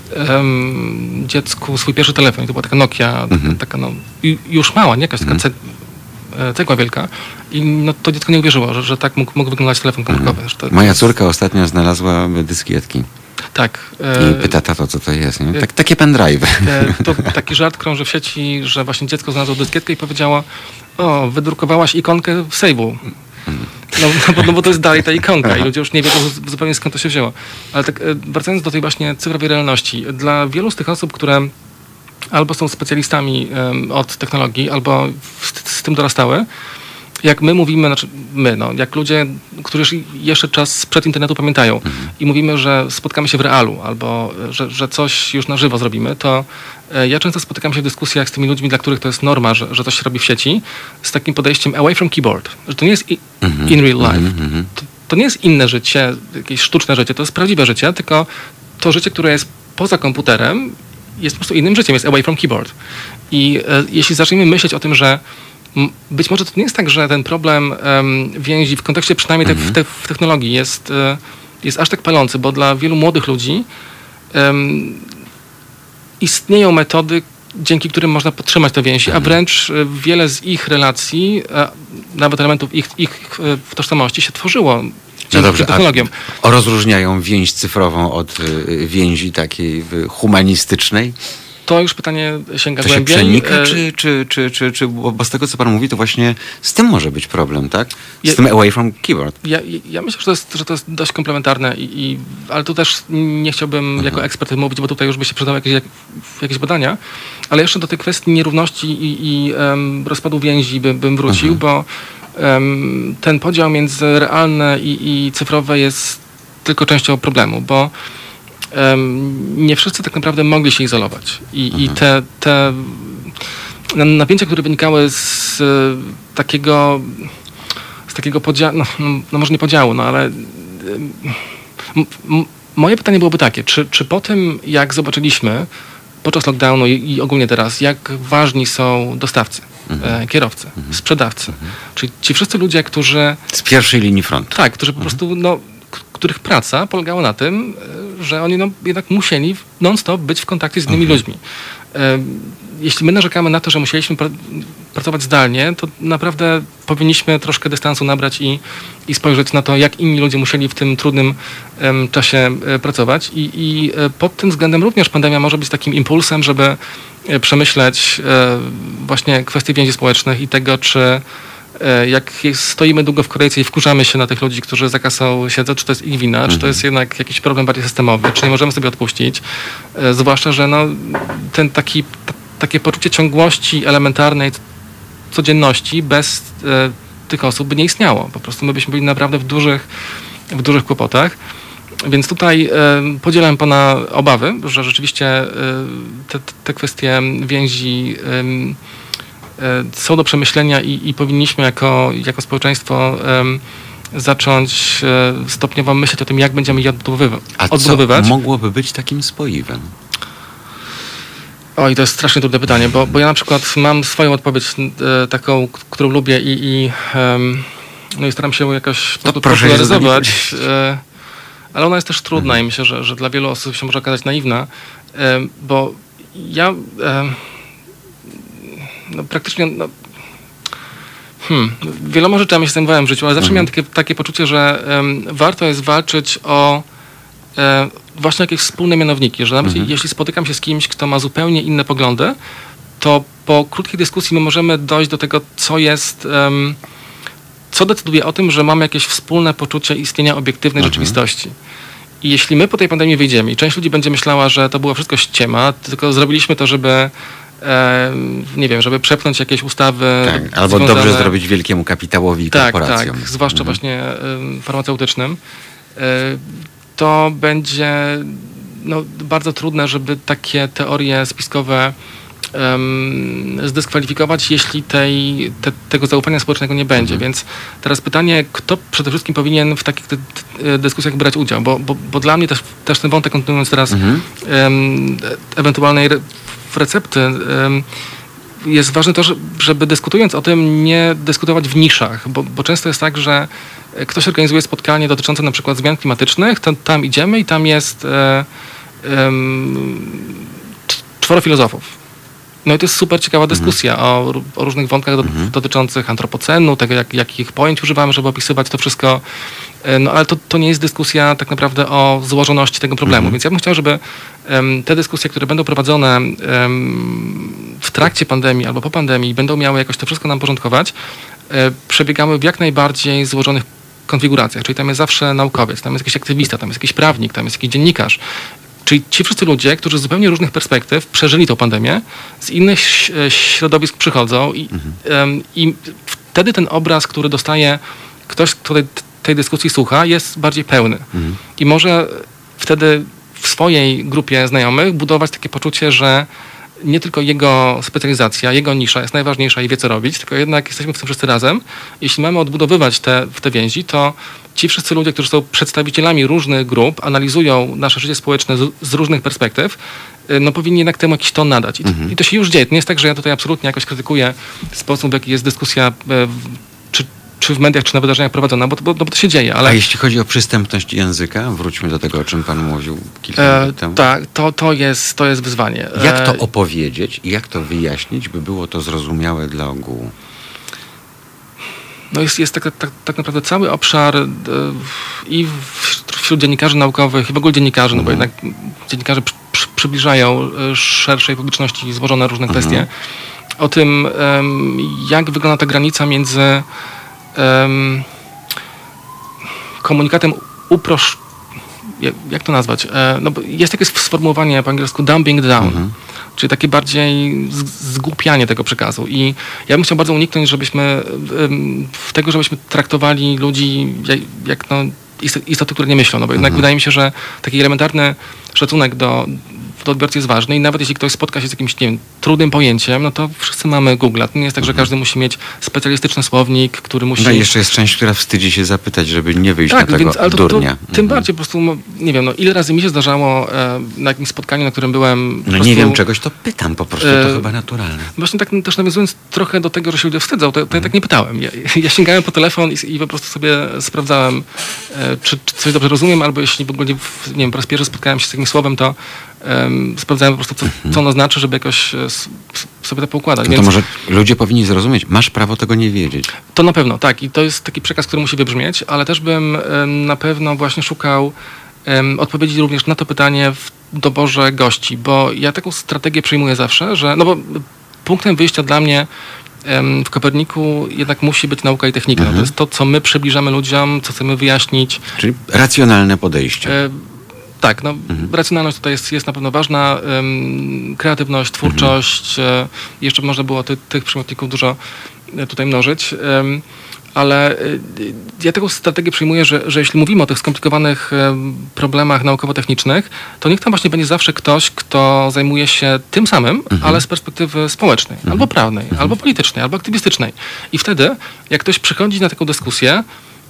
um, dziecku swój pierwszy telefon. I to była taka Nokia, mhm. taka no, już mała, nie jakaś taka mhm. ce, cegła wielka. I no, to dziecko nie uwierzyło, że, że tak mógł, mógł wyglądać telefon komórkowy. Mhm. To, Moja córka ostatnio znalazła dyskietki. Tak. E, I pyta tato, co to jest. Nie? Tak, takie pendrive. E, to taki żart krąży w sieci, że właśnie dziecko znalazło dyskietkę i powiedziało: o, wydrukowałaś ikonkę w Sejwu. No, no, bo, no bo to jest dalej ta ikonka i ludzie już nie wiedzą zupełnie, skąd to się wzięło. Ale tak wracając do tej właśnie cyfrowej realności, dla wielu z tych osób, które albo są specjalistami um, od technologii, albo z, z tym dorastały, jak my mówimy, znaczy my, no, jak ludzie, którzy jeszcze czas sprzed internetu pamiętają mhm. i mówimy, że spotkamy się w realu albo że, że coś już na żywo zrobimy, to e, ja często spotykam się w dyskusjach z tymi ludźmi, dla których to jest norma, że, że coś się robi w sieci, z takim podejściem away from keyboard, że to nie jest i, mhm. in real life. Mhm. To, to nie jest inne życie, jakieś sztuczne życie, to jest prawdziwe życie, tylko to życie, które jest poza komputerem, jest po prostu innym życiem, jest away from keyboard. I e, jeśli zaczniemy myśleć o tym, że być może to nie jest tak, że ten problem um, więzi w kontekście przynajmniej te, w, te, w technologii jest, y, jest aż tak palący, bo dla wielu młodych ludzi um, istnieją metody, dzięki którym można podtrzymać te więzi, a wręcz y, wiele z ich relacji, a nawet elementów ich, ich y, tożsamości się tworzyło dzięki no dobrze, technologiom. A rozróżniają więź cyfrową od y, więzi takiej y, humanistycznej? To już pytanie sięga to głębiej. To się przenika, e... czy, czy, czy, czy, czy bo z tego, co pan mówi, to właśnie z tym może być problem, tak? Z ja, tym away from keyboard. Ja, ja myślę, że to jest, że to jest dość komplementarne, i, i, ale tu też nie chciałbym mhm. jako ekspert mówić, bo tutaj już by się przydały jakieś, jak, jakieś badania, ale jeszcze do tej kwestii nierówności i, i um, rozpadu więzi by, bym wrócił, mhm. bo um, ten podział między realne i, i cyfrowe jest tylko częścią problemu, bo um, nie wszyscy tak naprawdę mogli się izolować. I, mhm. i te, te napięcia, które wynikały z y, takiego z takiego podziału, no, no może nie podziału, no ale y, m, moje pytanie byłoby takie, czy, czy po tym, jak zobaczyliśmy podczas lockdownu i, i ogólnie teraz, jak ważni są dostawcy, mhm. e, kierowcy, mhm. sprzedawcy, mhm. czyli ci wszyscy ludzie, którzy... Z pierwszej linii frontu. Tak, którzy po mhm. prostu, no, k- których praca polegała na tym, że oni no, jednak musieli non-stop być w kontakcie z innymi mhm. ludźmi. E, jeśli my narzekamy na to, że musieliśmy pr- pracować zdalnie, to naprawdę powinniśmy troszkę dystansu nabrać i, i spojrzeć na to, jak inni ludzie musieli w tym trudnym um, czasie e, pracować. I, i e, pod tym względem również pandemia może być takim impulsem, żeby e, przemyśleć e, właśnie kwestie więzi społecznych i tego, czy e, jak jest, stoimy długo w kolejce i wkurzamy się na tych ludzi, którzy za kasą siedzą, czy to jest ich wina, mhm. czy to jest jednak jakiś problem bardziej systemowy, czy nie możemy sobie odpuścić. E, zwłaszcza, że no, ten taki, t- takie poczucie ciągłości elementarnej codzienności bez e, tych osób by nie istniało. Po prostu my byśmy byli naprawdę w dużych, w dużych kłopotach. Więc tutaj e, podzielam pana obawy, że rzeczywiście e, te, te kwestie więzi e, e, są do przemyślenia i, i powinniśmy jako, jako społeczeństwo e, zacząć e, stopniowo myśleć o tym, jak będziemy je odbudowywać. A co mogłoby być takim spoiwem? Oj, to jest strasznie trudne pytanie, bo, bo ja na przykład mam swoją odpowiedź e, taką, k- którą lubię i, i, um, no i staram się jakoś no, popularyzować, e, ale ona jest też trudna mhm. i myślę, że, że dla wielu osób się może okazać naiwna, e, bo ja e, no, praktycznie no, hmm, wieloma rzeczami się zajmowałem w życiu, ale zawsze mhm. miałem takie, takie poczucie, że um, warto jest walczyć o e, właśnie jakieś wspólne mianowniki, że nawet mhm. jeśli spotykam się z kimś, kto ma zupełnie inne poglądy, to po krótkiej dyskusji my możemy dojść do tego, co jest, um, co decyduje o tym, że mamy jakieś wspólne poczucie istnienia obiektywnej mhm. rzeczywistości. I jeśli my po tej pandemii wyjdziemy i część ludzi będzie myślała, że to było wszystko ściema, tylko zrobiliśmy to, żeby e, nie wiem, żeby przepchnąć jakieś ustawy. Tak, albo związane... dobrze zrobić wielkiemu kapitałowi i tak, korporacjom. Tak, zwłaszcza mhm. właśnie y, farmaceutycznym. Y, to będzie no, bardzo trudne, żeby takie teorie spiskowe um, zdyskwalifikować, jeśli tej, te, tego zaufania społecznego nie będzie. Mhm. Więc teraz pytanie, kto przede wszystkim powinien w takich dyskusjach brać udział? Bo, bo, bo dla mnie też, też ten wątek, kontynuując teraz mhm. um, ewentualnej re, recepty, um, jest ważne to, żeby dyskutując o tym nie dyskutować w niszach, bo, bo często jest tak, że ktoś organizuje spotkanie dotyczące na przykład zmian klimatycznych, to tam idziemy i tam jest e, e, czworo filozofów. No i to jest super ciekawa dyskusja mhm. o, o różnych wątkach do, mhm. dotyczących antropocenu, tego jak, jakich pojęć używamy, żeby opisywać to wszystko. No ale to, to nie jest dyskusja tak naprawdę o złożoności tego problemu. Mhm. Więc ja bym chciał, żeby um, te dyskusje, które będą prowadzone um, w trakcie pandemii albo po pandemii, będą miały jakoś to wszystko nam porządkować, e, przebiegały w jak najbardziej złożonych konfiguracjach. Czyli tam jest zawsze naukowiec, tam jest jakiś aktywista, tam jest jakiś prawnik, tam jest jakiś dziennikarz. Czyli ci wszyscy ludzie, którzy z zupełnie różnych perspektyw przeżyli tą pandemię, z innych środowisk przychodzą i, mhm. um, i wtedy ten obraz, który dostaje ktoś, kto tej, tej dyskusji słucha, jest bardziej pełny. Mhm. I może wtedy w swojej grupie znajomych budować takie poczucie, że nie tylko jego specjalizacja, jego nisza jest najważniejsza i wie, co robić, tylko jednak jesteśmy w tym wszyscy razem. Jeśli mamy odbudowywać te, te więzi, to ci wszyscy ludzie, którzy są przedstawicielami różnych grup, analizują nasze życie społeczne z, z różnych perspektyw, no powinni jednak temu jakiś ton nadać. I, mhm. I to się już dzieje. To nie jest tak, że ja tutaj absolutnie jakoś krytykuję sposób, w jaki jest dyskusja e, czy, czy w mediach, czy na wydarzeniach prowadzona, bo, bo, bo to się dzieje. Ale... A jeśli chodzi o przystępność języka, wróćmy do tego, o czym pan mówił kilka e, minut temu. Tak, to, to, jest, to jest wyzwanie. Jak to opowiedzieć i jak to wyjaśnić, by było to zrozumiałe dla ogółu? No jest, jest tak, tak, tak naprawdę cały obszar e, i wśród dziennikarzy naukowych, i w ogóle dziennikarzy, mhm. no bo jednak dziennikarze przy, przy, przybliżają szerszej publiczności złożone różne mhm. kwestie, o tym, um, jak wygląda ta granica między um, komunikatem uprosz... Jak, jak to nazwać? E, no bo jest takie sformułowanie po angielsku dumbing down. Mhm. Czyli takie bardziej zgłupianie tego przekazu. I ja bym chciał bardzo uniknąć, żebyśmy um, tego, żebyśmy traktowali ludzi jak, jak no, istoty, które nie myślą, no bo jednak Mhm. wydaje mi się, że taki elementarny szacunek do, do odbiorcy jest ważny i nawet jeśli ktoś spotka się z jakimś, nie wiem, trudnym pojęciem, no to wszyscy mamy Google. To nie jest tak, że każdy musi mieć specjalistyczny słownik, który musi... No i jeszcze jest część, która wstydzi się zapytać, żeby nie wyjść Tak, na tego więc, ale to, to durnia. tym Mhm. bardziej po prostu, no, nie wiem, no ile razy mi się zdarzało e, na jakimś spotkaniu, na którym byłem... po No prostu, nie wiem czegoś, to pytam po prostu, to e, chyba naturalne. Właśnie tak też nawiązując trochę do tego, że się ludzie wstydzą, to, to Mhm. ja tak nie pytałem. Ja, ja sięgałem po telefon i, i po prostu sobie sprawdzałem, e, czy, czy coś dobrze rozumiem, albo jeśli w ogóle, w, nie wiem, po raz pierwszy spotkałem się z takim słowem, to em, sprawdzałem po prostu, co, co ono znaczy, żeby jakoś e, s, s, sobie to poukładać. No to Więc może ludzie powinni zrozumieć, masz prawo tego nie wiedzieć. to na pewno, tak. I to jest taki przekaz, który musi wybrzmieć, ale też bym em, na pewno właśnie szukał em, odpowiedzi również na to pytanie w doborze gości, bo ja taką strategię przyjmuję zawsze, że, no bo punktem wyjścia dla mnie em, w Koperniku jednak musi być nauka i technika. Mhm. No to jest to, co my przybliżamy ludziom, co chcemy wyjaśnić. Czyli racjonalne podejście. E, tak, no racjonalność tutaj jest, jest na pewno ważna, em, kreatywność, twórczość, e, jeszcze można było ty, tych przymiotników dużo e, tutaj mnożyć, em, ale e, ja taką strategię przyjmuję, że, że jeśli mówimy o tych skomplikowanych em, problemach naukowo-technicznych, to niech tam właśnie będzie zawsze ktoś, kto zajmuje się tym samym, ale z perspektywy społecznej, albo prawnej, albo politycznej, albo aktywistycznej. I wtedy, jak ktoś przychodzi na taką dyskusję,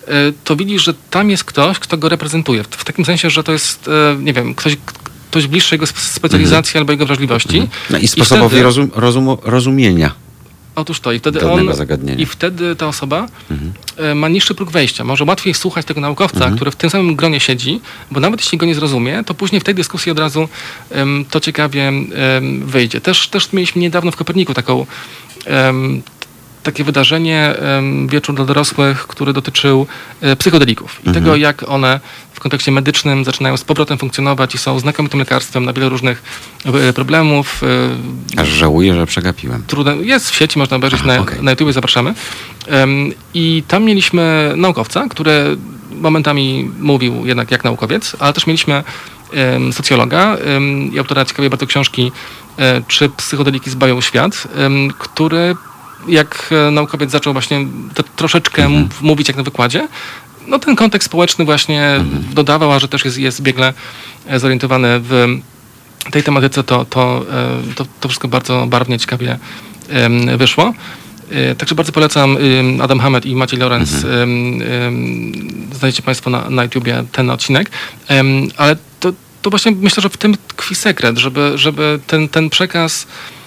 to widzisz, że tam jest ktoś, kto go reprezentuje. W, w takim sensie, że to jest, e, nie wiem, ktoś, ktoś bliższy jego specjalizacji albo jego wrażliwości. No i sposobowi wtedy- rozum, rozumu, rozumienia Otóż to. I wtedy danego on, zagadnienia. i wtedy ta osoba e, ma niższy próg wejścia. Może łatwiej słuchać tego naukowca, który w tym samym gronie siedzi, bo nawet jeśli go nie zrozumie, to później w tej dyskusji od razu em, to ciekawie em, wyjdzie. Też, też mieliśmy niedawno w Koperniku taką em, takie wydarzenie, em, wieczór dla dorosłych, który dotyczył e, psychodelików i tego, jak one w kontekście medycznym zaczynają z powrotem funkcjonować i są znakomitym lekarstwem na wiele różnych e, problemów. E, Aż żałuję, że przegapiłem. trudne, jest w sieci, można obejrzeć na, okej. na YouTubie, zapraszamy. Em, I tam mieliśmy naukowca, który momentami mówił jednak jak naukowiec, ale też mieliśmy em, socjologa em, i autora ciekawej bardzo książki e, Czy psychodeliki zbawią świat, em, który jak e, naukowiec zaczął właśnie te, troszeczkę m- mówić jak na wykładzie, no ten kontekst społeczny właśnie dodawał, a że też jest, jest biegle e, zorientowany w tej tematyce, to, to, e, to, to wszystko bardzo barwnie, ciekawie em, wyszło. E, Także bardzo polecam em, Adam Hamed i Maciej Lorenz. em, em, Znajdziecie Państwo na, na YouTubie ten odcinek. Em, Ale to, to właśnie myślę, że w tym tkwi sekret, żeby, żeby ten, ten przekaz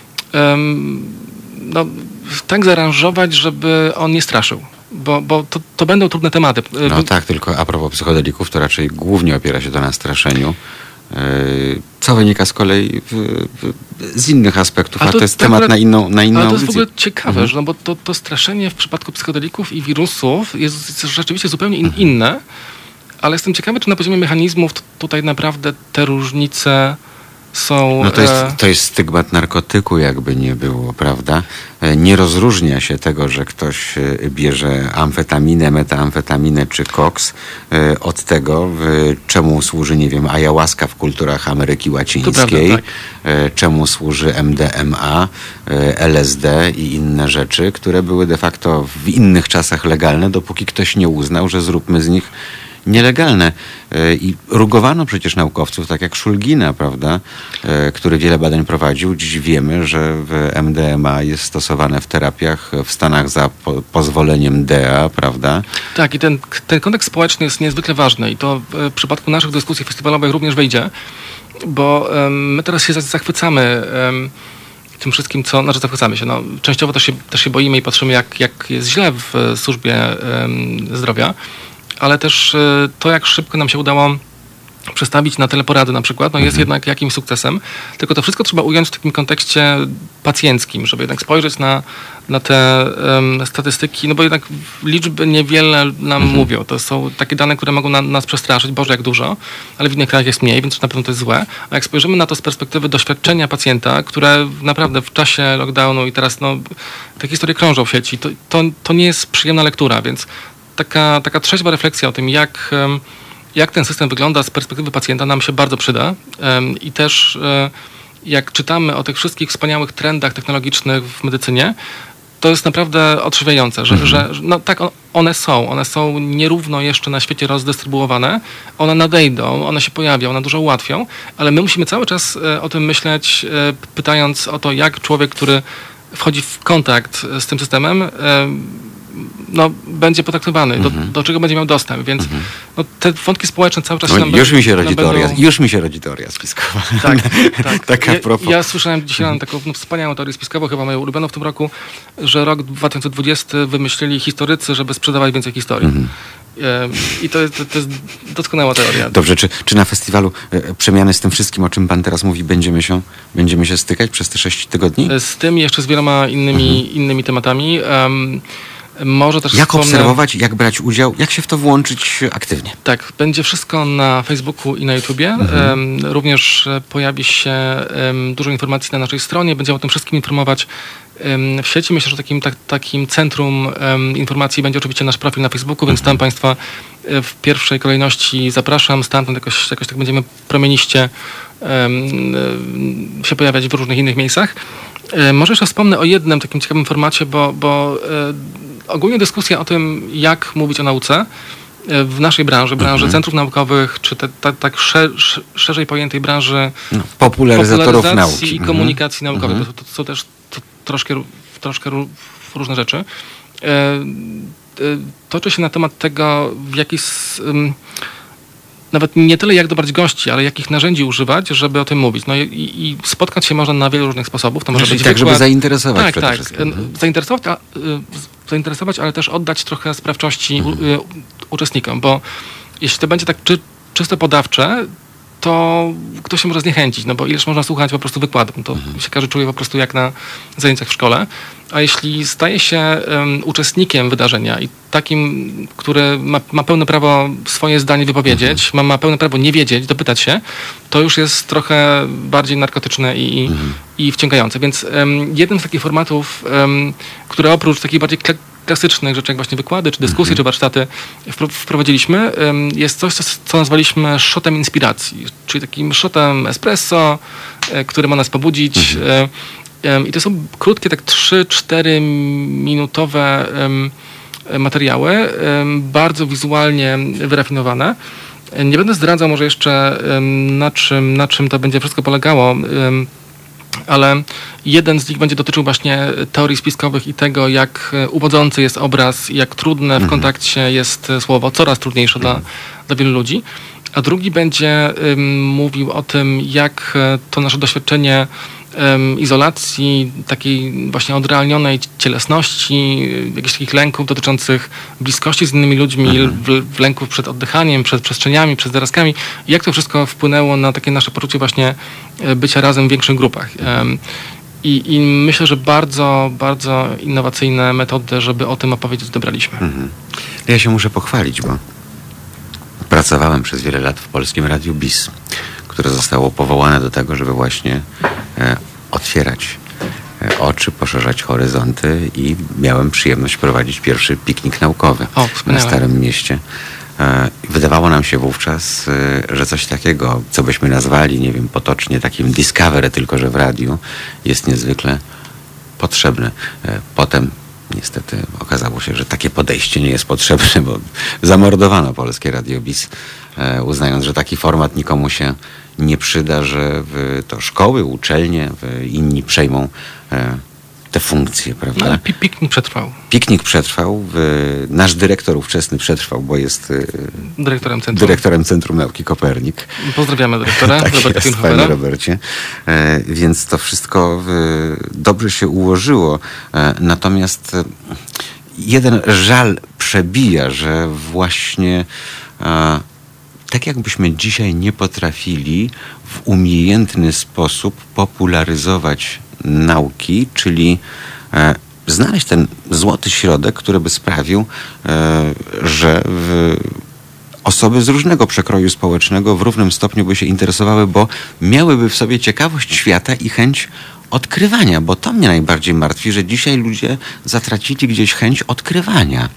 em, no, tak zaaranżować, żeby on nie straszył. Bo, bo to, to będą trudne tematy. E, No tak, tylko a propos psychodelików, to raczej głównie opiera się to na straszeniu. Yy, co wynika z kolei w, w, z innych aspektów, a, A to, to jest tak temat akurat- na inną, na inną Ale to jest w audycję. ogóle ciekawe, że, no bo to, to straszenie w przypadku psychodelików i wirusów jest, jest rzeczywiście zupełnie in, inne, ale jestem ciekawy, czy na poziomie mechanizmów t- tutaj naprawdę te różnice są... No to jest, e, to jest stygmat narkotyku, jakby nie było, prawda? E, Nie rozróżnia się tego, że ktoś e, bierze amfetaminę, metamfetaminę czy koks e, od tego, w, czemu służy, nie wiem, ayahuasca w kulturach Ameryki Łacińskiej, prawda, tak. e, czemu służy M D M A, e, L S D i inne rzeczy, które były de facto w innych czasach legalne, dopóki ktoś nie uznał, że zróbmy z nich nielegalne. E, I rugowano przecież naukowców, tak jak Szulgina, prawda, e, który wiele badań prowadził. Dziś wiemy, że w M D M A jest stosowane w terapiach w Stanach za po, pozwoleniem D A, prawda? Tak, i ten, ten kontekst społeczny jest niezwykle ważny i to w przypadku naszych dyskusji festiwalowych również wejdzie, bo em, my teraz się za- zachwycamy em, tym wszystkim, co, znaczy zachwycamy się, no, częściowo też się, też się boimy i patrzymy, jak, jak jest źle w e, służbie em, zdrowia, ale też e, to, jak szybko nam się udało przestawić na teleporady na przykład, no jest jednak jakimś sukcesem. Tylko to wszystko trzeba ująć w takim kontekście pacjenckim, żeby jednak spojrzeć na, na te um, statystyki, no bo jednak liczby niewiele nam mówią. To są takie dane, które mogą na, nas przestraszyć, Boże, jak dużo, ale w innych krajach jest mniej, więc na pewno to jest złe. A jak spojrzymy na to z perspektywy doświadczenia pacjenta, które naprawdę w czasie lockdownu i teraz no, te historie krążą w sieci, to, to, to nie jest przyjemna lektura, więc taka, taka trzeźwa refleksja o tym, jak... Um, jak ten system wygląda z perspektywy pacjenta, nam się bardzo przyda. Ym, I też y, jak czytamy o tych wszystkich wspaniałych trendach technologicznych w medycynie, to jest naprawdę otrzewiające, że, że no, tak, on, one są. One są nierówno jeszcze na świecie rozdystrybuowane. One nadejdą, one się pojawią, one dużo ułatwią, ale my musimy cały czas o tym myśleć, pytając o to, jak człowiek, który wchodzi w kontakt z tym systemem, no, będzie potraktowany, do, do czego będzie miał dostęp, więc mm-hmm. no, te wątki społeczne cały czas no, nam już mi się rodzi będą... teoria, już mi się rodzi teoria spiskowa. Tak, tak. Taka ja, propos. ja słyszałem dzisiaj mm-hmm. taką no, wspaniałą teorię spiskową, chyba moją ulubioną w tym roku, że rok dwa tysiące dwudziesty wymyślili historycy, żeby sprzedawać więcej historii. Mm-hmm. I to jest, to jest doskonała teoria. Dobrze, czy, czy na festiwalu e, przemiany z tym wszystkim, o czym pan teraz mówi, będziemy się, będziemy się stykać przez te sześć tygodni? Z tym i jeszcze z wieloma innymi, mhm. innymi tematami. Um, może też jak wspomnę, obserwować, jak brać udział, jak się w to włączyć aktywnie? Tak, będzie wszystko na Facebooku i na YouTubie. Mhm. Um, również pojawi się um, dużo informacji na naszej stronie. Będziemy o tym wszystkim informować um, w sieci. Myślę, że takim, tak, takim centrum um, informacji będzie oczywiście nasz profil na Facebooku, więc tam Państwa w pierwszej kolejności zapraszam. Stamtąd jakoś, jakoś tak będziemy promieniście um, się pojawiać w różnych innych miejscach. Um, może jeszcze wspomnę o jednym takim ciekawym formacie, bo, bo um, ogólnie dyskusja o tym, jak mówić o nauce w naszej branży, branży mhm. centrów naukowych, czy te, te, tak sze, sze, szerzej pojętej branży no, popularyzatorów nauki i komunikacji mhm. naukowej. Mhm. To, to są też to, troszkę, troszkę różne rzeczy. E, e, toczy się na temat tego, w jaki um, nawet nie tyle jak dobrać gości, ale jakich narzędzi używać, żeby o tym mówić. No i, i spotkać się można na wielu różnych sposobów. To może Czyli być tak, wykład. żeby zainteresować. Tak, tak. Zainteresować, a, zainteresować, ale też oddać trochę sprawczości mhm. u, u, uczestnikom, bo jeśli to będzie tak czy, czysto podawcze, to ktoś się może zniechęcić, no bo ileż można słuchać po prostu wykładem, to mhm. się każdy czuje po prostu jak na zajęciach w szkole, a jeśli staje się um, uczestnikiem wydarzenia i takim, który ma, ma pełne prawo swoje zdanie wypowiedzieć, mhm. ma, ma pełne prawo nie wiedzieć, dopytać się, to już jest trochę bardziej narkotyczne i, mhm. i wciągające, więc um, jeden z takich formatów, um, które oprócz takich bardziej kle- klasycznych rzeczy, jak właśnie wykłady, czy dyskusje, mm-hmm. czy warsztaty wprowadziliśmy, jest coś, co nazwaliśmy shotem inspiracji, czyli takim shotem espresso, który ma nas pobudzić. Mm-hmm. I to są krótkie, tak trzy cztery minutowe materiały, bardzo wizualnie wyrafinowane. Nie będę zdradzał może jeszcze na czym, na czym to będzie wszystko polegało, ale jeden z nich będzie dotyczył właśnie teorii spiskowych i tego, jak uwodzący jest obraz, jak trudne w kontakcie jest słowo, coraz trudniejsze dla, dla wielu ludzi. A drugi będzie um, mówił o tym, jak to nasze doświadczenie um, izolacji, takiej właśnie odrealnionej cielesności, jakichś takich lęków dotyczących bliskości z innymi ludźmi, mhm. w, w lęków przed oddychaniem, przed przestrzeniami, przed zarazkami, jak to wszystko wpłynęło na takie nasze poczucie właśnie bycia razem w większych grupach. Um, i, I myślę, że bardzo, bardzo innowacyjne metody, żeby o tym opowiedzieć, dobraliśmy. Mhm. Ja się muszę pochwalić, bo pracowałem przez wiele lat w Polskim Radiu BIS, które zostało powołane do tego, żeby właśnie e, otwierać e, oczy, poszerzać horyzonty i miałem przyjemność prowadzić pierwszy piknik naukowy o, na Starym Mieście. E, wydawało nam się wówczas, e, że coś takiego, co byśmy nazwali, nie wiem, potocznie takim Discovery, tylko że w radiu, jest niezwykle potrzebne. E, potem niestety okazało się, że takie podejście nie jest potrzebne, bo zamordowano Polskie Radio BIS, e, uznając, że taki format nikomu się nie przyda, że w, to szkoły, uczelnie, w, inni przejmą e, te funkcje, prawda? No, ale piknik przetrwał. Piknik przetrwał. W, nasz dyrektor ówczesny przetrwał, bo jest e, dyrektorem Centrum. dyrektorem Centrum Nauki Kopernik. Pozdrawiamy dyrektora. Tak jest, panie Robercie. E, więc to wszystko e, dobrze się ułożyło. E, natomiast e, jeden żal przebija, że właśnie e, tak jakbyśmy dzisiaj nie potrafili w umiejętny sposób popularyzować nauki, czyli e, znaleźć ten złoty środek, który by sprawił, e, że w, osoby z różnego przekroju społecznego w równym stopniu by się interesowały, bo miałyby w sobie ciekawość świata i chęć odkrywania, bo to mnie najbardziej martwi, że dzisiaj ludzie zatracili gdzieś chęć odkrywania.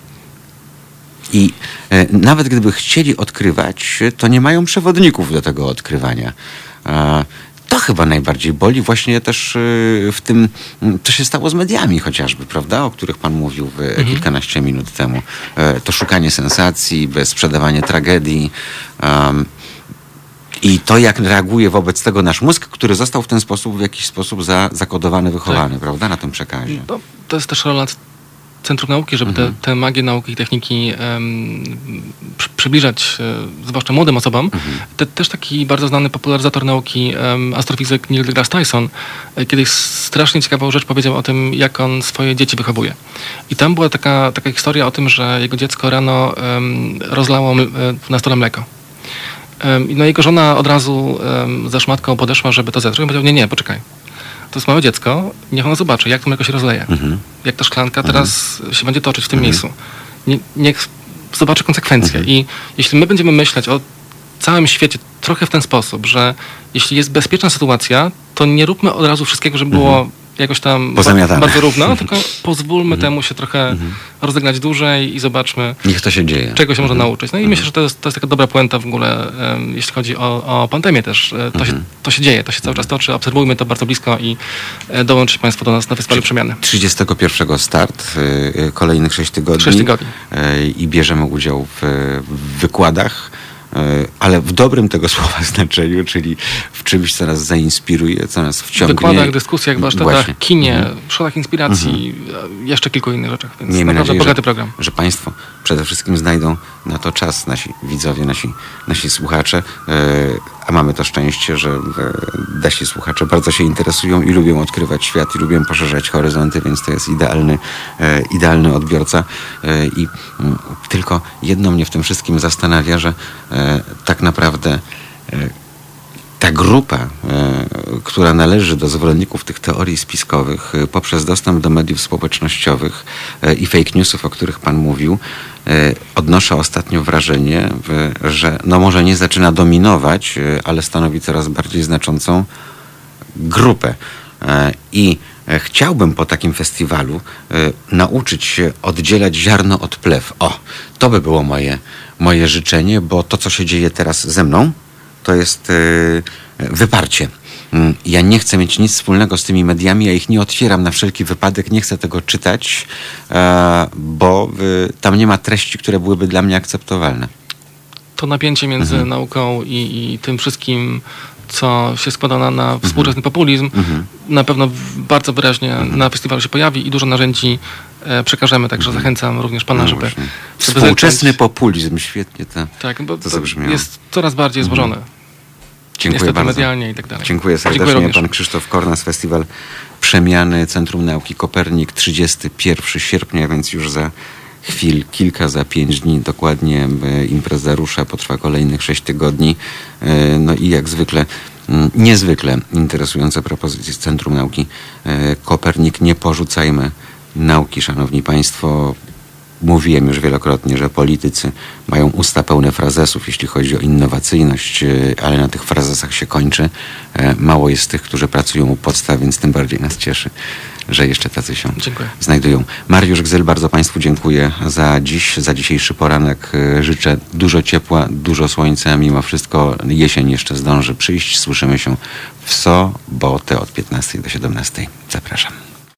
I e, nawet gdyby chcieli odkrywać, to nie mają przewodników do tego odkrywania. E, to chyba najbardziej boli właśnie też w tym, co się stało z mediami chociażby, prawda? O których pan mówił mhm. kilkanaście minut temu. To szukanie sensacji, sprzedawanie tragedii. Um, I to, jak reaguje wobec tego nasz mózg, który został w ten sposób, w jakiś sposób za, zakodowany, wychowany, tak. prawda? Na tym przekazie. No, to jest też rola Centrum Nauki, żeby mhm. te, te magię nauki i techniki um, przy, przybliżać, e, zwłaszcza młodym osobom. Mhm. Te, też taki bardzo znany popularyzator nauki, um, astrofizyk Neil deGrasse Tyson, e, kiedyś strasznie ciekawą rzecz powiedział o tym, jak on swoje dzieci wychowuje. I tam była taka, taka historia o tym, że jego dziecko rano um, rozlało e, na stole mleko. Um, no jego żona od razu um, za szmatką podeszła, żeby to zetrzeć. I powiedział, nie, nie, poczekaj. To jest małe dziecko, niech ono zobaczy, jak to mleko się rozleje. Mhm. Jak ta szklanka teraz mhm. się będzie toczyć w tym mhm. miejscu. Nie, niech zobaczy konsekwencje. Mhm. I jeśli my będziemy myśleć o całym świecie trochę w ten sposób, że jeśli jest bezpieczna sytuacja, to nie róbmy od razu wszystkiego, żeby było mhm. jakoś tam ba- bardzo równo, tylko pozwólmy mhm. temu się trochę mhm. rozegnać dłużej i zobaczmy, niech to się dzieje. Czego się mhm. można nauczyć. No i mhm. myślę, że to jest, to jest taka dobra puenta w ogóle, um, jeśli chodzi o, o pandemię też. To, mhm. się, to się dzieje, to się cały czas toczy. Obserwujmy to bardzo blisko i e, dołączcie Państwo do nas na Festiwalu Przemiany. trzydziestego pierwszego start, y, kolejnych sześć tygodni. sześć tygodni. Y, I bierzemy udział w, w wykładach, ale w dobrym tego słowa znaczeniu, czyli w czymś, co nas zainspiruje, co nas wciągnie. W wykładach, dyskusjach, warsztatach, kinie, mhm. szkolach inspiracji, mhm. jeszcze kilku innych rzeczach. Więc miejmy naprawdę nadzieję, bogaty że, program. że Państwo przede wszystkim znajdą na to czas, nasi widzowie, nasi, nasi słuchacze, a mamy to szczęście, że nasi słuchacze bardzo się interesują i lubią odkrywać świat i lubią poszerzać horyzonty, więc to jest idealny, idealny odbiorca. I tylko jedno mnie w tym wszystkim zastanawia, że tak naprawdę ta grupa, która należy do zwolenników tych teorii spiskowych, poprzez dostęp do mediów społecznościowych i fake newsów, o których pan mówił, odnoszę ostatnio wrażenie, że no może nie zaczyna dominować, ale stanowi coraz bardziej znaczącą grupę. I chciałbym po takim festiwalu nauczyć się oddzielać ziarno od plew. O, to by było moje, moje życzenie, bo to, co się dzieje teraz ze mną, to jest wyparcie. Ja nie chcę mieć nic wspólnego z tymi mediami, ja ich nie otwieram na wszelki wypadek, nie chcę tego czytać, bo tam nie ma treści, które byłyby dla mnie akceptowalne. To napięcie między mhm. nauką i, i tym wszystkim, co się składa na, na mhm. współczesny populizm, mhm. na pewno bardzo wyraźnie mhm. na festiwalu się pojawi i dużo narzędzi e, przekażemy, także mhm. zachęcam również pana, no żeby... Współczesny populizm, świetnie to, tak, bo to zabrzmiało. Jest coraz bardziej mhm. złożone. Dziękuję Niestety bardzo. medialnie i tak dalej. Dziękuję serdecznie. Dziękuję pan Krzysztof Kornas, Festiwal Przemiany, Centrum Nauki Kopernik, trzydziestego pierwszego sierpnia, więc już za chwil, kilka, za pięć dni dokładnie impreza rusza, potrwa kolejnych sześć tygodni. No i jak zwykle niezwykle interesujące propozycje z Centrum Nauki Kopernik. Nie porzucajmy nauki, szanowni państwo. Mówiłem już wielokrotnie, że politycy mają usta pełne frazesów, jeśli chodzi o innowacyjność, ale na tych frazesach się kończy. Mało jest tych, którzy pracują u podstaw, więc tym bardziej nas cieszy, że jeszcze tacy się dziękuję. znajdują. Mariusz Gzyl, bardzo państwu dziękuję za dziś, za dzisiejszy poranek. Życzę dużo ciepła, dużo słońca. Mimo wszystko jesień jeszcze zdąży przyjść. Słyszymy się w sobotę od piętnastej do siedemnastej. Zapraszam.